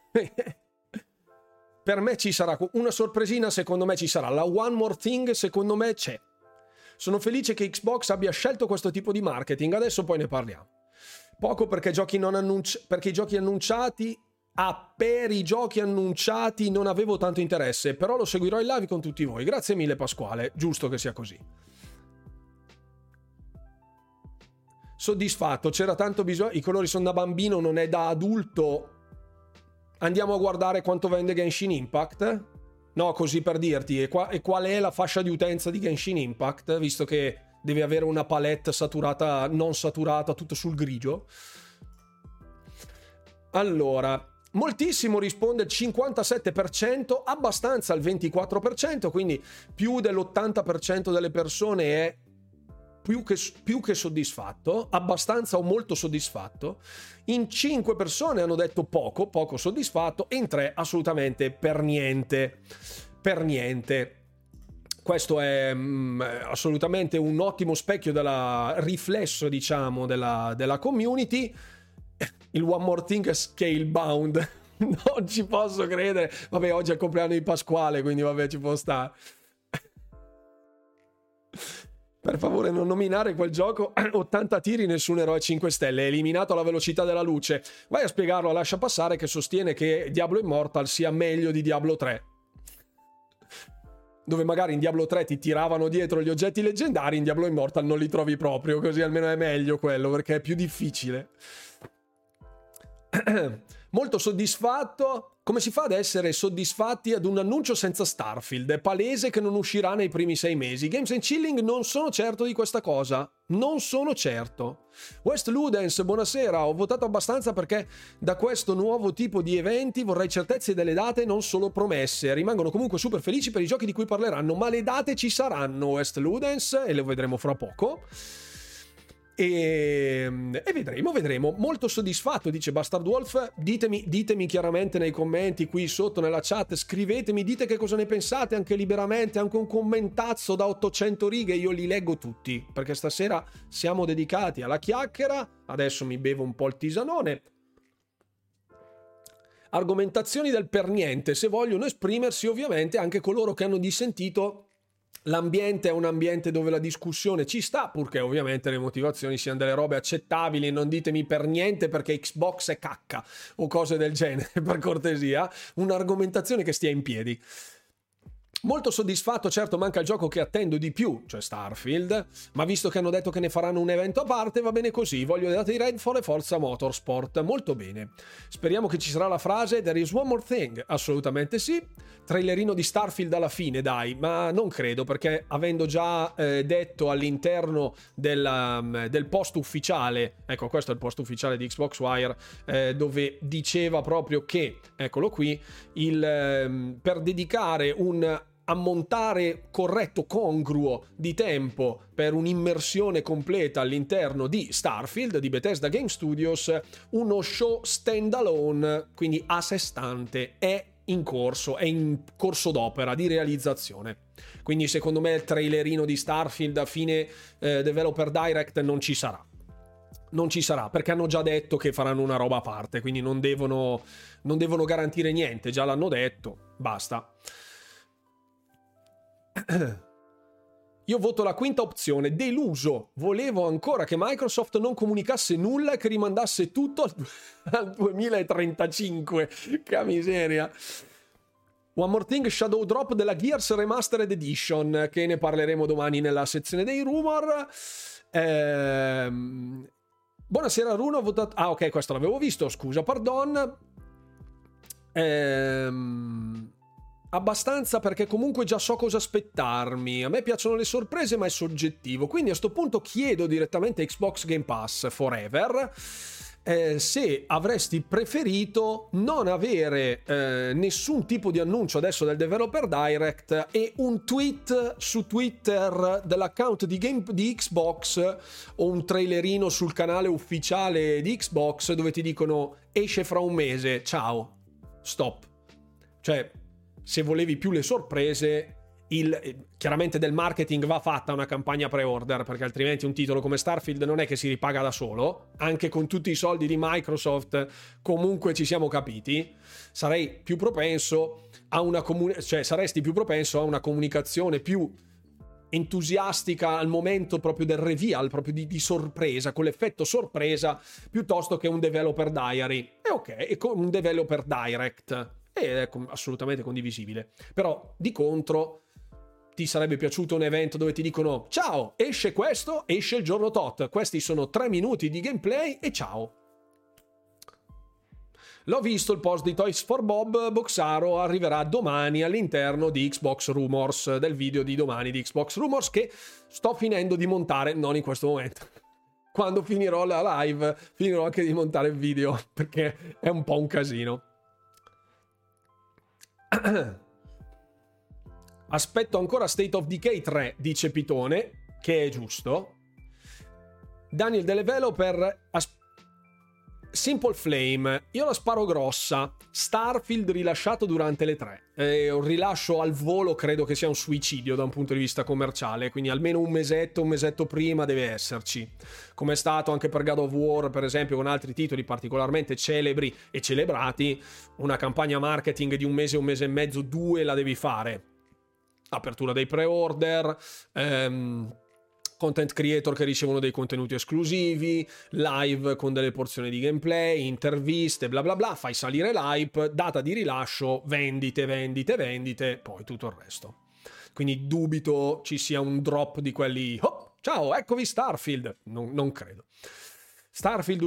Per me ci sarà una sorpresina, secondo me ci sarà. La One More Thing, secondo me c'è. Sono felice che Xbox abbia scelto questo tipo di marketing, adesso poi ne parliamo. Poco perché perché i giochi annunciati... per i giochi annunciati non avevo tanto interesse, però lo seguirò in live con tutti voi. Grazie mille Pasquale, giusto che sia così. Soddisfatto, c'era tanto bisogno, i colori sono da bambino, non è da adulto. Andiamo a guardare quanto vende Genshin Impact? No, così per dirti, e qual è la fascia di utenza di Genshin Impact, visto che deve avere una palette saturata, non saturata, tutto sul grigio. Allora, moltissimo risponde il 57%, abbastanza il 24%, quindi più dell'80% delle persone è più che soddisfatto, abbastanza o molto soddisfatto. In 5 persone hanno detto poco soddisfatto, e in 3 assolutamente per niente. Questo è assolutamente un ottimo specchio della riflesso, diciamo, della community. Il One More Thing è Scalebound. Non ci posso credere. Vabbè, oggi è il compleanno di Pasquale, quindi vabbè, ci può stare. Per favore non nominare quel gioco. 80 tiri, nessun eroe 5 stelle, eliminato alla velocità della luce. Vai a spiegarlo a Lascia Passare, che sostiene che Diablo Immortal sia meglio di Diablo 3, dove magari in Diablo 3 ti tiravano dietro gli oggetti leggendari, in Diablo Immortal non li trovi proprio, così almeno è meglio quello, perché è più difficile. Molto soddisfatto. Come si fa ad essere soddisfatti ad un annuncio senza Starfield? È palese che non uscirà nei primi 6 mesi. Games and Chilling non sono certo di questa cosa. Non sono certo. West Ludens, buonasera. Ho votato abbastanza perché da questo nuovo tipo di eventi vorrei certezze delle date, non solo promesse. Rimangono comunque super felici per i giochi di cui parleranno, ma le date ci saranno, West Ludens, e le vedremo fra poco. E vedremo. Molto soddisfatto, dice Bastard Wolf. Ditemi chiaramente nei commenti qui sotto nella chat, scrivetemi, dite che cosa ne pensate anche liberamente, anche un commentazzo da 800 righe, io li leggo tutti, perché stasera siamo dedicati alla chiacchiera. Adesso mi bevo un po' il tisanone. Argomentazioni del per niente, se vogliono esprimersi, ovviamente anche coloro che hanno dissentito. L'ambiente è un ambiente dove la discussione ci sta, purché ovviamente le motivazioni siano delle robe accettabili. Non ditemi per niente perché Xbox è cacca o cose del genere, per cortesia. Un'argomentazione che stia in piedi. Molto soddisfatto, certo manca il gioco che attendo di più, cioè Starfield, ma visto che hanno detto che ne faranno un evento a parte va bene così, voglio le date di Redfall e Forza Motorsport, molto bene. Speriamo che ci sarà la frase There is one more thing, assolutamente sì. Trailerino di Starfield alla fine, dai, ma non credo, perché avendo già detto all'interno del post ufficiale, ecco questo è il post ufficiale di Xbox Wire, dove diceva proprio che, eccolo qui, per dedicare un ammontare corretto, congruo di tempo per un'immersione completa all'interno di Starfield, di Bethesda Game Studios, uno show standalone, quindi a sé stante, è in corso d'opera di realizzazione. Quindi secondo me il trailerino di Starfield a fine Developer Direct non ci sarà, perché hanno già detto che faranno una roba a parte, quindi non devono garantire niente, già l'hanno detto, basta. Io voto la quinta opzione, deluso. Volevo ancora che Microsoft non comunicasse nulla e che rimandasse tutto al 2035. Che miseria. One More Thing, Shadow Drop della Gears Remastered Edition, che ne parleremo domani nella sezione dei rumor. Buonasera Runo, ho votato... Ah ok, questo l'avevo visto, scusa, pardon. Abbastanza perché comunque già so cosa aspettarmi. A me piacciono le sorprese, ma è soggettivo. Quindi a sto punto chiedo direttamente Xbox Game Pass Forever. se avresti preferito non avere nessun tipo di annuncio adesso del Developer Direct e un tweet su Twitter dell'account di Xbox o un trailerino sul canale ufficiale di Xbox dove ti dicono esce fra un mese, ciao, stop. Cioè, se volevi più le sorprese, chiaramente del marketing va fatta una campagna pre-order, perché altrimenti un titolo come Starfield non è che si ripaga da solo, anche con tutti i soldi di Microsoft comunque ci siamo capiti. Sarei più propenso a saresti più propenso a una comunicazione più entusiastica al momento proprio del reveal, proprio di sorpresa, con l'effetto sorpresa, piuttosto che un developer diary. E ok, un developer direct è assolutamente condivisibile, però di contro ti sarebbe piaciuto un evento dove ti dicono ciao, esce questo, esce il giorno tot, questi sono 3 minuti di gameplay e ciao. L'ho visto il post di Toys for Bob, Boxaro arriverà domani all'interno di Xbox Rumors, del video di domani di Xbox Rumors che sto finendo di montare, non in questo momento. Quando finirò la live finirò anche di montare il video perché è un po' un casino. Aspetto ancora State of Decay 3, dice Pitone, che è giusto. Daniel Developer, Simple Flame, io la sparo grossa. Starfield rilasciato durante le 3. Un rilascio al volo credo che sia un suicidio da un punto di vista commerciale, quindi almeno un mesetto prima deve esserci. Come è stato anche per God of War, per esempio, con altri titoli particolarmente celebri e celebrati, una campagna marketing di un mese e mezzo, 2 la devi fare. Apertura dei pre-order, content creator che ricevono dei contenuti esclusivi, live con delle porzioni di gameplay, interviste, bla bla bla, fai salire l'hype, data di rilascio, vendite, poi tutto il resto. Quindi dubito ci sia un drop di quelli, oh, ciao, eccovi Starfield, non credo. Starfield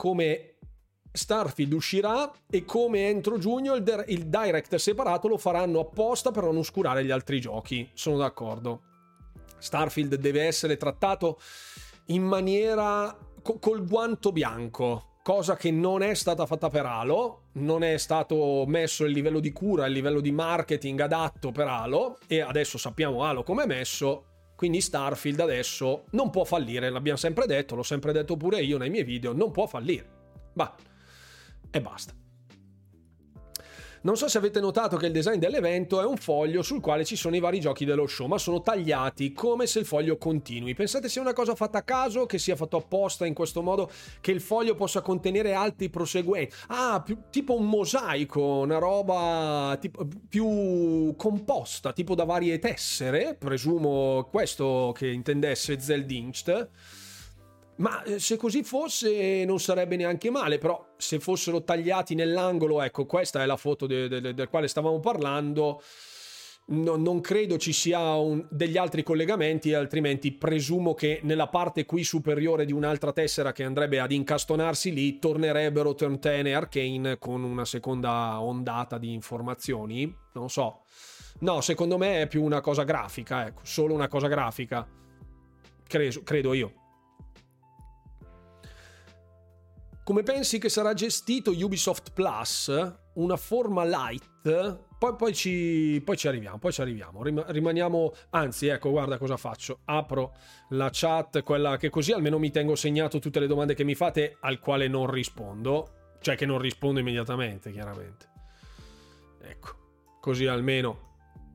uscirà e come entro giugno il direct separato lo faranno apposta per non oscurare gli altri giochi, sono d'accordo. Starfield deve essere trattato in maniera col guanto bianco, cosa che non è stata fatta per Halo, non è stato messo il livello di cura, il livello di marketing adatto per Halo, e adesso sappiamo Halo come è messo, quindi Starfield adesso non può fallire, l'abbiamo sempre detto, l'ho sempre detto pure io nei miei video, non può fallire. Bah, e basta. Non so se avete notato che il design dell'evento è un foglio sul quale ci sono i vari giochi dello show, ma sono tagliati come se il foglio continui. Pensate sia una cosa fatta a caso, che sia fatto apposta in questo modo che il foglio possa contenere altri proseguenti? Tipo un mosaico, una roba più composta, tipo da varie tessere, presumo questo che intendesse Zeldinst. Ma se così fosse non sarebbe neanche male, però se fossero tagliati nell'angolo, ecco, questa è la foto del quale stavamo parlando, non credo ci sia degli altri collegamenti, altrimenti presumo che nella parte qui superiore di un'altra tessera che andrebbe ad incastonarsi lì tornerebbero Turn 10 e Arcane con una seconda ondata di informazioni, non so. No, secondo me è più una cosa grafica, ecco, solo una cosa grafica, credo io. Come pensi che sarà gestito Ubisoft Plus? Una forma light? Poi ci arriviamo. Rimaniamo... Anzi, ecco, guarda cosa faccio. Apro la chat, quella che così almeno mi tengo segnato tutte le domande che mi fate, al quale non rispondo. Cioè che non rispondo immediatamente, chiaramente. Ecco, così almeno...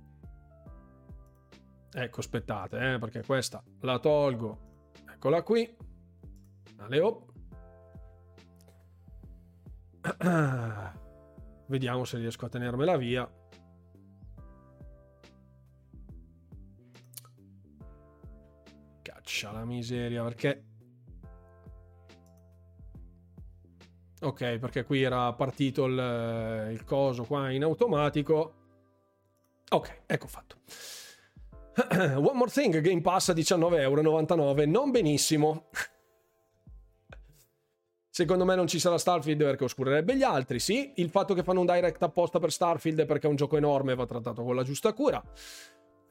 Ecco, aspettate, perché questa la tolgo. Eccola qui. Aleo. Vediamo se riesco a tenermela via. Caccia la miseria, perché ok, perché qui era partito il coso qua in automatico. Ok, ecco fatto. One More Thing, Game Pass a €19,99, non benissimo. Secondo me non ci sarà Starfield perché oscurerebbe gli altri, sì. Il fatto che fanno un direct apposta per Starfield è perché è un gioco enorme e va trattato con la giusta cura.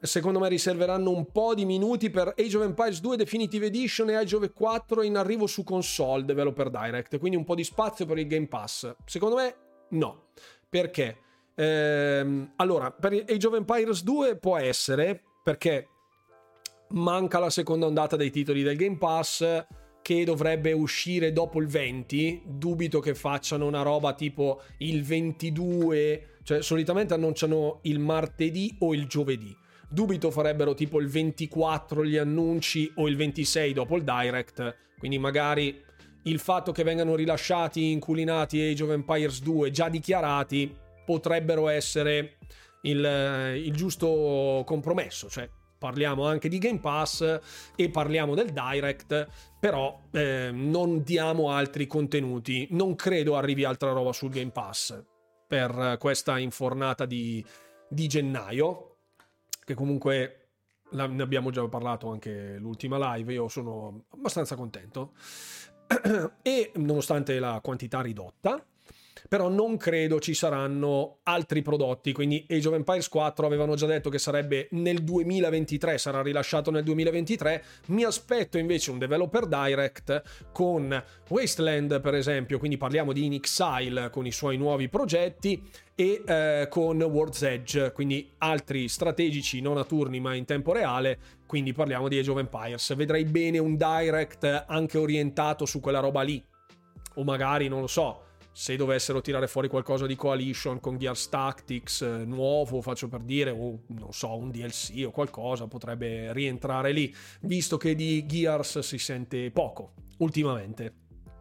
secondo me riserveranno un po' di minuti per Age of Empires 2 Definitive Edition e Age of 4 in arrivo su console Developer Direct, quindi un po' di spazio per il Game Pass. Secondo me no. Perché? Allora, per Age of Empires 2 può essere, perché manca la seconda ondata dei titoli del Game Pass, che dovrebbe uscire dopo il 20. Dubito che facciano una roba tipo il 22, cioè solitamente annunciano il martedì o il giovedì. Dubito farebbero tipo il 24 gli annunci o il 26 dopo il Direct, quindi magari il fatto che vengano rilasciati inculinati Age of Empires 2 già dichiarati potrebbero essere il giusto compromesso, cioè parliamo anche di Game Pass e parliamo del Direct, però non diamo altri contenuti. Non credo arrivi altra roba sul Game Pass per questa infornata di gennaio, che comunque ne abbiamo già parlato anche l'ultima live. Io sono abbastanza contento e nonostante la quantità ridotta, però non credo ci saranno altri prodotti. Quindi Age of Empires 4 avevano già detto che sarebbe nel 2023, sarà rilasciato nel 2023. Mi aspetto invece un Developer Direct con Wasteland, per esempio, quindi parliamo di In Exile con i suoi nuovi progetti, e con World's Edge, quindi altri strategici non a turni ma in tempo reale, quindi parliamo di Age of Empires. Vedrei bene un Direct anche orientato su quella roba lì, o magari, non lo so, se dovessero tirare fuori qualcosa di Coalition con Gears Tactics nuovo, faccio per dire, o non so, un DLC o qualcosa, potrebbe rientrare lì, visto che di Gears si sente poco ultimamente.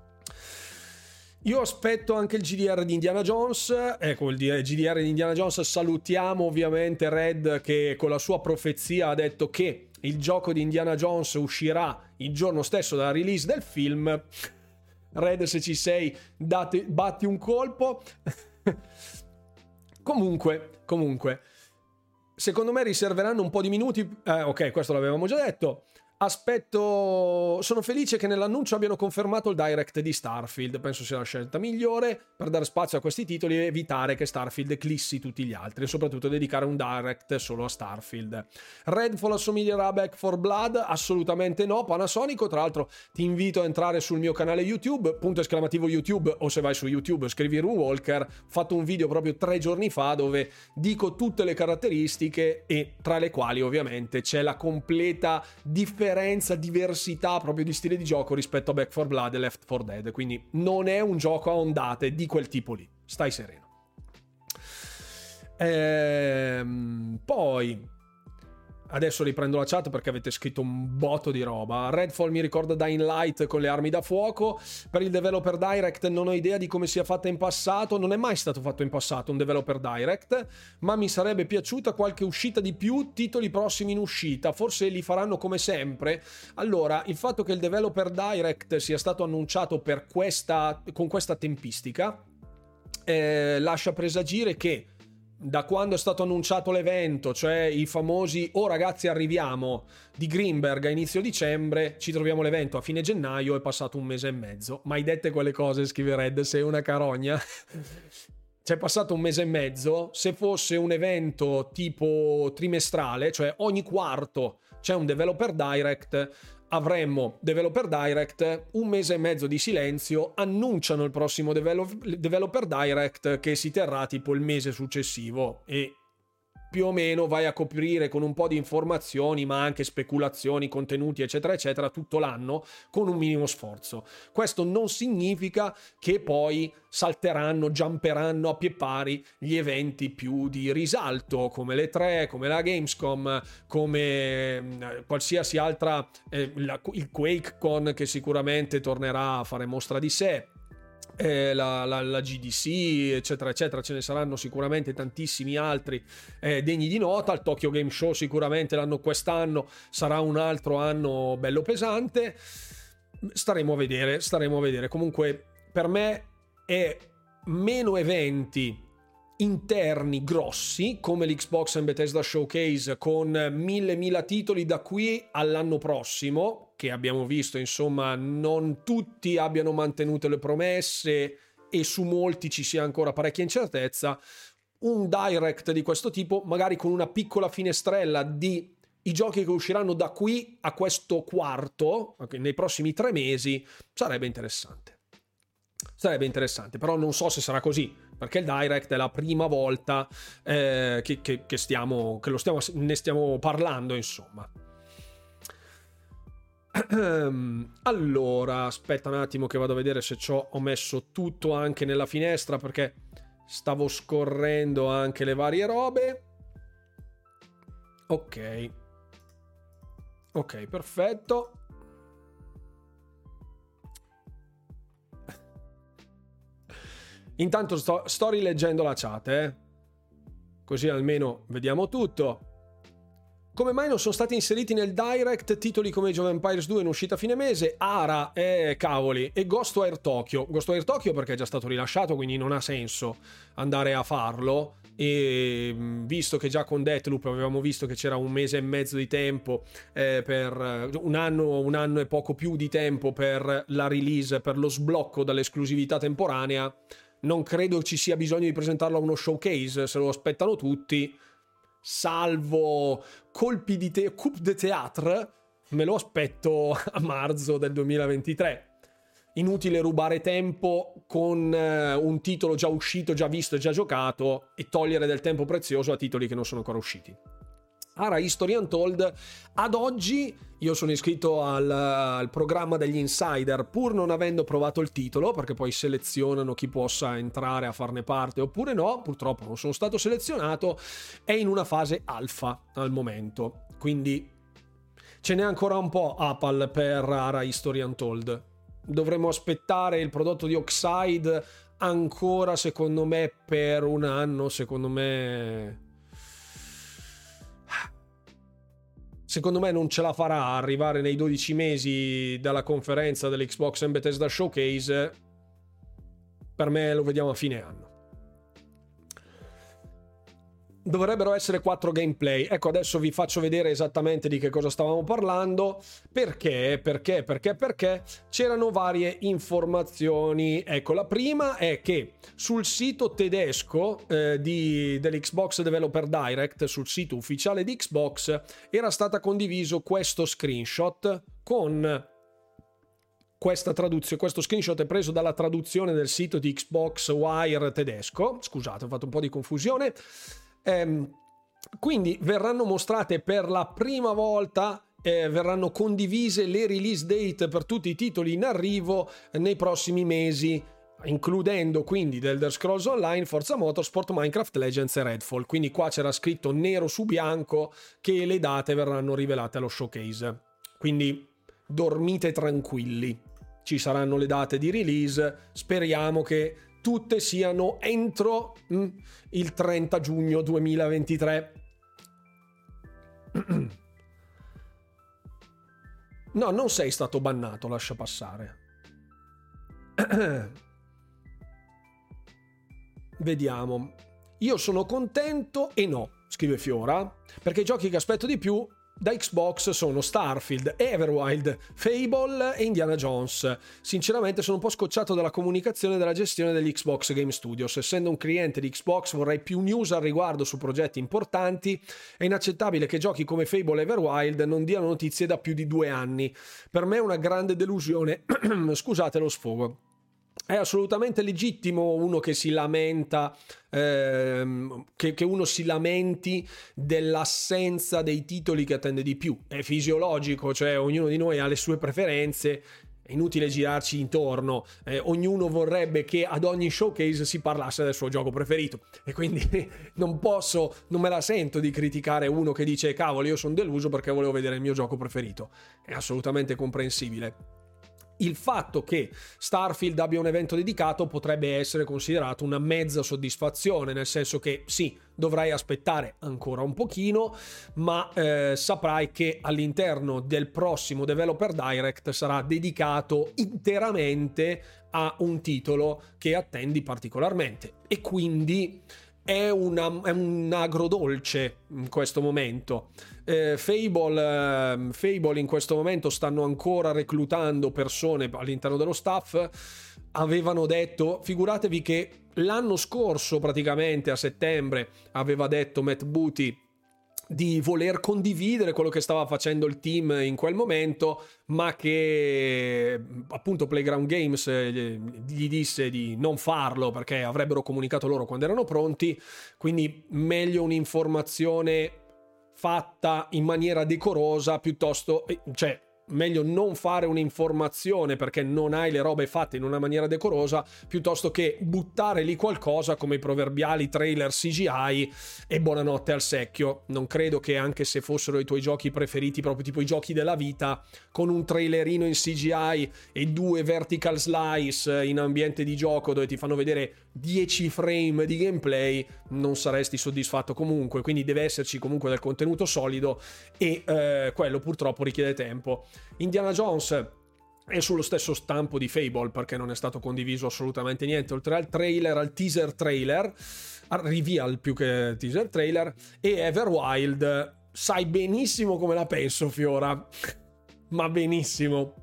Io aspetto anche il GDR di Indiana Jones. Ecco, il GDR di Indiana Jones, salutiamo ovviamente Red, che con la sua profezia ha detto che il gioco di Indiana Jones uscirà il giorno stesso della release del film. Red, se ci sei, batti un colpo. Comunque, secondo me riserveranno un po' di minuti. Ok, questo l'avevamo già detto. Sono felice che nell'annuncio abbiano confermato il Direct di Starfield. Penso sia la scelta migliore per dare spazio a questi titoli e evitare che Starfield eclissi tutti gli altri, e soprattutto dedicare un Direct solo a Starfield. Redfall assomiglierà a Back 4 Blood? Assolutamente no, Panasonico. Tra l'altro ti invito a entrare sul mio canale YouTube, !YouTube, o se vai su YouTube scrivi Runewalker. Ho fatto un video proprio 3 giorni fa dove dico tutte le caratteristiche, e tra le quali ovviamente c'è la completa diversità proprio di stile di gioco rispetto a Back 4 Blood e Left 4 Dead, quindi non è un gioco a ondate di quel tipo lì, stai sereno. Poi adesso riprendo la chat perché avete scritto un botto di roba. Redfall mi ricorda Dying Light con le armi da fuoco. Per il Developer Direct non ho idea di come sia fatta in passato. Non è mai stato fatto in passato un Developer Direct, ma mi sarebbe piaciuta qualche uscita di più, titoli prossimi in uscita. Forse li faranno come sempre. Allora, il fatto che il Developer Direct sia stato annunciato con questa tempistica lascia presagire che da quando è stato annunciato l'evento, cioè i famosi "oh ragazzi arriviamo" di Greenberg a inizio dicembre, ci troviamo l'evento a fine gennaio, è passato 1 mese e mezzo. Mai dette quelle cose, scrive Red, sei una carogna. C'è passato 1 mese e mezzo. Se fosse un evento tipo trimestrale, cioè ogni quarto c'è un Developer Direct, avremmo Developer Direct, 1 mese e mezzo di silenzio, annunciano il prossimo Developer Direct che si terrà tipo il mese successivo, e più o meno vai a coprire con un po' di informazioni, ma anche speculazioni, contenuti, eccetera, eccetera, tutto l'anno con un minimo sforzo. Questo non significa che poi salteranno, jumperanno a pie pari gli eventi più di risalto, come le 3, come la Gamescom, come qualsiasi altra, il QuakeCon, che sicuramente tornerà a fare mostra di sé, la GDC, eccetera eccetera. Ce ne saranno sicuramente tantissimi altri degni di nota. Il Tokyo Game Show sicuramente quest'anno sarà un altro anno bello pesante. Staremo a vedere. Comunque per me è meno eventi interni grossi come l'Xbox and Bethesda Showcase con 1000 titoli da qui all'anno prossimo, che abbiamo visto insomma non tutti abbiano mantenuto le promesse e su molti ci sia ancora parecchia incertezza. un direct di questo tipo, magari con una piccola finestrella di i giochi che usciranno da qui a questo quarto, nei prossimi 3 mesi, sarebbe interessante. Sarebbe interessante, però non so se sarà così, perché il direct è la prima volta ne stiamo parlando, insomma. Allora, aspetta un attimo che vado a vedere se ho messo tutto anche nella finestra, perché stavo scorrendo anche le varie robe. Ok, perfetto. Intanto sto rileggendo la chat, così almeno vediamo tutto. Come mai non sono stati inseriti nel direct titoli come Age of Empires 2 in uscita a fine mese, Ara, cavoli, e Ghostwire Tokyo? Ghostwire Tokyo perché è già stato rilasciato, quindi non ha senso andare a farlo, e visto che già con Deathloop avevamo visto che c'era 1 mese e mezzo di tempo, per un anno e poco più di tempo per la release, per lo sblocco dall'esclusività temporanea, non credo ci sia bisogno di presentarlo a uno showcase, se lo aspettano tutti, salvo colpi di coup de théâtre, me lo aspetto a marzo del 2023. Inutile rubare tempo con un titolo già uscito, già visto e già giocato, e togliere del tempo prezioso a titoli che non sono ancora usciti. Ara History Untold, ad oggi io sono iscritto al programma degli insider, pur non avendo provato il titolo, perché poi selezionano chi possa entrare a farne parte oppure no. Purtroppo non sono stato selezionato, è in una fase alfa al momento, quindi ce n'è ancora un po' Apple per Ara History Untold. Dovremmo aspettare il prodotto di Oxide ancora, secondo me, per un anno. Secondo me non ce la farà arrivare nei 12 mesi dalla conferenza dell'Xbox and Bethesda Showcase. Per me lo vediamo a fine anno. Dovrebbero essere 4 gameplay. Ecco, adesso vi faccio vedere esattamente di che cosa stavamo parlando. Perché c'erano varie informazioni. Ecco, la prima è che sul sito tedesco dell'Xbox Developer Direct, sul sito ufficiale di Xbox, era stata condiviso questo screenshot con questa traduzione. Questo screenshot è preso dalla traduzione del sito di Xbox Wire tedesco. Scusate, ho fatto un po' di confusione. Quindi verranno mostrate per la prima volta, verranno condivise le release date per tutti i titoli in arrivo nei prossimi mesi, includendo quindi The Elder Scrolls Online, Forza Motorsport, Minecraft Legends e Redfall. Quindi qua c'era scritto nero su bianco che le date verranno rivelate allo showcase, quindi dormite tranquilli, ci saranno le date di release. Speriamo che tutte siano entro il 30 giugno 2023. No, non sei stato bannato, lascia passare. Vediamo. Io sono contento e no, scrive Fiora, perché i giochi che aspetto di più da Xbox sono Starfield, Everwild, Fable e Indiana Jones. Sinceramente sono un po' scocciato dalla comunicazione e della gestione degli Xbox Game Studios. Essendo un cliente di Xbox vorrei più news al riguardo su progetti importanti. È inaccettabile che giochi come Fable e Everwild non diano notizie da più di 2 anni. Per me è una grande delusione. Scusate lo sfogo. È assolutamente legittimo uno che si lamenta, che uno si lamenti dell'assenza dei titoli che attende di più. È fisiologico, cioè ognuno di noi ha le sue preferenze, è inutile girarci intorno. Ognuno vorrebbe che ad ogni showcase si parlasse del suo gioco preferito, e quindi non me la sento di criticare uno che dice cavolo, io sono deluso perché volevo vedere il mio gioco preferito. È assolutamente comprensibile. Il fatto che Starfield abbia un evento dedicato potrebbe essere considerato una mezza soddisfazione, nel senso che sì, dovrai aspettare ancora un pochino, ma saprai che all'interno del prossimo Developer Direct sarà dedicato interamente a un titolo che attendi particolarmente, e quindi è un agrodolce in questo momento. Fable in questo momento stanno ancora reclutando persone all'interno dello staff. Avevano detto, figuratevi che l'anno scorso praticamente a settembre aveva detto Matt Booty di voler condividere quello che stava facendo il team in quel momento, ma che appunto Playground Games gli disse di non farlo perché avrebbero comunicato loro quando erano pronti. Quindi meglio un'informazione fatta in maniera decorosa piuttosto, cioè meglio non fare un'informazione perché non hai le robe fatte in una maniera decorosa, piuttosto che buttare lì qualcosa come i proverbiali trailer CGI e buonanotte al secchio. Non credo che, anche se fossero i tuoi giochi preferiti, proprio tipo i giochi della vita, con un trailerino in CGI e 2 vertical slice in ambiente di gioco dove ti fanno vedere 10 frame di gameplay, non saresti soddisfatto comunque. Quindi deve esserci comunque del contenuto solido e quello purtroppo richiede tempo. Indiana Jones è sullo stesso stampo di Fable perché non è stato condiviso assolutamente niente, oltre al trailer, al teaser trailer, al reveal più che teaser trailer. E Everwild, sai benissimo come la penso, Fiora, ma benissimo.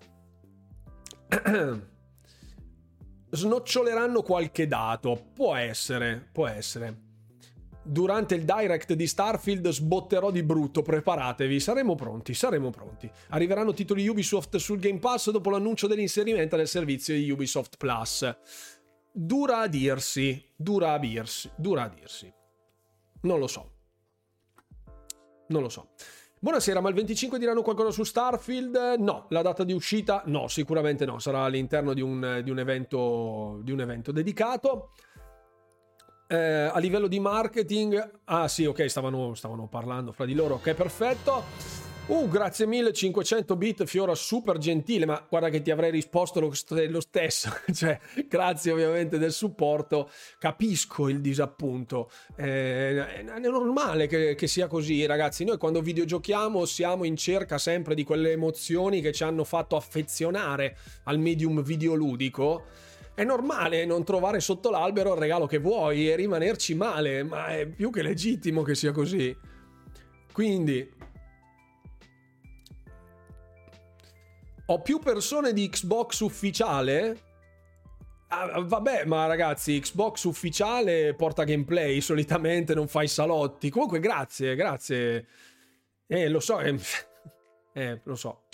Snoccioleranno qualche dato, può essere. Durante il direct di Starfield sbotterò di brutto, preparatevi, saremo pronti. Arriveranno titoli Ubisoft sul Game Pass dopo l'annuncio dell'inserimento del servizio di Ubisoft Plus. Dura a dirsi. Non lo so. Buonasera, ma il 25 diranno qualcosa su Starfield? No, la data di uscita? No, sicuramente no, sarà all'interno di un evento dedicato. A livello di marketing, sì, ok, stavano parlando fra di loro, ok, perfetto. Grazie mille, 500 bit, Fiora, super gentile, ma guarda che ti avrei risposto lo stesso. Cioè, grazie ovviamente del supporto, capisco il disappunto, è normale che sia così, ragazzi. Noi quando videogiochiamo siamo in cerca sempre di quelle emozioni che ci hanno fatto affezionare al medium videoludico. È normale non trovare sotto l'albero il regalo che vuoi e rimanerci male, ma è più che legittimo che sia così. Quindi ho più persone di Xbox ufficiale? Vabbè, ma ragazzi, Xbox ufficiale porta gameplay, solitamente non fai salotti. Comunque grazie. Lo so, lo so.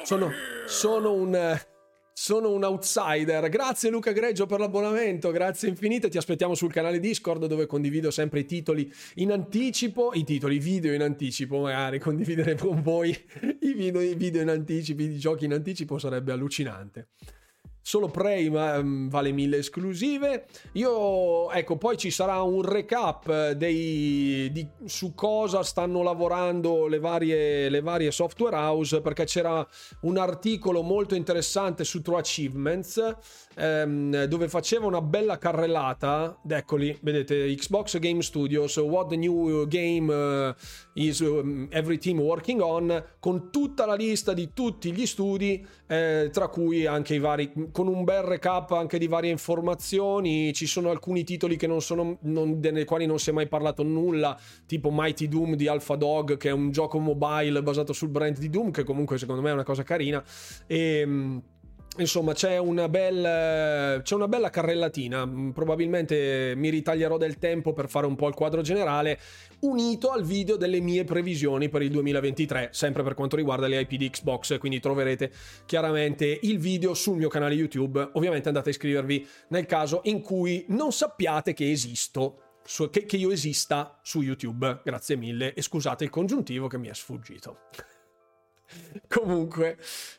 Sono un outsider. Grazie Luca Greggio per l'abbonamento, grazie infinite. Ti aspettiamo sul canale Discord dove condivido sempre i titoli in anticipo, i video in anticipo, magari condividere con voi i video in anticipo, i giochi in anticipo sarebbe allucinante. Solo Prey vale 1000 esclusive. Ecco, poi ci sarà un recap su cosa stanno lavorando le varie software house, perché c'era un articolo molto interessante su True Achievements dove faceva una bella carrellata. Eccoli, vedete, Xbox Game Studios, what the new game is every team working on, con tutta la lista di tutti gli studi, tra cui anche i vari, con un bel recap anche di varie informazioni. Ci sono alcuni titoli che dei quali non si è mai parlato nulla, tipo Mighty Doom di Alpha Dog, che è un gioco mobile basato sul brand di Doom, che comunque secondo me è una cosa carina. E insomma c'è una bella carrellatina. Probabilmente mi ritaglierò del tempo per fare un po' il quadro generale, unito al video delle mie previsioni per il 2023, sempre per quanto riguarda le IP di Xbox. Quindi troverete chiaramente il video sul mio canale YouTube. Ovviamente andate a iscrivervi nel caso in cui non sappiate che esisto, che io esista su YouTube. Grazie mille e scusate il congiuntivo che mi è sfuggito. Comunque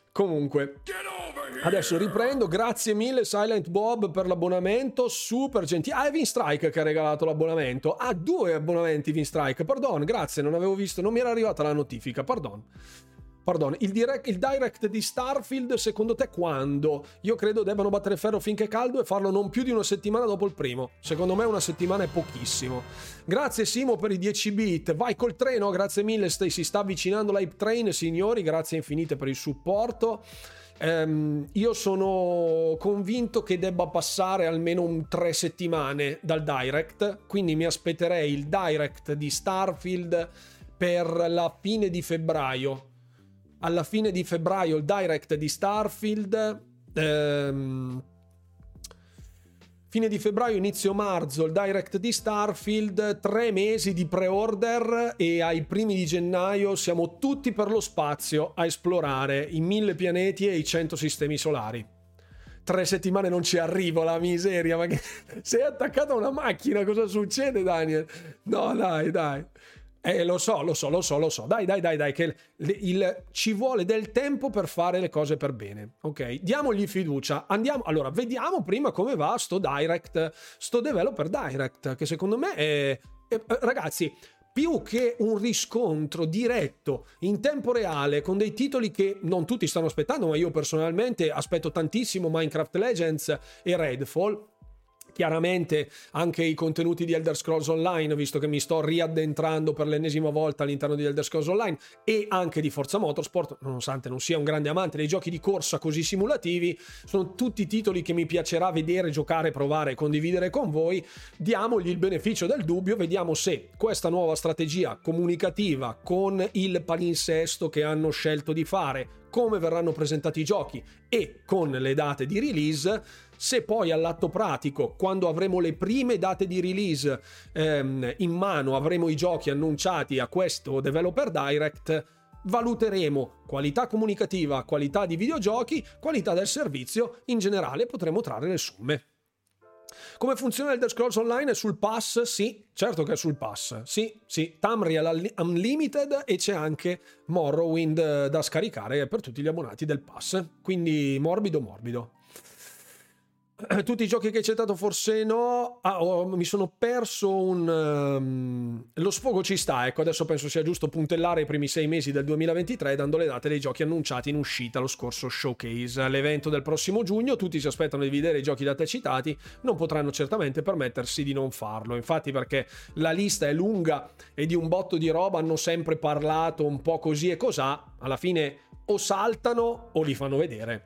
adesso riprendo. Grazie mille Silent Bob per l'abbonamento, super gentile. Evin Strike che ha regalato l'abbonamento. 2 abbonamenti Evin Strike, pardon, grazie, non avevo visto, non mi era arrivata la notifica, pardon. Pardon, il direct di Starfield secondo te quando? Io credo debbano battere ferro finché è caldo e farlo non più di una settimana dopo il primo. Secondo me una settimana è pochissimo. Grazie Simo per i 10 bit. Vai col treno, grazie mille. Si sta avvicinando l'hype train, signori. Grazie infinite per il supporto. Io sono convinto che debba passare almeno 3 settimane dal direct, quindi mi aspetterei il direct di Starfield per la fine di febbraio. Alla fine di febbraio il direct di Starfield, fine di febbraio, inizio marzo il direct di Starfield, 3 mesi di pre-order e ai primi di gennaio siamo tutti per lo spazio a esplorare i 1000 pianeti e i 100 sistemi solari. 3 settimane non ci arrivo, la miseria, ma che... sei attaccato a una macchina, cosa succede Daniel? No dai. Lo so. Dai, che ci vuole del tempo per fare le cose per bene, ok? Diamogli fiducia, andiamo, allora, vediamo prima come va sto developer direct, che secondo me ragazzi, più che un riscontro diretto in tempo reale con dei titoli che non tutti stanno aspettando, ma io personalmente aspetto tantissimo Minecraft Legends e Redfall. Chiaramente anche i contenuti di Elder Scrolls Online, visto che mi sto riaddentrando per l'ennesima volta all'interno di Elder Scrolls Online, e anche di Forza Motorsport, nonostante non sia un grande amante dei giochi di corsa così simulativi, sono tutti titoli che mi piacerà vedere, giocare, provare e condividere con voi. Diamogli il beneficio del dubbio, vediamo se questa nuova strategia comunicativa con il palinsesto che hanno scelto di fare, come verranno presentati i giochi e con le date di release, se poi all'atto pratico, quando avremo le prime date di release in mano, avremo i giochi annunciati a questo Developer Direct, valuteremo qualità comunicativa, qualità di videogiochi, qualità del servizio, in generale potremo trarre le somme. Come funziona Elder Scrolls Online? È sul pass? Sì, certo che è sul pass. Sì, Tamriel Unlimited, e c'è anche Morrowind da scaricare per tutti gli abbonati del pass. Quindi morbido. Tutti i giochi che hai citato forse no. Mi sono perso lo sfogo ci sta, ecco, adesso penso sia giusto puntellare i primi 6 mesi del 2023 dando le date dei giochi annunciati in uscita lo scorso showcase. L'evento del prossimo giugno, tutti si aspettano di vedere i giochi da te citati, non potranno certamente permettersi di non farlo, infatti, perché la lista è lunga e di un botto di roba hanno sempre parlato un po' così e cosà, alla fine o saltano o li fanno vedere.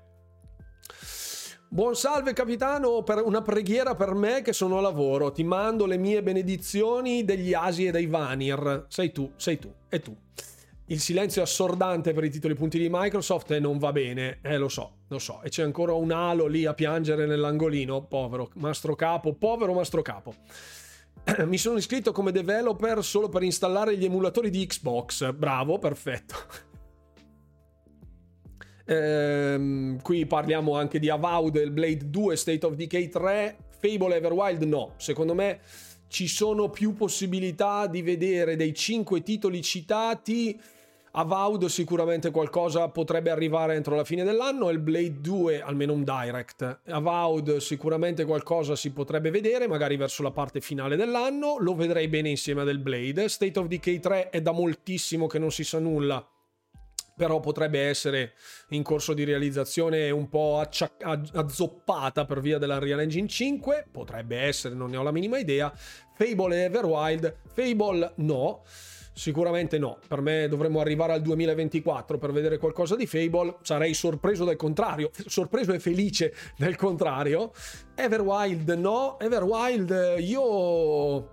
Buon salve capitano, per una preghiera per me che sono a lavoro, ti mando le mie benedizioni degli asi e dei Vanir. Sei tu, e tu. Il silenzio è assordante per i titoli punti di Microsoft e non va bene, lo so, e c'è ancora un Halo lì a piangere nell'angolino, povero Mastro Capo. Mi sono iscritto come developer solo per installare gli emulatori di Xbox, bravo, perfetto. Qui parliamo anche di Avowed, il Blade 2, State of Decay 3, Fable Everwild no. Secondo me ci sono più possibilità di vedere dei 5 titoli citati. Avowed sicuramente qualcosa potrebbe arrivare entro la fine dell'anno, e il Blade 2 almeno un direct. Avowed sicuramente qualcosa si potrebbe vedere, magari verso la parte finale dell'anno, lo vedrei bene insieme a del Blade. State of Decay 3 è da moltissimo che non si sa nulla, però potrebbe essere in corso di realizzazione, un po' azzoppata per via dell'Unreal Engine 5, potrebbe essere, non ne ho la minima idea. Fable e Everwild, Fable no, sicuramente no, per me dovremmo arrivare al 2024 per vedere qualcosa di Fable, sarei sorpreso del contrario, sorpreso e felice del contrario. Everwild no, Everwild io...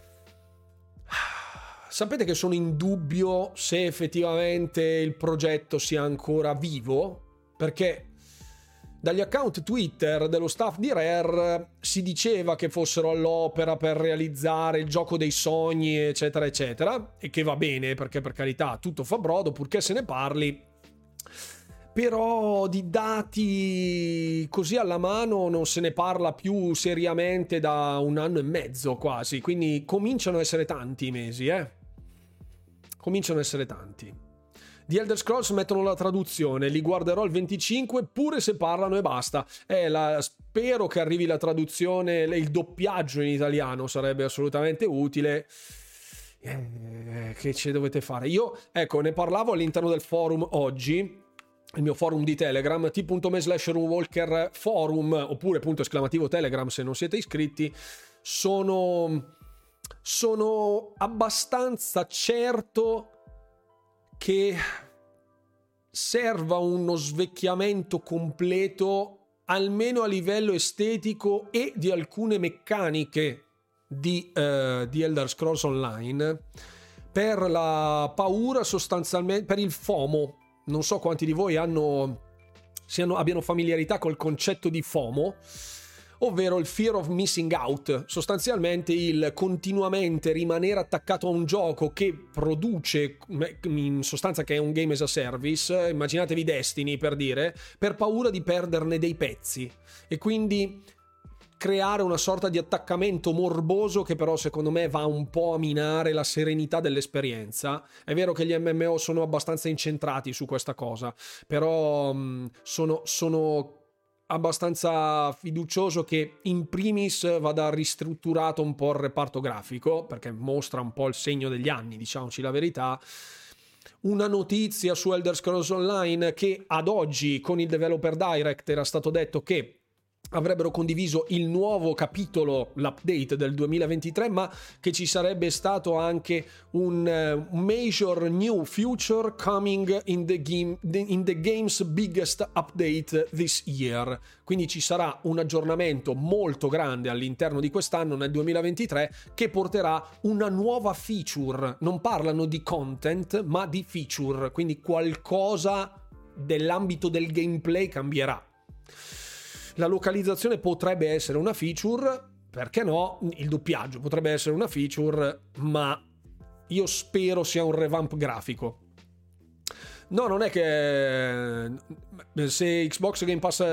Sapete che sono in dubbio se effettivamente il progetto sia ancora vivo, perché dagli account Twitter dello staff di Rare si diceva che fossero all'opera per realizzare il gioco dei sogni, eccetera eccetera, e che va bene, perché per carità tutto fa brodo purché se ne parli, però di dati così alla mano non se ne parla più seriamente da 1 anno e mezzo quasi, quindi cominciano a essere tanti i mesi, cominciano a essere tanti. Di Elder Scrolls mettono la traduzione, li guarderò il 25 pure se parlano e basta. Spero che arrivi la traduzione, il doppiaggio in italiano sarebbe assolutamente utile. Che ci dovete fare? Io, ecco, ne parlavo all'interno del forum oggi, il mio forum di Telegram, t.me/runewalker forum, oppure punto esclamativo Telegram se non siete iscritti. Sono abbastanza certo che serva uno svecchiamento completo, almeno a livello estetico e di alcune meccaniche di Elder Scrolls Online, per la paura, sostanzialmente per il FOMO. Non so quanti di voi abbiano familiarità col concetto di FOMO, ovvero il fear of missing out, sostanzialmente il continuamente rimanere attaccato a un gioco che produce, in sostanza che è un game as a service, immaginatevi Destiny per dire, per paura di perderne dei pezzi, e quindi creare una sorta di attaccamento morboso che però secondo me va un po' a minare la serenità dell'esperienza. È vero che gli MMO sono abbastanza incentrati su questa cosa, però sono abbastanza fiducioso che in primis vada ristrutturato un po' il reparto grafico, perché mostra un po' il segno degli anni, diciamoci la verità. Una notizia su Elder Scrolls Online, che ad oggi con il Developer Direct era stato detto che avrebbero condiviso il nuovo capitolo, l'update del 2023, ma che ci sarebbe stato anche un major new feature coming in the game's biggest update this year. Quindi ci sarà un aggiornamento molto grande all'interno di quest'anno, nel 2023, che porterà una nuova feature. Non parlano di content, ma di feature, quindi qualcosa dell'ambito del gameplay cambierà. La localizzazione potrebbe essere una feature, perché no? Il doppiaggio potrebbe essere una feature, ma io spero sia un revamp grafico. No, non è che se Xbox Game Pass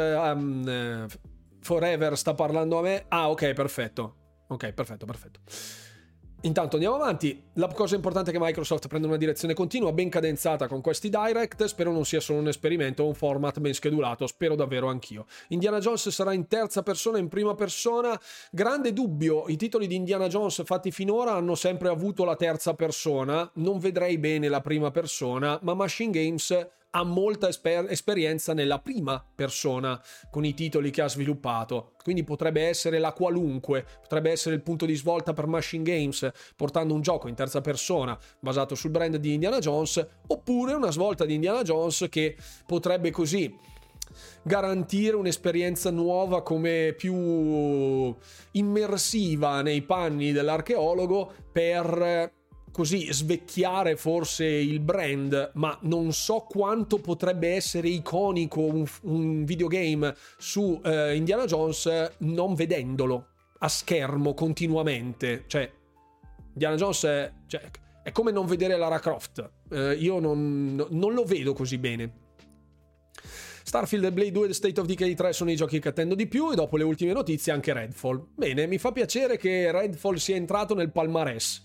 Forever sta parlando a me. Ah, ok, perfetto. Ok, perfetto. Intanto andiamo avanti. La cosa importante è che Microsoft prende una direzione continua, ben cadenzata con questi direct. Spero non sia solo un esperimento o un format ben schedulato, spero davvero anch'io. Indiana Jones sarà in terza persona, in prima persona? Grande dubbio. I titoli di Indiana Jones fatti finora hanno sempre avuto la terza persona, non vedrei bene la prima persona, ma Machine Games ha molta esperienza nella prima persona con i titoli che ha sviluppato, quindi potrebbe essere la qualunque, potrebbe essere il punto di svolta per Machine Games, portando un gioco in terza persona basato sul brand di Indiana Jones, oppure una svolta di Indiana Jones che potrebbe così garantire un'esperienza nuova, come più immersiva nei panni dell'archeologo, per così svecchiare forse il brand. Ma non so quanto potrebbe essere iconico un videogame su Indiana Jones non vedendolo a schermo continuamente. Cioè, Indiana Jones è come non vedere Lara Croft. Io non lo vedo così bene. Starfield e Blade 2 e State of Decay 3 sono i giochi che attendo di più, e dopo le ultime notizie anche Redfall. Bene, mi fa piacere che Redfall sia entrato nel palmarès.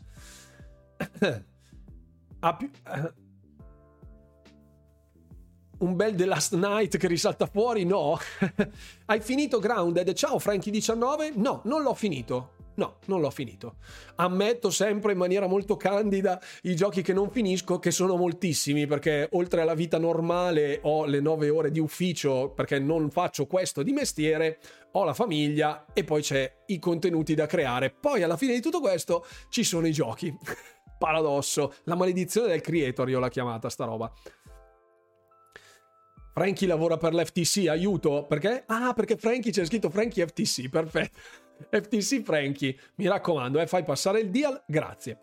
Un bel The Last Night che risalta fuori? No. Hai finito Grounded? Ciao Frankie19. No, non l'ho finito. Ammetto sempre in maniera molto candida i giochi che non finisco, che sono moltissimi, perché oltre alla vita normale ho le 9 ore di ufficio, perché non faccio questo di mestiere, ho la famiglia e poi c'è i contenuti da creare. Poi alla fine di tutto questo ci sono i giochi. Paradosso, la maledizione del creator io l'ho chiamata sta roba. Frankie lavora per l'FTC, aiuto, perché? Ah, perché Frankie, c'è scritto Frankie FTC, perfetto. FTC Frankie, mi raccomando, fai passare il deal, grazie.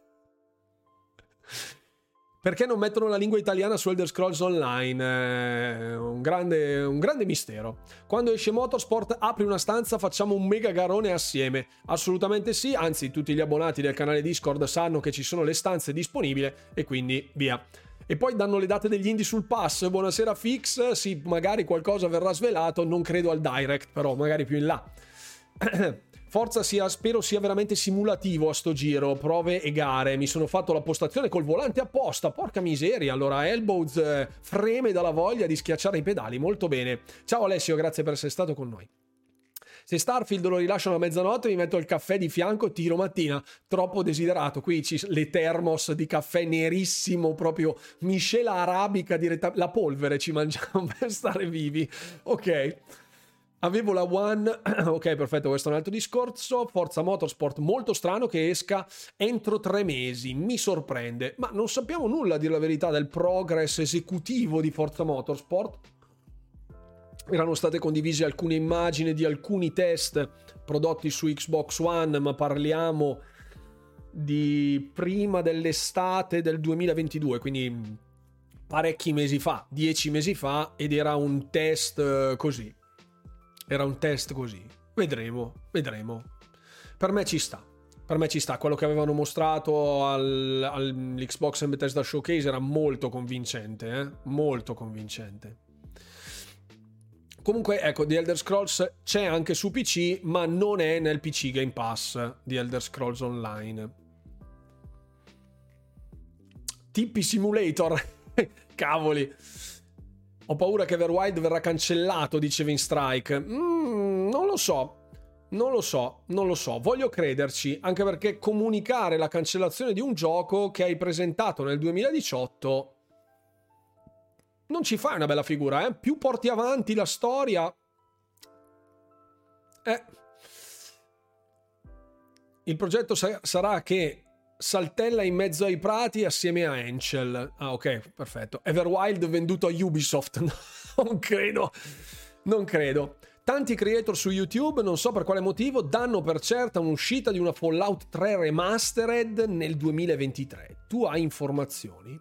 Perché non mettono la lingua italiana su Elder Scrolls Online? Un grande mistero. Quando esce Motorsport, apri una stanza, facciamo un mega garone assieme. Assolutamente sì, anzi tutti gli abbonati del canale Discord sanno che ci sono le stanze disponibili, e quindi via. E poi danno le date degli indie sul pass. Buonasera Fix, sì, magari qualcosa verrà svelato, non credo al direct, però magari più in là. Forza spero sia veramente simulativo a sto giro, prove e gare. Mi sono fatto la postazione col volante apposta, porca miseria. Allora Elbows freme dalla voglia di schiacciare i pedali. Molto bene. Ciao Alessio, grazie per essere stato con noi. Se Starfield lo rilasciano a mezzanotte mi metto il caffè di fianco, tiro mattina, troppo desiderato. Qui le thermos di caffè nerissimo, proprio miscela arabica la polvere ci mangiamo per stare vivi. Ok, avevo la One. Ok, perfetto, questo è un altro discorso. Forza Motorsport, molto strano che esca entro 3 mesi, mi sorprende, ma non sappiamo nulla, a dire la verità, del progress esecutivo di Forza Motorsport. Erano state condivise alcune immagini di alcuni test prodotti su Xbox One, ma parliamo di prima dell'estate del 2022, quindi parecchi mesi fa, 10 mesi fa, ed era un test così. Vedremo. Per me ci sta. Quello che avevano mostrato all'Xbox and Bethesda Showcase era molto convincente, molto convincente. Comunque, ecco, The Elder Scrolls c'è anche su PC, ma non è nel PC Game Pass di Elder Scrolls Online. Tipi Simulator. Cavoli. Ho paura che Everwild verrà cancellato, diceva in Strike. Non lo so. Voglio crederci, anche perché comunicare la cancellazione di un gioco che hai presentato nel 2018... non ci fai una bella figura, eh? Più porti avanti la storia... Il progetto sarà che saltella in mezzo ai prati assieme a Angel. Ah, ok, perfetto. Everwild venduto a Ubisoft. Non credo. Tanti creator su YouTube, non so per quale motivo, danno per certa un'uscita di una Fallout 3 Remastered nel 2023. Tu hai informazioni?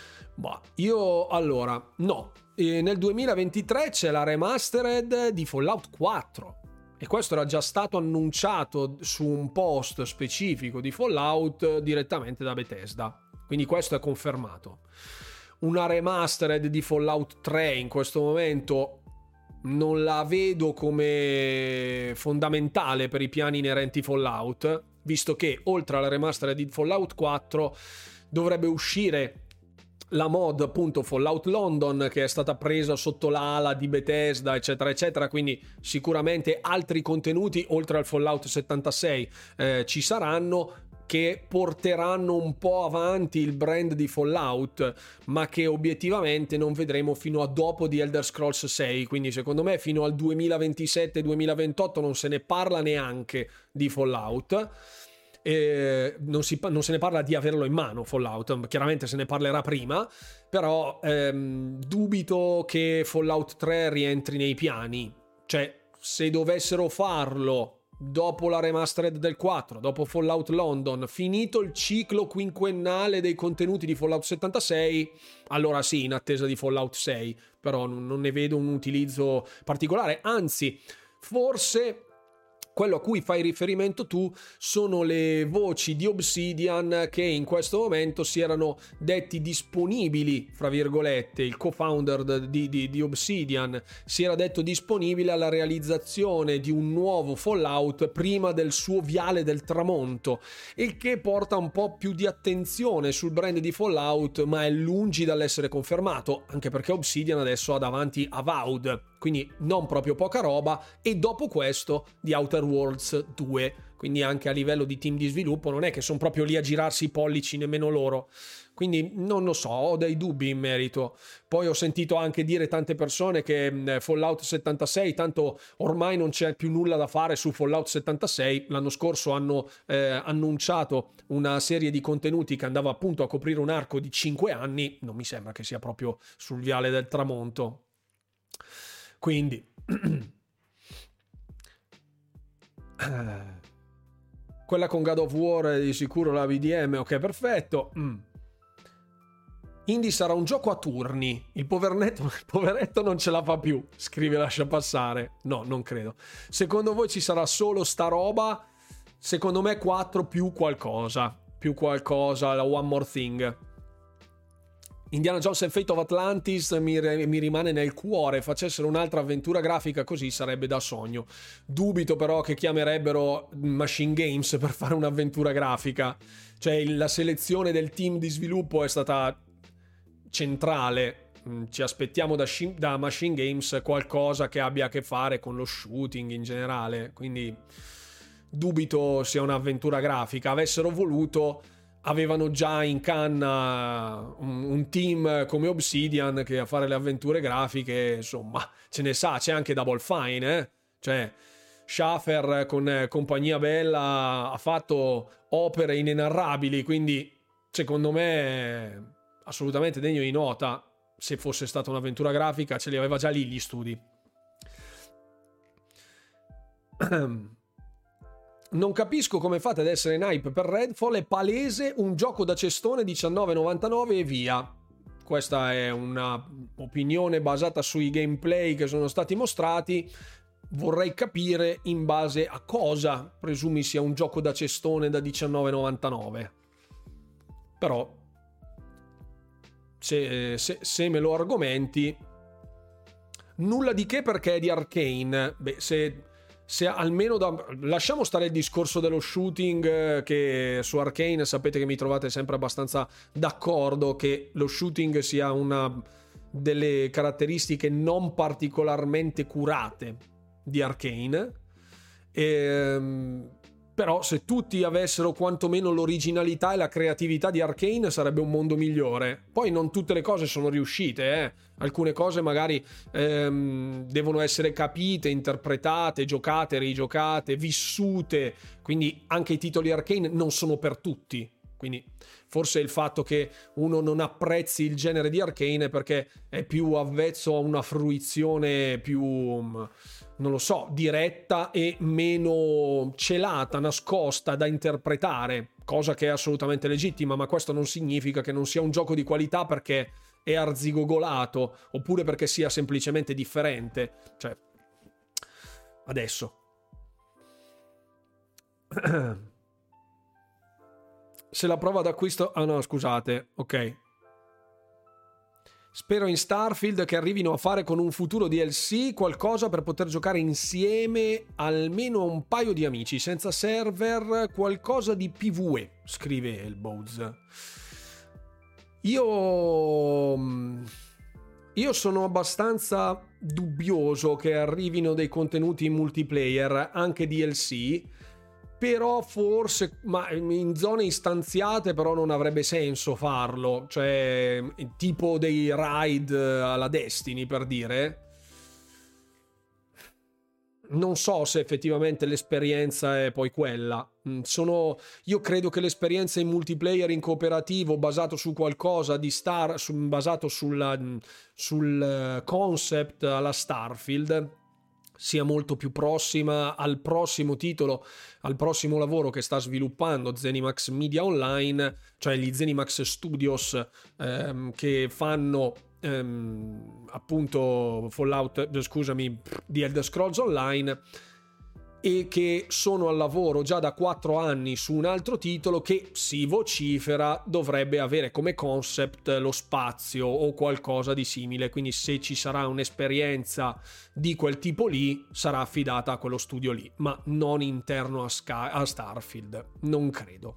Io allora no, nel 2023 c'è la remastered di Fallout 4 e questo era già stato annunciato su un post specifico di Fallout direttamente da Bethesda, quindi questo è confermato. Una remastered di Fallout 3 in questo momento non la vedo come fondamentale per i piani inerenti Fallout, visto che oltre alla remastered di Fallout 4 dovrebbe uscire la mod appunto Fallout London, che è stata presa sotto l'ala di Bethesda, eccetera eccetera, quindi sicuramente altri contenuti oltre al Fallout 76 ci saranno, che porteranno un po' avanti il brand di Fallout, ma che obiettivamente non vedremo fino a dopo di Elder Scrolls 6, quindi secondo me fino al 2027-2028 non se ne parla neanche di Fallout. Non se ne parla di averlo in mano Fallout, chiaramente se ne parlerà prima, però dubito che Fallout 3 rientri nei piani. Cioè, se dovessero farlo dopo la remastered del 4, dopo Fallout London, finito il ciclo quinquennale dei contenuti di Fallout 76, allora sì, in attesa di Fallout 6, però non ne vedo un utilizzo particolare, anzi forse quello a cui fai riferimento tu sono le voci di Obsidian, che in questo momento si erano detti disponibili, fra virgolette, il co-founder di Obsidian si era detto disponibile alla realizzazione di un nuovo Fallout prima del suo Viale del Tramonto, il che porta un po' più di attenzione sul brand di Fallout, ma è lungi dall'essere confermato, anche perché Obsidian adesso ha davanti Avowed, quindi non proprio poca roba, e dopo questo di Outer Worlds 2, quindi anche a livello di team di sviluppo non è che sono proprio lì a girarsi i pollici nemmeno loro, quindi non lo so, ho dei dubbi in merito. Poi ho sentito anche dire tante persone che Fallout 76, tanto ormai non c'è più nulla da fare su Fallout 76, l'anno scorso hanno annunciato una serie di contenuti che andava appunto a coprire un arco di 5 anni, non mi sembra che sia proprio sul Viale del Tramonto. Quindi quella con God of War è di sicuro la VDM, ok, perfetto. Indie sarà un gioco a turni, il poveretto non ce la fa più, scrive lascia passare. No, non credo. Secondo voi ci sarà solo sta roba? Secondo me 4 più qualcosa, la One More Thing. Indiana Jones and Fate of Atlantis mi rimane nel cuore, facessero un'altra avventura grafica così sarebbe da sogno. Dubito però che chiamerebbero Machine Games per fare un'avventura grafica, cioè la selezione del team di sviluppo è stata centrale, ci aspettiamo da Machine Games qualcosa che abbia a che fare con lo shooting in generale, quindi dubito sia un'avventura grafica. Avessero voluto, avevano già in canna un team come Obsidian che a fare le avventure grafiche, insomma, ce ne sa. C'è anche Double Fine, cioè Schaffer con Compagnia Bella ha fatto opere inenarrabili, quindi secondo me assolutamente degno di nota. Se fosse stata un'avventura grafica ce li aveva già lì gli studi. Non capisco come fate ad essere in hype per Redfall, è palese un gioco da cestone 19,99 e via. Questa è una opinione basata sui gameplay che sono stati mostrati. Vorrei capire in base a cosa presumi sia un gioco da cestone da 19,99. Però se me lo argomenti, nulla di che, perché è di Arcane. Beh, se almeno lasciamo stare il discorso dello shooting, che su Arcane sapete che mi trovate sempre abbastanza d'accordo che lo shooting sia una delle caratteristiche non particolarmente curate di Arcane. Però se tutti avessero quantomeno l'originalità e la creatività di Arcane sarebbe un mondo migliore. Poi non tutte le cose sono riuscite, alcune cose magari devono essere capite, interpretate, giocate, rigiocate, vissute, quindi anche i titoli Arcane non sono per tutti. Quindi forse il fatto che uno non apprezzi il genere di Arcane è perché è più avvezzo a una fruizione più, non lo so, diretta e meno celata, nascosta da interpretare, cosa che è assolutamente legittima, ma questo non significa che non sia un gioco di qualità perché è arzigogolato, oppure perché sia semplicemente differente. Cioè, adesso se la prova d'acquisto... Ah no, scusate, ok. Spero in Starfield che arrivino a fare con un futuro DLC qualcosa per poter giocare insieme almeno un paio di amici, senza server, qualcosa di PvE, scrive Elbows. Io sono abbastanza dubbioso che arrivino dei contenuti in multiplayer, anche DLC, però forse, ma in zone istanziate però non avrebbe senso farlo, cioè tipo dei raid alla Destiny, per dire. Non so se effettivamente l'esperienza è poi quella. Io credo che l'esperienza in multiplayer in cooperativo basato su qualcosa di basato sul concept alla Starfield sia molto più prossima al prossimo titolo, al prossimo lavoro che sta sviluppando ZeniMax Media Online, cioè gli ZeniMax Studios, che fanno appunto The Elder Scrolls Online, e che sono al lavoro già da 4 anni su un altro titolo che si vocifera dovrebbe avere come concept lo spazio o qualcosa di simile. Quindi se ci sarà un'esperienza di quel tipo lì sarà affidata a quello studio lì, ma non interno a Starfield. Non credo.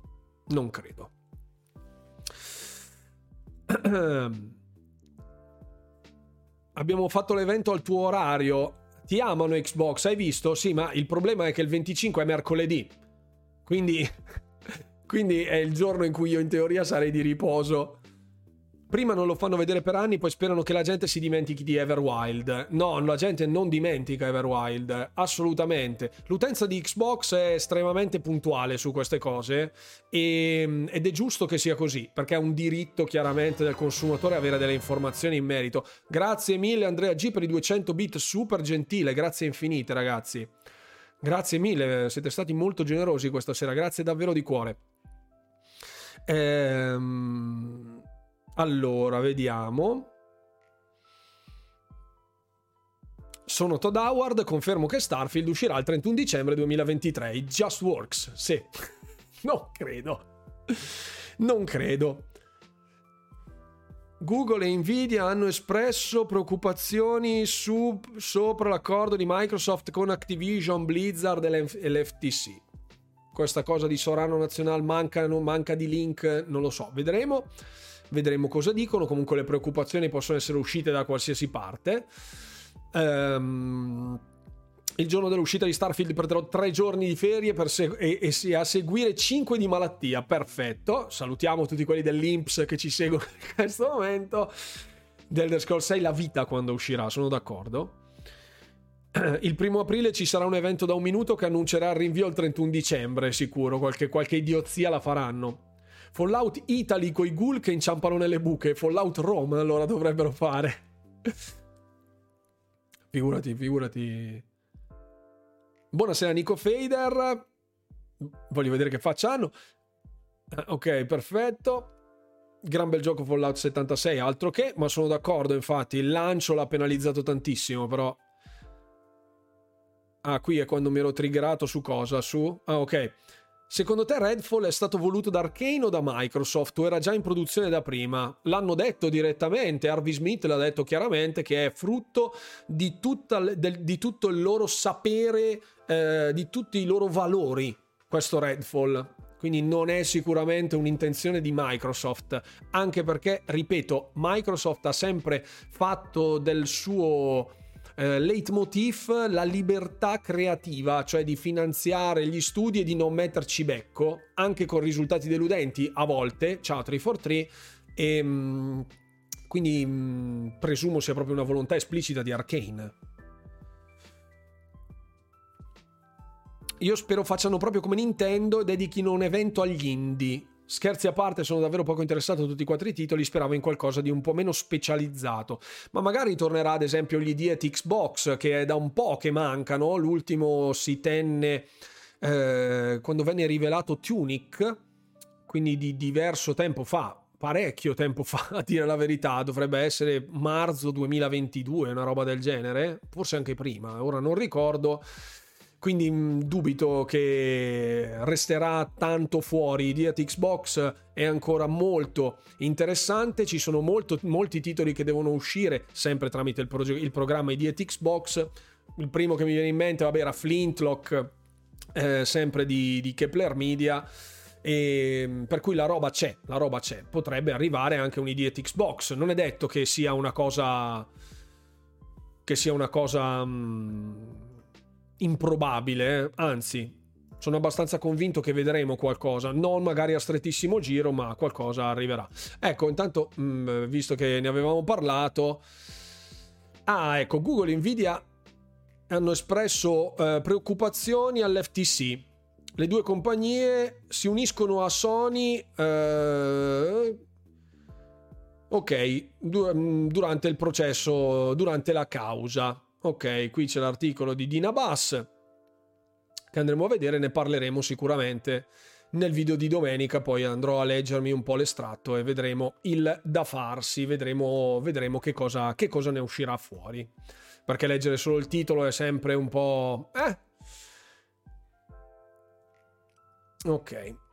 Abbiamo fatto l'evento al tuo orario. Ti amano Xbox, hai visto? Sì, ma il problema è che il 25 è mercoledì, quindi è il giorno in cui io in teoria sarei di riposo. Prima non lo fanno vedere per anni, poi sperano che la gente si dimentichi di Everwild. No, la gente non dimentica Everwild, assolutamente. L'utenza di Xbox è estremamente puntuale su queste cose ed è giusto che sia così, perché è un diritto chiaramente del consumatore avere delle informazioni in merito. Grazie mille Andrea G per i 200 bit, super gentile, grazie infinite ragazzi. Grazie mille, siete stati molto generosi questa sera, grazie davvero di cuore. Allora, vediamo. Sono Todd Howard, confermo che Starfield uscirà il 31 dicembre 2023. It just works, sì. Non credo. Google e Nvidia hanno espresso preoccupazioni sopra l'accordo di Microsoft con Activision, Blizzard e l'FTC. Questa cosa di Sorano National manca di link, non lo so, vedremo vedremo cosa dicono. Comunque le preoccupazioni possono essere uscite da qualsiasi parte. Il giorno dell'uscita di Starfield prenderò 3 giorni di ferie e a seguire 5 di malattia. Perfetto, salutiamo tutti quelli dell'Inps che ci seguono in questo momento. The Elder Scrolls 6 la vita quando uscirà, sono d'accordo. Il 1 aprile ci sarà un evento da 1 minuto che annuncerà il rinvio al 31 dicembre, sicuro, qualche idiozia la faranno. Fallout Italy coi ghoul che inciampano nelle buche, Fallout Rome allora dovrebbero fare. Figurati. Buonasera Nico Fader, voglio vedere che faccia hanno. Ok, perfetto. Gran bel gioco Fallout 76, altro che, ma sono d'accordo, infatti il lancio l'ha penalizzato tantissimo, però qui è quando mi ero triggerato su cosa? Ok. Secondo te Redfall è stato voluto da Arcane o da Microsoft o era già in produzione da prima? L'hanno detto direttamente, Harvey Smith l'ha detto chiaramente che è frutto di tutto il loro sapere, di tutti i loro valori, questo Redfall. Quindi non è sicuramente un'intenzione di Microsoft, anche perché, ripeto, Microsoft ha sempre fatto del suo leitmotiv la libertà creativa, cioè di finanziare gli studi e di non metterci becco, anche con risultati deludenti a volte, ciao 343, e quindi presumo sia proprio una volontà esplicita di Arcane. Io spero facciano proprio come Nintendo e dedichino un evento agli indie. Scherzi a parte, sono davvero poco interessato a tutti i 4 titoli, speravo in qualcosa di un po' meno specializzato, ma magari tornerà ad esempio gli indie Xbox, che è da un po' che mancano. L'ultimo si tenne quando venne rivelato Tunic, quindi di diverso tempo fa, parecchio tempo fa a dire la verità, dovrebbe essere marzo 2022, una roba del genere, forse anche prima, ora non ricordo. Quindi dubito che resterà tanto fuori. Idea Xbox è ancora molto interessante, ci sono molti titoli che devono uscire sempre tramite il programma Idea Xbox. Il primo che mi viene in mente era Flintlock, sempre di Kepler Media, e per cui la roba c'è. Potrebbe arrivare anche un'Idea Xbox, non è detto che sia una cosa improbabile, anzi sono abbastanza convinto che vedremo qualcosa, non magari a strettissimo giro, ma qualcosa arriverà. Ecco, intanto visto che ne avevamo parlato, ecco, Google e Nvidia hanno espresso preoccupazioni all'FTC. Le due compagnie si uniscono a Sony durante il processo, durante la causa. Ok, qui c'è l'articolo di Dina Bass che andremo a vedere, ne parleremo sicuramente nel video di domenica, poi andrò a leggermi un po' l'estratto e vedremo il da farsi, vedremo che cosa ne uscirà fuori, perché leggere solo il titolo è sempre un po'... Ok.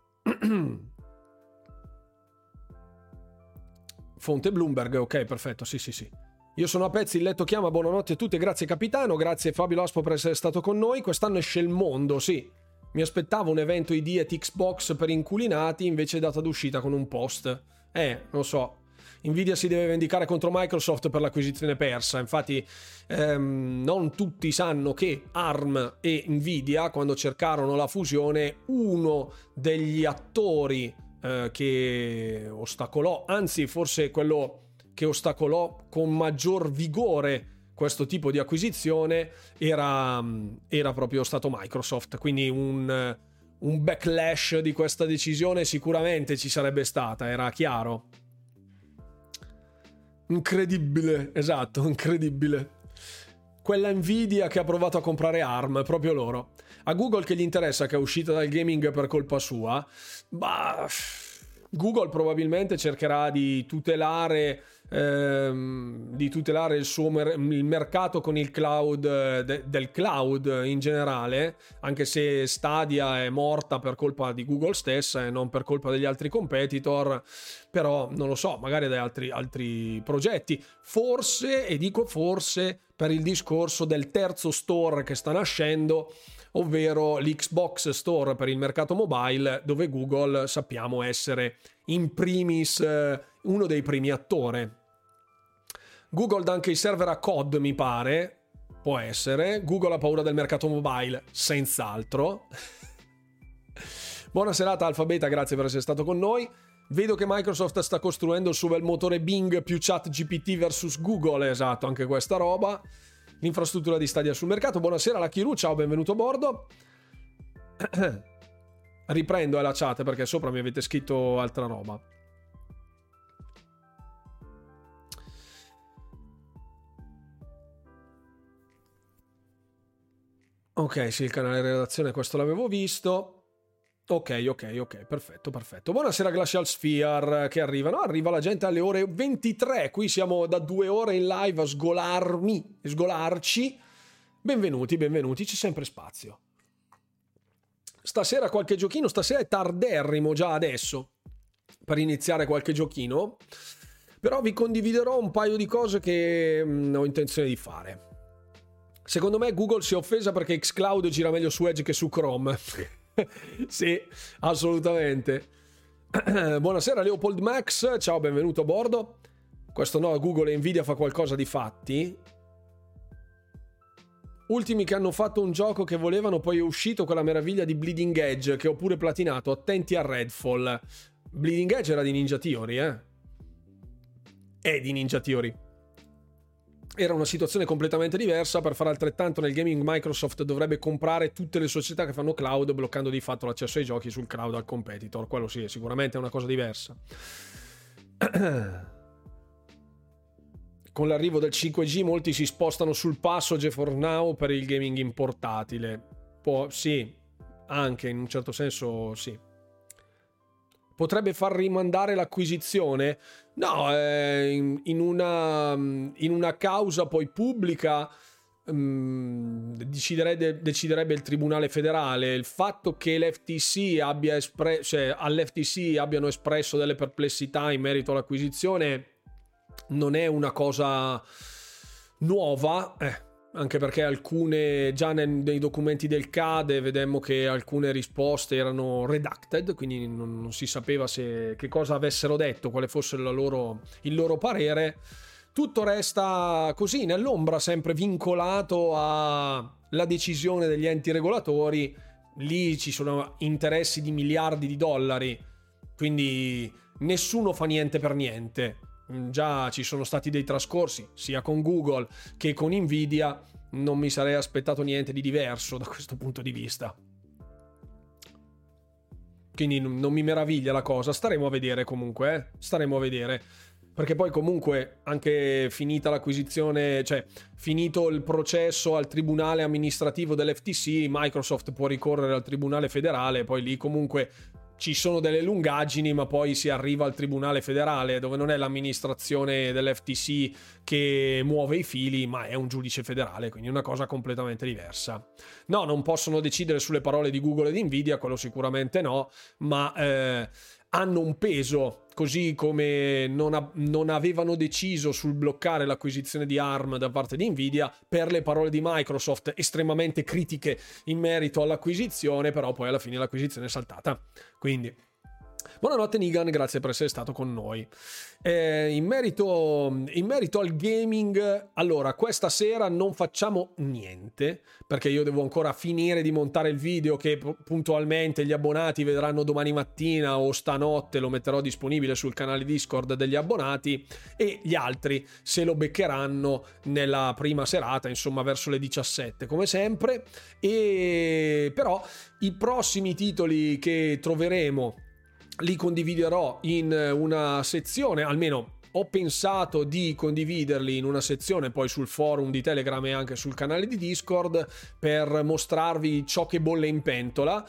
Fonte Bloomberg, ok, perfetto, sì. Io sono a pezzi, il letto chiama, buonanotte a tutti, grazie capitano, grazie Fabio Laspo per essere stato con noi. Quest'anno esce il mondo, sì. Mi aspettavo un evento ID at Xbox per inculinati, invece è data d'uscita con un post. Non so. Nvidia si deve vendicare contro Microsoft per l'acquisizione persa. Infatti non tutti sanno che ARM e Nvidia, quando cercarono la fusione, uno degli attori che ostacolò, anzi forse quello che ostacolò con maggior vigore questo tipo di acquisizione era proprio stato Microsoft. Quindi un backlash di questa decisione sicuramente ci sarebbe stata, era chiaro. Incredibile, esatto, incredibile. Quella Nvidia che ha provato a comprare ARM, proprio loro. A Google che gli interessa che è uscita dal gaming per colpa sua? Google probabilmente cercherà di tutelare il mercato con il cloud, del cloud in generale, anche se Stadia è morta per colpa di Google stessa e non per colpa degli altri competitor. Però non lo so, magari dai altri progetti, forse, e dico forse, per il discorso del terzo store che sta nascendo, ovvero l'Xbox Store per il mercato mobile, dove Google sappiamo essere in primis uno dei primi attori. Google dà anche i server a COD, mi pare, può essere. Google ha paura del mercato mobile, senz'altro. Buona serata Alfa Beta, grazie per essere stato con noi. Vedo che Microsoft sta costruendo il suo bel motore Bing più ChatGPT versus Google, esatto, anche questa roba. L'infrastruttura di Stadia sul mercato. Buonasera la Chiru, ciao, benvenuto a bordo. Riprendo la chat perché sopra mi avete scritto altra roba. Ok, sì, il canale redazione, questo l'avevo visto. Ok, perfetto. Buonasera Glacial Sphere che arrivano. Arriva la gente alle ore 23. Qui siamo da 2 ore in live a sgolarci. Benvenuti, c'è sempre spazio. Stasera qualche giochino, stasera è tarderrimo già adesso per iniziare qualche giochino. Però vi condividerò un paio di cose che ho intenzione di fare. Secondo me Google si è offesa perché xCloud gira meglio su Edge che su Chrome. Sì, assolutamente. Buonasera Leopold Max, ciao, benvenuto a bordo. Questo no, Google e Nvidia fa qualcosa di fatti. Ultimi che hanno fatto un gioco che volevano, poi è uscito quella meraviglia di Bleeding Edge che ho pure platinato, attenti a Redfall. Bleeding Edge era di Ninja Theory, È di Ninja Theory. Era una situazione completamente diversa. Per fare altrettanto nel gaming Microsoft dovrebbe comprare tutte le società che fanno cloud, bloccando di fatto l'accesso ai giochi sul cloud al competitor. Quello sì, sicuramente è una cosa diversa. Con l'arrivo del 5G molti si spostano sul passo GeForce Now per il gaming in portatile. Sì, anche in un certo senso sì. Potrebbe far rimandare l'acquisizione? No, in una causa poi pubblica deciderebbe il Tribunale Federale. Il fatto che l'FTC all'FTC abbiano espresso delle perplessità in merito all'acquisizione non è una cosa nuova, anche perché alcune già nei documenti del CADE vedemmo che alcune risposte erano redacted, quindi non si sapeva che cosa avessero detto, quale fosse il loro parere. Tutto resta così nell'ombra, sempre vincolato alla decisione degli enti regolatori. Lì ci sono interessi di miliardi di dollari, quindi nessuno fa niente per niente. Già ci sono stati dei trascorsi sia con Google che con Nvidia, non mi sarei aspettato niente di diverso da questo punto di vista, quindi non mi meraviglia la cosa. Staremo a vedere comunque, staremo a vedere, perché poi comunque anche finita l'acquisizione, cioè finito il processo al tribunale amministrativo dell'FTC, Microsoft può ricorrere al tribunale federale, poi lì comunque ci sono delle lungaggini, ma poi si arriva al Tribunale Federale, dove non è l'amministrazione dell'FTC che muove i fili, ma è un giudice federale, quindi una cosa completamente diversa. No, non possono decidere sulle parole di Google e di Nvidia, quello sicuramente no, ma hanno un peso, così come non avevano deciso sul bloccare l'acquisizione di ARM da parte di Nvidia per le parole di Microsoft estremamente critiche in merito all'acquisizione, però poi alla fine l'acquisizione è saltata. Quindi buonanotte Nigan, grazie per essere stato con noi. In merito al gaming, allora questa sera non facciamo niente perché io devo ancora finire di montare il video che puntualmente gli abbonati vedranno domani mattina o stanotte, lo metterò disponibile sul canale Discord degli abbonati, e gli altri se lo beccheranno nella prima serata, insomma verso le 17 come sempre. E però i prossimi titoli che troveremo li condividerò in una sezione, almeno ho pensato di condividerli in una sezione poi sul forum di Telegram e anche sul canale di Discord, per mostrarvi ciò che bolle in pentola.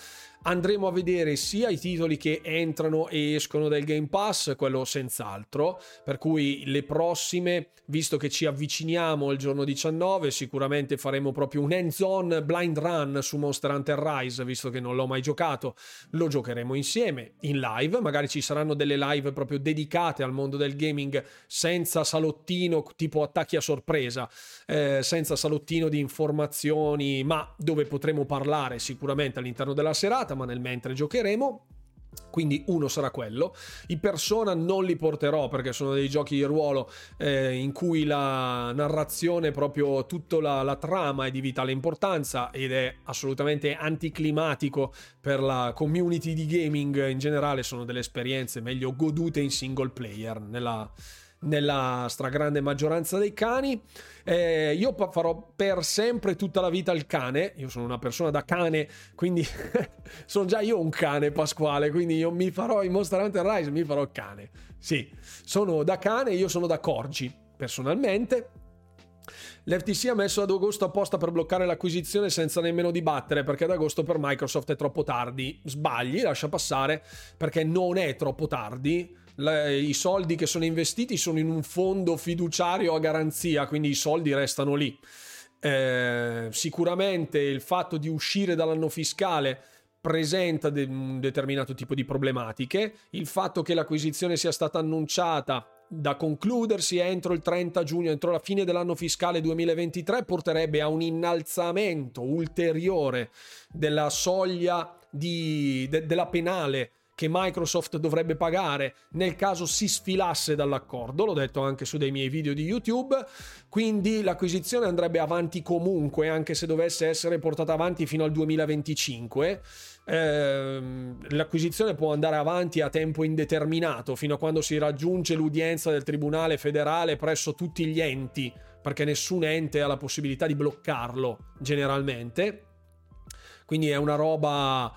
Andremo a vedere sia i titoli che entrano e escono dal Game Pass, quello senz'altro, per cui le prossime, visto che ci avviciniamo al giorno 19, sicuramente faremo proprio un hands-on blind run su Monster Hunter Rise, visto che non l'ho mai giocato, lo giocheremo insieme in live, magari ci saranno delle live proprio dedicate al mondo del gaming senza salottino tipo attacchi a sorpresa, senza salottino di informazioni, ma dove potremo parlare sicuramente all'interno della serata, ma nel mentre giocheremo. Quindi uno sarà quello. I Persona non li porterò perché sono dei giochi di ruolo in cui la narrazione, proprio tutta la trama è di vitale importanza ed è assolutamente anticlimatico per la community di gaming in generale. Sono delle esperienze meglio godute in single player nella stragrande maggioranza dei cani. Io farò per sempre tutta la vita il cane. Io sono una persona da cane, quindi sono già io un cane, Pasquale, quindi io mi farò in Monster Hunter Rise, mi farò il cane. Sì, sono da cane, io sono da corgi personalmente. L'FTC ha messo ad agosto apposta per bloccare l'acquisizione senza nemmeno dibattere, perché ad agosto per Microsoft è troppo tardi. Sbagli, lascia passare, perché non è troppo tardi. I soldi che sono investiti sono in un fondo fiduciario a garanzia, quindi i soldi restano lì. Sicuramente il fatto di uscire dall'anno fiscale presenta un determinato tipo di problematiche. Il fatto che l'acquisizione sia stata annunciata da concludersi entro il 30 giugno, entro la fine dell'anno fiscale 2023, porterebbe a un innalzamento ulteriore della soglia della penale che Microsoft dovrebbe pagare nel caso si sfilasse dall'accordo. L'ho detto anche su dei miei video di YouTube. Quindi l'acquisizione andrebbe avanti comunque, anche se dovesse essere portata avanti fino al 2025. L'acquisizione può andare avanti a tempo indeterminato fino a quando si raggiunge l'udienza del Tribunale federale presso tutti gli enti, perché nessun ente ha la possibilità di bloccarlo generalmente. Quindi è una roba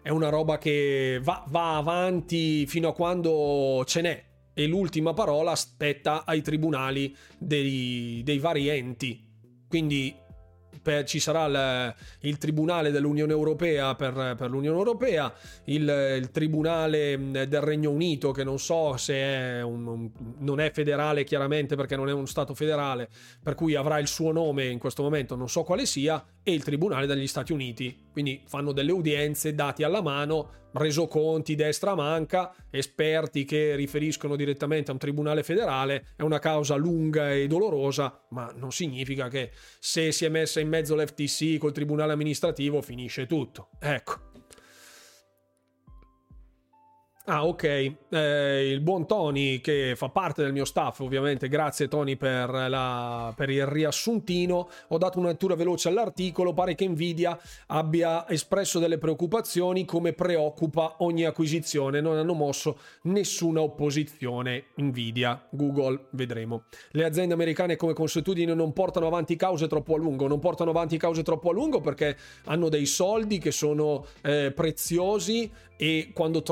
che va avanti fino a quando ce n'è, e l'ultima parola spetta ai tribunali dei vari enti. Quindi ci sarà il Tribunale dell'Unione Europea per l'Unione Europea, il Tribunale del Regno Unito, che non so se è non è federale chiaramente perché non è uno Stato federale, per cui avrà il suo nome in questo momento, non so quale sia, e il Tribunale degli Stati Uniti. Quindi fanno delle udienze, dati alla mano, resoconti destra manca, esperti che riferiscono direttamente a un tribunale federale. È una causa lunga e dolorosa, ma non significa che se si è messa in mezzo l'FTC col tribunale amministrativo finisce tutto. Ecco. Ah, ok, il buon Tony, che fa parte del mio staff ovviamente, grazie Tony per il riassuntino. Ho dato una lettura veloce all'articolo, pare che Nvidia abbia espresso delle preoccupazioni, come preoccupa ogni acquisizione, non hanno mosso nessuna opposizione. Nvidia, Google, vedremo. Le aziende americane come consuetudine non portano avanti cause troppo a lungo, perché hanno dei soldi che sono preziosi, e quando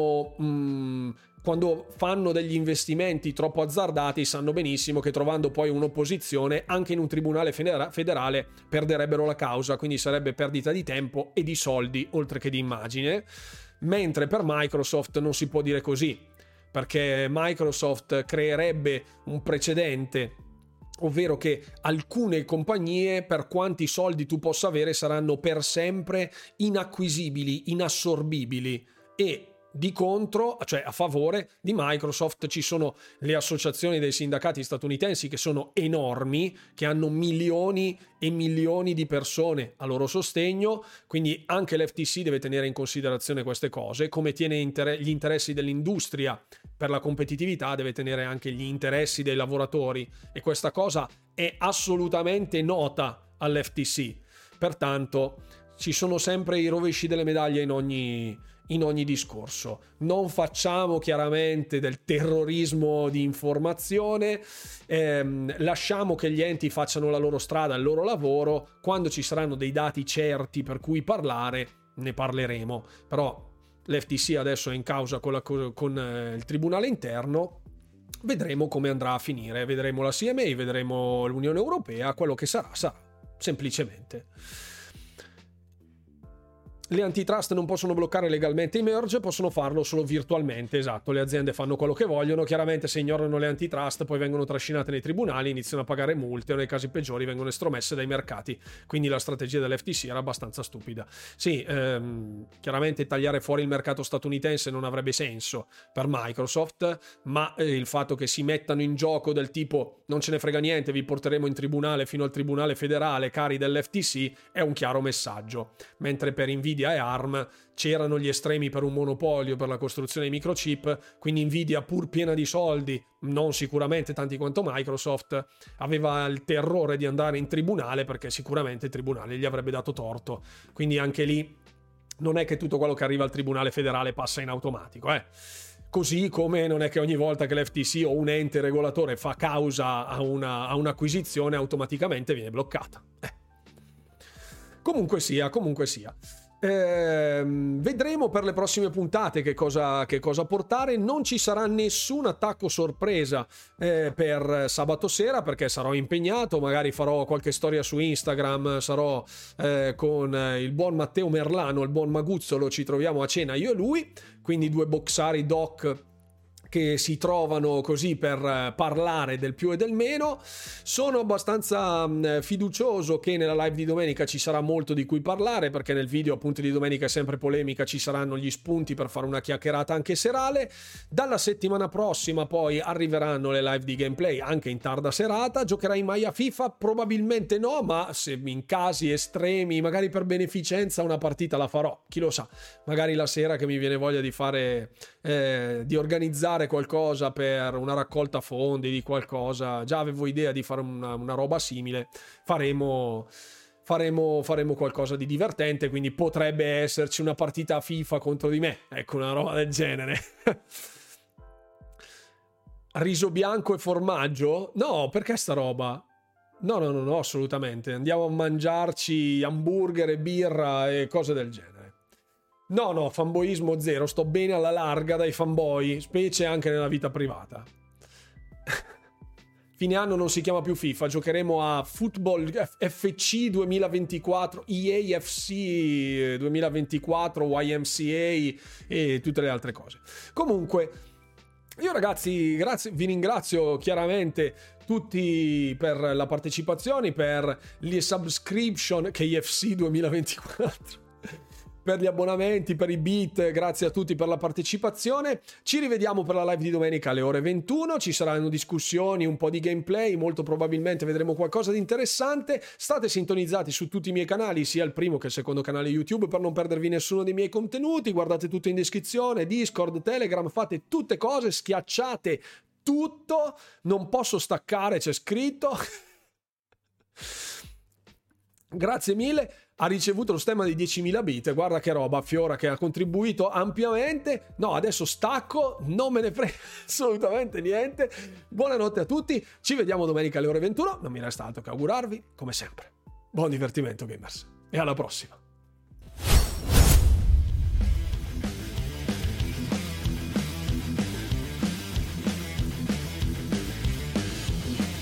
quando fanno degli investimenti troppo azzardati sanno benissimo che trovando poi un'opposizione anche in un tribunale federale perderebbero la causa, quindi sarebbe perdita di tempo e di soldi oltre che di immagine. Mentre per Microsoft non si può dire così, perché Microsoft creerebbe un precedente, ovvero che alcune compagnie, per quanti soldi tu possa avere, saranno per sempre inacquisibili, inassorbibili, e di contro, cioè a favore di Microsoft, ci sono le associazioni dei sindacati statunitensi che sono enormi, che hanno milioni e milioni di persone a loro sostegno, quindi anche l'FTC deve tenere in considerazione queste cose, come tiene gli interessi dell'industria per la competitività, deve tenere anche gli interessi dei lavoratori, e questa cosa è assolutamente nota all'FTC. Pertanto ci sono sempre i rovesci delle medaglie in ogni discorso. Non facciamo chiaramente del terrorismo di informazione, lasciamo che gli enti facciano la loro strada, il loro lavoro. Quando ci saranno dei dati certi per cui parlare, ne parleremo. Però l'FTC adesso è in causa con il tribunale interno. Vedremo come andrà a finire, vedremo la CMA, vedremo l'Unione Europea, quello che sarà, semplicemente. le antitrust non possono bloccare legalmente i merge, possono farlo solo virtualmente, esatto, le aziende fanno quello che vogliono, chiaramente se ignorano le antitrust poi vengono trascinate nei tribunali, iniziano a pagare multe o nei casi peggiori vengono estromesse dai mercati, quindi la strategia dell'FTC era abbastanza stupida. Sì, chiaramente tagliare fuori il mercato statunitense non avrebbe senso per Microsoft, ma il fatto che si mettano in gioco del tipo non ce ne frega niente, vi porteremo in tribunale fino al tribunale federale, cari dell'FTC, è un chiaro messaggio, mentre per Nvidia e ARM c'erano gli estremi per un monopolio per la costruzione di microchip, quindi Nvidia, pur piena di soldi, non sicuramente tanti quanto Microsoft, aveva il terrore di andare in tribunale perché sicuramente il tribunale gli avrebbe dato torto, quindi anche lì non è che tutto quello che arriva al tribunale federale passa in automatico, Così come non è che ogni volta che l'FTC o un ente regolatore fa causa a un'acquisizione automaticamente viene bloccata. Comunque sia. Vedremo per le prossime puntate che cosa portare. Non ci sarà nessun attacco sorpresa per sabato sera perché sarò impegnato, magari farò qualche storia su Instagram, sarò con il buon Matteo Merlano, il buon Maguzzolo, ci troviamo a cena io e lui, quindi due boxari doc che si trovano così per parlare del più e del meno. Sono abbastanza fiducioso che nella live di domenica ci sarà molto di cui parlare, perché nel video appunto di domenica è sempre polemica, ci saranno gli spunti per fare una chiacchierata anche serale. Dalla settimana prossima poi arriveranno le live di gameplay anche in tarda serata. Giocherai mai a FIFA? Probabilmente no, ma se in casi estremi, magari per beneficenza, una partita la farò, chi lo sa, magari la sera che mi viene voglia di fare di organizzare qualcosa per una raccolta fondi di qualcosa, già avevo idea di fare una roba simile, faremo qualcosa di divertente, quindi potrebbe esserci una partita a FIFA contro di me, ecco, una roba del genere. Riso bianco e formaggio? No, perché sta roba? No, assolutamente, andiamo a mangiarci hamburger e birra e cose del genere. No, fanboismo zero, sto bene alla larga dai fanboy, specie anche nella vita privata. Fine anno non si chiama più FIFA, giocheremo a Football FC 2024, EA FC 2024, YMCA e tutte le altre cose. Comunque, io ragazzi, grazie, vi ringrazio chiaramente tutti per la partecipazione, per le subscription, KFC 2024. Per gli abbonamenti, per i beat, grazie a tutti per la partecipazione. Ci rivediamo per la live di domenica alle ore 21, ci saranno discussioni, un po' di gameplay, molto probabilmente vedremo qualcosa di interessante. State sintonizzati su tutti i miei canali, sia il primo che il secondo canale YouTube, per non perdervi nessuno dei miei contenuti. Guardate tutto in descrizione, Discord, Telegram, fate tutte cose, schiacciate tutto, non posso staccare, c'è scritto. Grazie mille. Ha ricevuto lo stemma di 10.000 bit, guarda che roba, Fiora che ha contribuito ampiamente. No, adesso stacco, non me ne frega assolutamente niente. Buonanotte a tutti, ci vediamo domenica alle ore 21, non mi resta altro che augurarvi, come sempre, buon divertimento gamers e alla prossima.